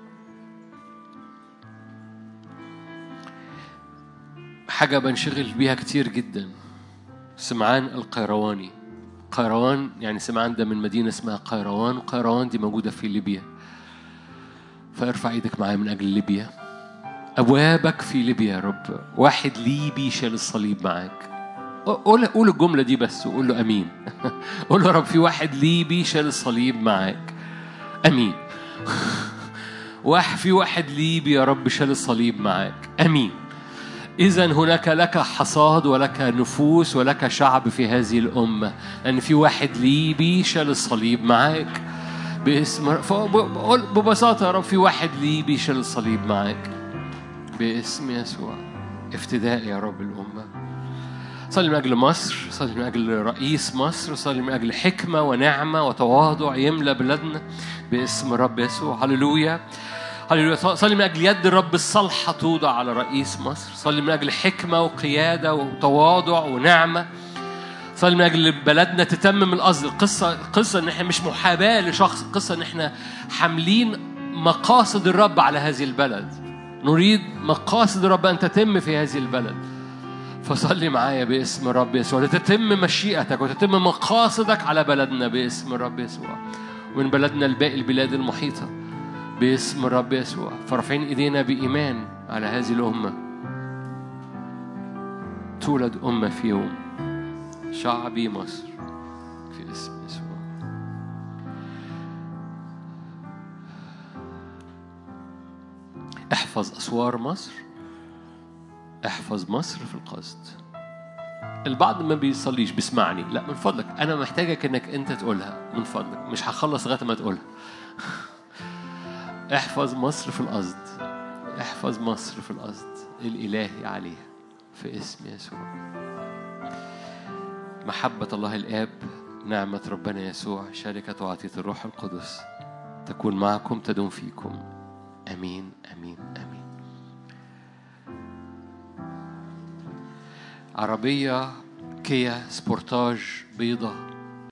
حاجة بنشغل بيها كتير جدا، سمعان القيرواني. قيروان يعني سمعان ده من مدينة اسمها قيروان، قيروان دي موجودة في ليبيا. فارفع ايدك معايا من أجل ليبيا. أبوابك في ليبيا يا رب. واحد ليبي شال الصليب معاك. قول قول الجملة دي بس وقول له أمين. قول له يا رب في واحد ليبي شال الصليب معاك. أمين. واحد في واحد ليبي يا رب شال الصليب معاك. أمين. إذن هناك لك حصاد ولك نفوس ولك شعب في هذه الأمة، لأن في واحد ليبي شال الصليب معاك باسم. ببساطة يا رب في واحد ليبي شال الصليب معاك باسم يسوع. افتداء يا رب الأمة. صلي من أجل مصر، صلي من أجل رئيس مصر، صلي من أجل حكمة ونعمة وتواضع يملى بلادنا باسم رب يسوع. هللويا هللويا. صلي من أجل يد الرب الصالحة توضع على رئيس مصر. صلي من أجل حكمة وقيادة وتواضع ونعمة. صلي من أجل بلدنا تتمم القصد. القصة القصة إن إحنا مش محاباة لشخص، القصة إن إحنا حاملين مقاصد الرب على هذه البلد. نريد مقاصد رب أن تتم في هذه البلد. فصلي معايا باسم الرب يسوع لتتم مشيئتك وتتم مقاصدك على بلدنا باسم الرب يسوع، ومن بلدنا لباقي البلاد المحيطة باسم الرب يسوع. فرافعين ايدينا بإيمان على هذه الأمة. تولد أمة في يوم، شعبي مصر في اسم يسوع. احفظ أسوار مصر، احفظ مصر في القصد. البعض ما بيصليش بيسمعني، لا من فضلك أنا محتاجك إنك أنت تقولها من فضلك، مش هخلص لغاية ما تقولها. احفظ مصر في القصد، احفظ مصر في القصد الإلهي عليها في اسم يسوع. محبة الله الآب، نعمة ربنا يسوع، شركة وعطية الروح القدس تكون معكم تدوم فيكم. أمين أمين أمين. عربية كيا سبورتاج بيضة